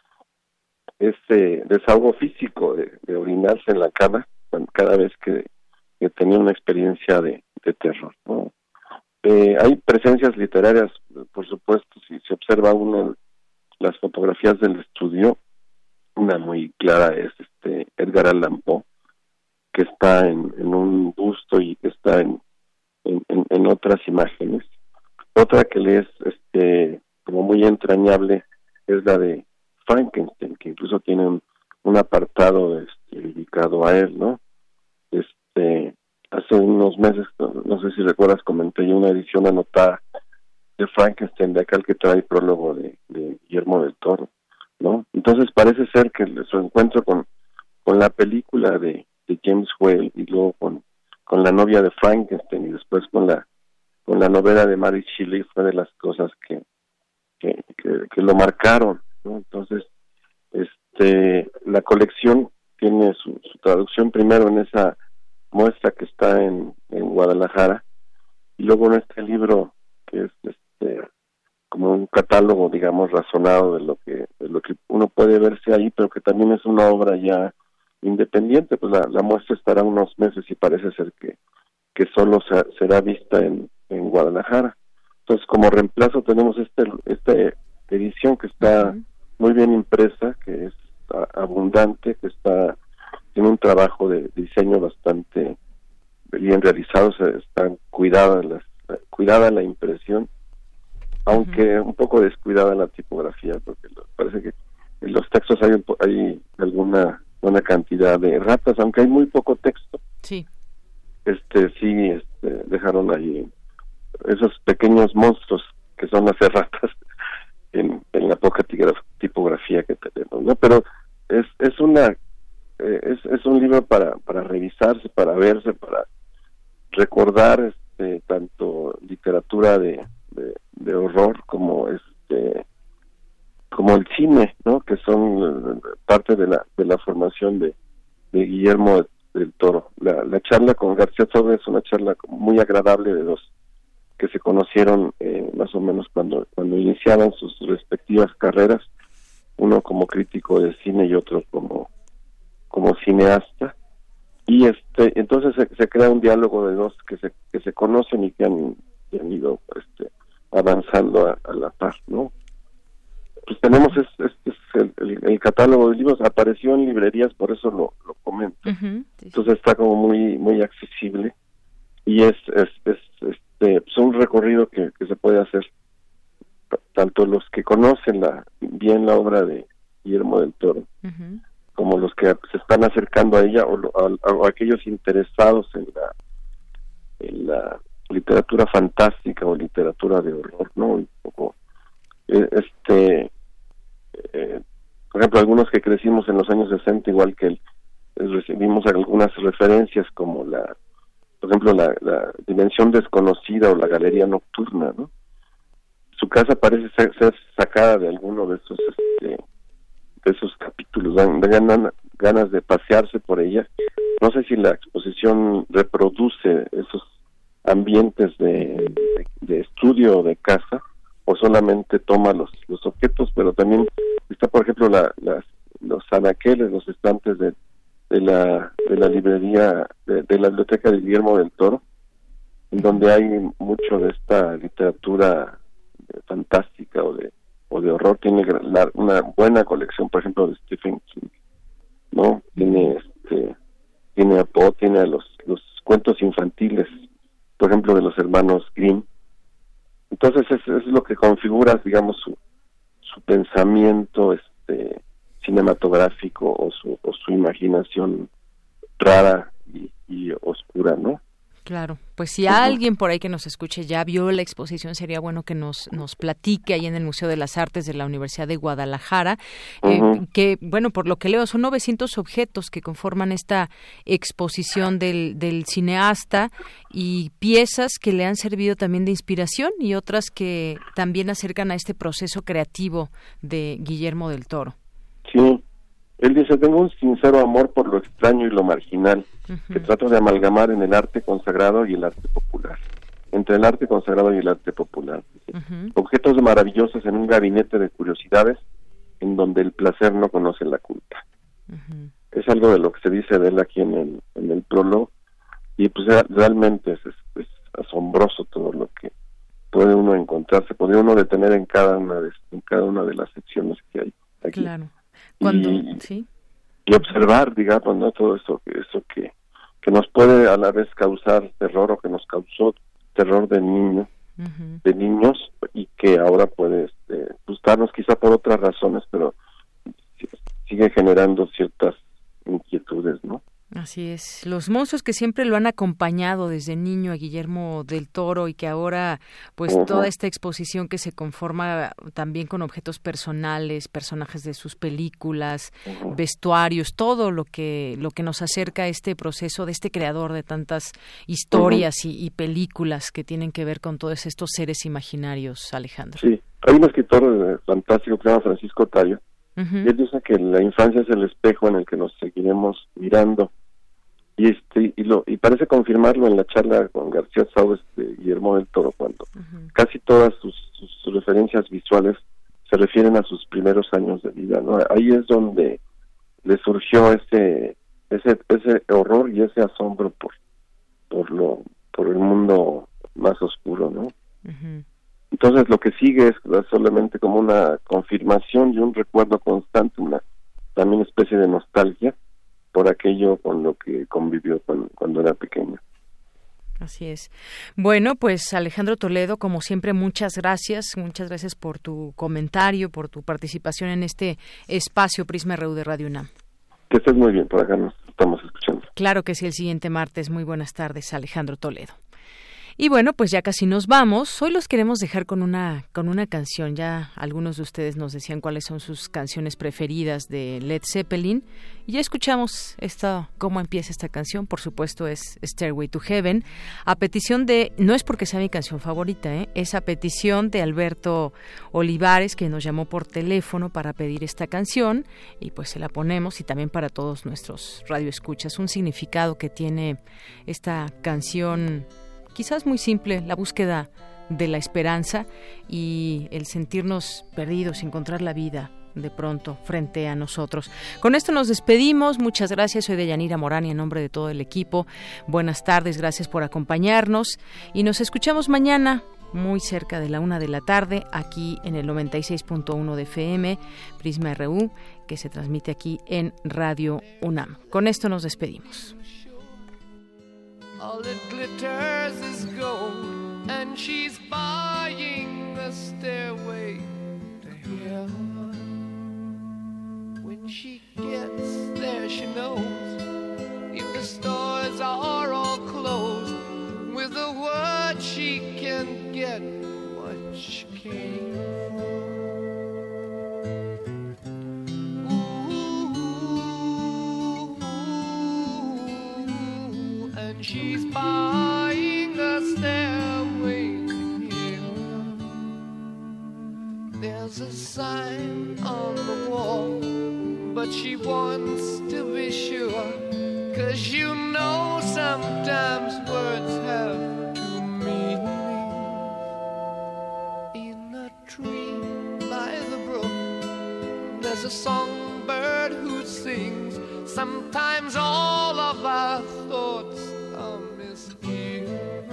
ese desahogo físico de, de orinarse en la cama cada vez que, que tenía una experiencia de, de terror, ¿no? Eh, hay presencias literarias, por supuesto, si se observa uno las fotografías del estudio, una muy clara es este Edgar Allan Poe, que está en, en un busto y que está en, en, en otras imágenes. Otra que le es este como muy entrañable es la de Frankenstein, que incluso tiene un, un apartado este, dedicado a él, ¿no? Este hace unos meses, no, no sé si recuerdas, comenté yo una edición anotada de Frankenstein, de acá el que trae el prólogo de, de Guillermo del Toro, ¿no? Entonces parece ser que su encuentro con con la película de, de James Whale y luego con con la novia de Frankenstein y después con la con la novela de Mary Shelley fue de las cosas que que, que, que lo marcaron, ¿no? Entonces este la colección tiene su, su traducción primero en esa muestra que está en, en Guadalajara y luego en este libro que es este como un catálogo, digamos, razonado de lo que de lo que uno puede verse ahí, pero que también es una obra ya independiente. Pues la, la muestra estará unos meses y parece ser que que solo se, será vista en, en Guadalajara. Entonces, como reemplazo tenemos este esta edición que está muy bien impresa, que es a, abundante, que está tiene un trabajo de diseño bastante bien realizado, se está cuidada la, cuidada la impresión, aunque uh-huh. un poco descuidada la tipografía, porque parece que en los textos hay, hay alguna buena cantidad de erratas, aunque hay muy poco texto. Sí. Este sí este, dejaron ahí esos pequeños monstruos que son las erratas en, en la poca tipografía que tenemos, ¿no? Pero es es una eh, es es un libro para para revisarse, para verse, para recordar este tanto literatura de, de, de horror como este como el cine, ¿no? Que son parte de la de la formación de, de Guillermo del Toro. La, la charla con García Sobe es una charla muy agradable de dos que se conocieron eh, más o menos cuando cuando iniciaban sus respectivas carreras, uno como crítico de cine y otro como como cineasta, y este entonces se, se crea un diálogo de dos que se que se conocen y que han, que han ido este avanzando a, a la par, ¿no? Pues tenemos este es, es el, el, el catálogo de libros, apareció en librerías, por eso lo, lo comento. Uh-huh, sí, entonces está como muy muy accesible y es es, es este es un recorrido que, que se puede hacer tanto los que conocen la bien la obra de Guillermo del Toro uh-huh. como los que se están acercando a ella o, a, o aquellos interesados en la en la literatura fantástica o literatura de horror, ¿no? Un poco este eh, por ejemplo, algunos que crecimos en los años sesenta igual que él, recibimos algunas referencias como la por ejemplo la, la Dimensión Desconocida o la Galería Nocturna, ¿no? Su casa parece ser, ser sacada de alguno de esos este, de esos capítulos, dan, dan ganas de pasearse por ella. No sé si la exposición reproduce esos ambientes de, de, de estudio de casa o solamente toma los los objetos, pero también está, por ejemplo, la, las, los anaqueles, los estantes de, de la de la librería de, de la biblioteca de Guillermo del Toro, en donde hay mucho de esta literatura fantástica o de o de horror. Tiene la, una buena colección, por ejemplo, de Stephen King, ¿no? Tiene este tiene a Poe, tiene a los los cuentos infantiles, por ejemplo, de los hermanos Grimm. Entonces es, es lo que configura, digamos, su su pensamiento este cinematográfico o su o su imaginación rara y, y oscura, ¿no? Claro, pues si alguien por ahí que nos escuche ya vio la exposición, sería bueno que nos nos platique ahí en el Museo de las Artes de la Universidad de Guadalajara, eh, uh-huh. que, bueno, por lo que leo, son novecientos objetos que conforman esta exposición del, del cineasta y piezas que le han servido también de inspiración y otras que también acercan a este proceso creativo de Guillermo del Toro. Sí. Él dice: tengo un sincero amor por lo extraño y lo marginal, uh-huh. que trato de amalgamar en el arte consagrado y el arte popular, entre el arte consagrado y el arte popular. Uh-huh. Objetos maravillosos en un gabinete de curiosidades en donde el placer no conoce la culpa. Uh-huh. Es algo de lo que se dice de él aquí en el, en el prólogo, y pues realmente es, es, es asombroso todo lo que puede uno encontrarse, puede uno detener en cada una de, en cada una de las secciones que hay aquí. Claro. Cuando, y, ¿sí? y observar, digamos, ¿no? Todo eso, eso que, que nos puede a la vez causar terror o que nos causó terror de niño, uh-huh. de niños, y que ahora puede este, gustarnos quizá por otras razones, pero sigue generando ciertas inquietudes, ¿no? Así es, los monstruos que siempre lo han acompañado desde niño a Guillermo del Toro y que ahora pues uh-huh. toda esta exposición que se conforma también con objetos personales, personajes de sus películas, uh-huh. vestuarios, todo lo que lo que nos acerca a este proceso de este creador de tantas historias uh-huh. y, y películas que tienen que ver con todos estos seres imaginarios, Alejandro. Sí, hay un escritor fantástico que se llama Francisco Tario, uh-huh. y él dice que la infancia es el espejo en el que nos seguiremos mirando. Y este y lo y parece confirmarlo en la charla con García Saúl de Guillermo del Toro, cuando uh-huh. casi todas sus, sus, sus referencias visuales se refieren a sus primeros años de vida, ¿no? Ahí es donde le surgió ese ese ese horror y ese asombro por por lo por el mundo más oscuro, ¿no? Uh-huh. Entonces lo que sigue es solamente como una confirmación y un recuerdo constante, una también una especie de nostalgia por aquello con lo que convivió cuando, cuando era pequeño. Así es. Bueno, pues Alejandro Toledo, como siempre, muchas gracias. Muchas gracias por tu comentario, por tu participación en este espacio Prisma R U de Radio UNAM. Que estés muy bien, por acá nos estamos escuchando. Claro que sí, el siguiente martes. Muy buenas tardes, Alejandro Toledo. Y bueno, pues ya casi nos vamos. Hoy los queremos dejar con una con una canción. Ya algunos de ustedes nos decían cuáles son sus canciones preferidas de Led Zeppelin. Y ya escuchamos esta, cómo empieza esta canción. Por supuesto es Stairway to Heaven. A petición de, no es porque sea mi canción favorita, ¿eh? Es a petición de Alberto Olivares, que nos llamó por teléfono para pedir esta canción. Y pues se la ponemos, y también para todos nuestros radioescuchas. Un significado que tiene esta canción, quizás muy simple, la búsqueda de la esperanza y el sentirnos perdidos, encontrar la vida de pronto frente a nosotros. Con esto nos despedimos. Muchas gracias. Soy Deyanira Morán y en nombre de todo el equipo, buenas tardes, gracias por acompañarnos y nos escuchamos mañana muy cerca de la una de la tarde aquí en el noventa y seis punto uno de F M, Prisma R U, que se transmite aquí en Radio UNAM. Con esto nos despedimos. All it glitters is gold, and she's buying a stairway to heaven. When she gets there, she knows if the stores are all closed, with a word she can get what she came for. She's buying a stairway to heaven. There's a sign on the wall, but she wants to be sure, 'cause you know sometimes words have two meanings. In a tree by the brook, there's a songbird who sings. Sometimes all of our thoughts are misgiven.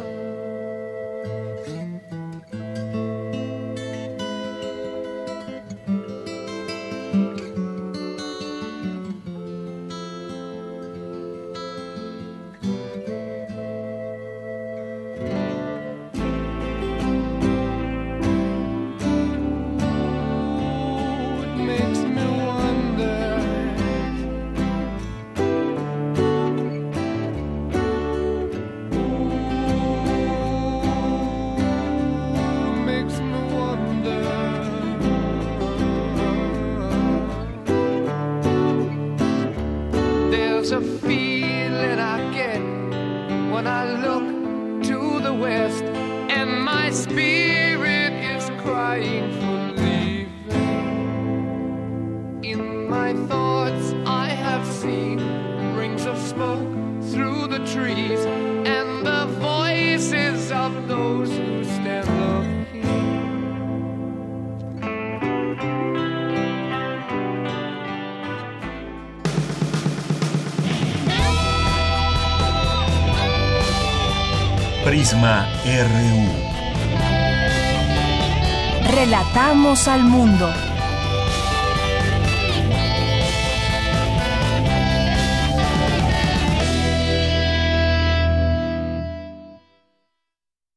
There's a feeling I get when I look to the west, and my spirit is crying for leaving. In my thoughts I have seen rings of smoke through the trees, and the voices of those who stand looking. Prisma R U. Relatamos al mundo.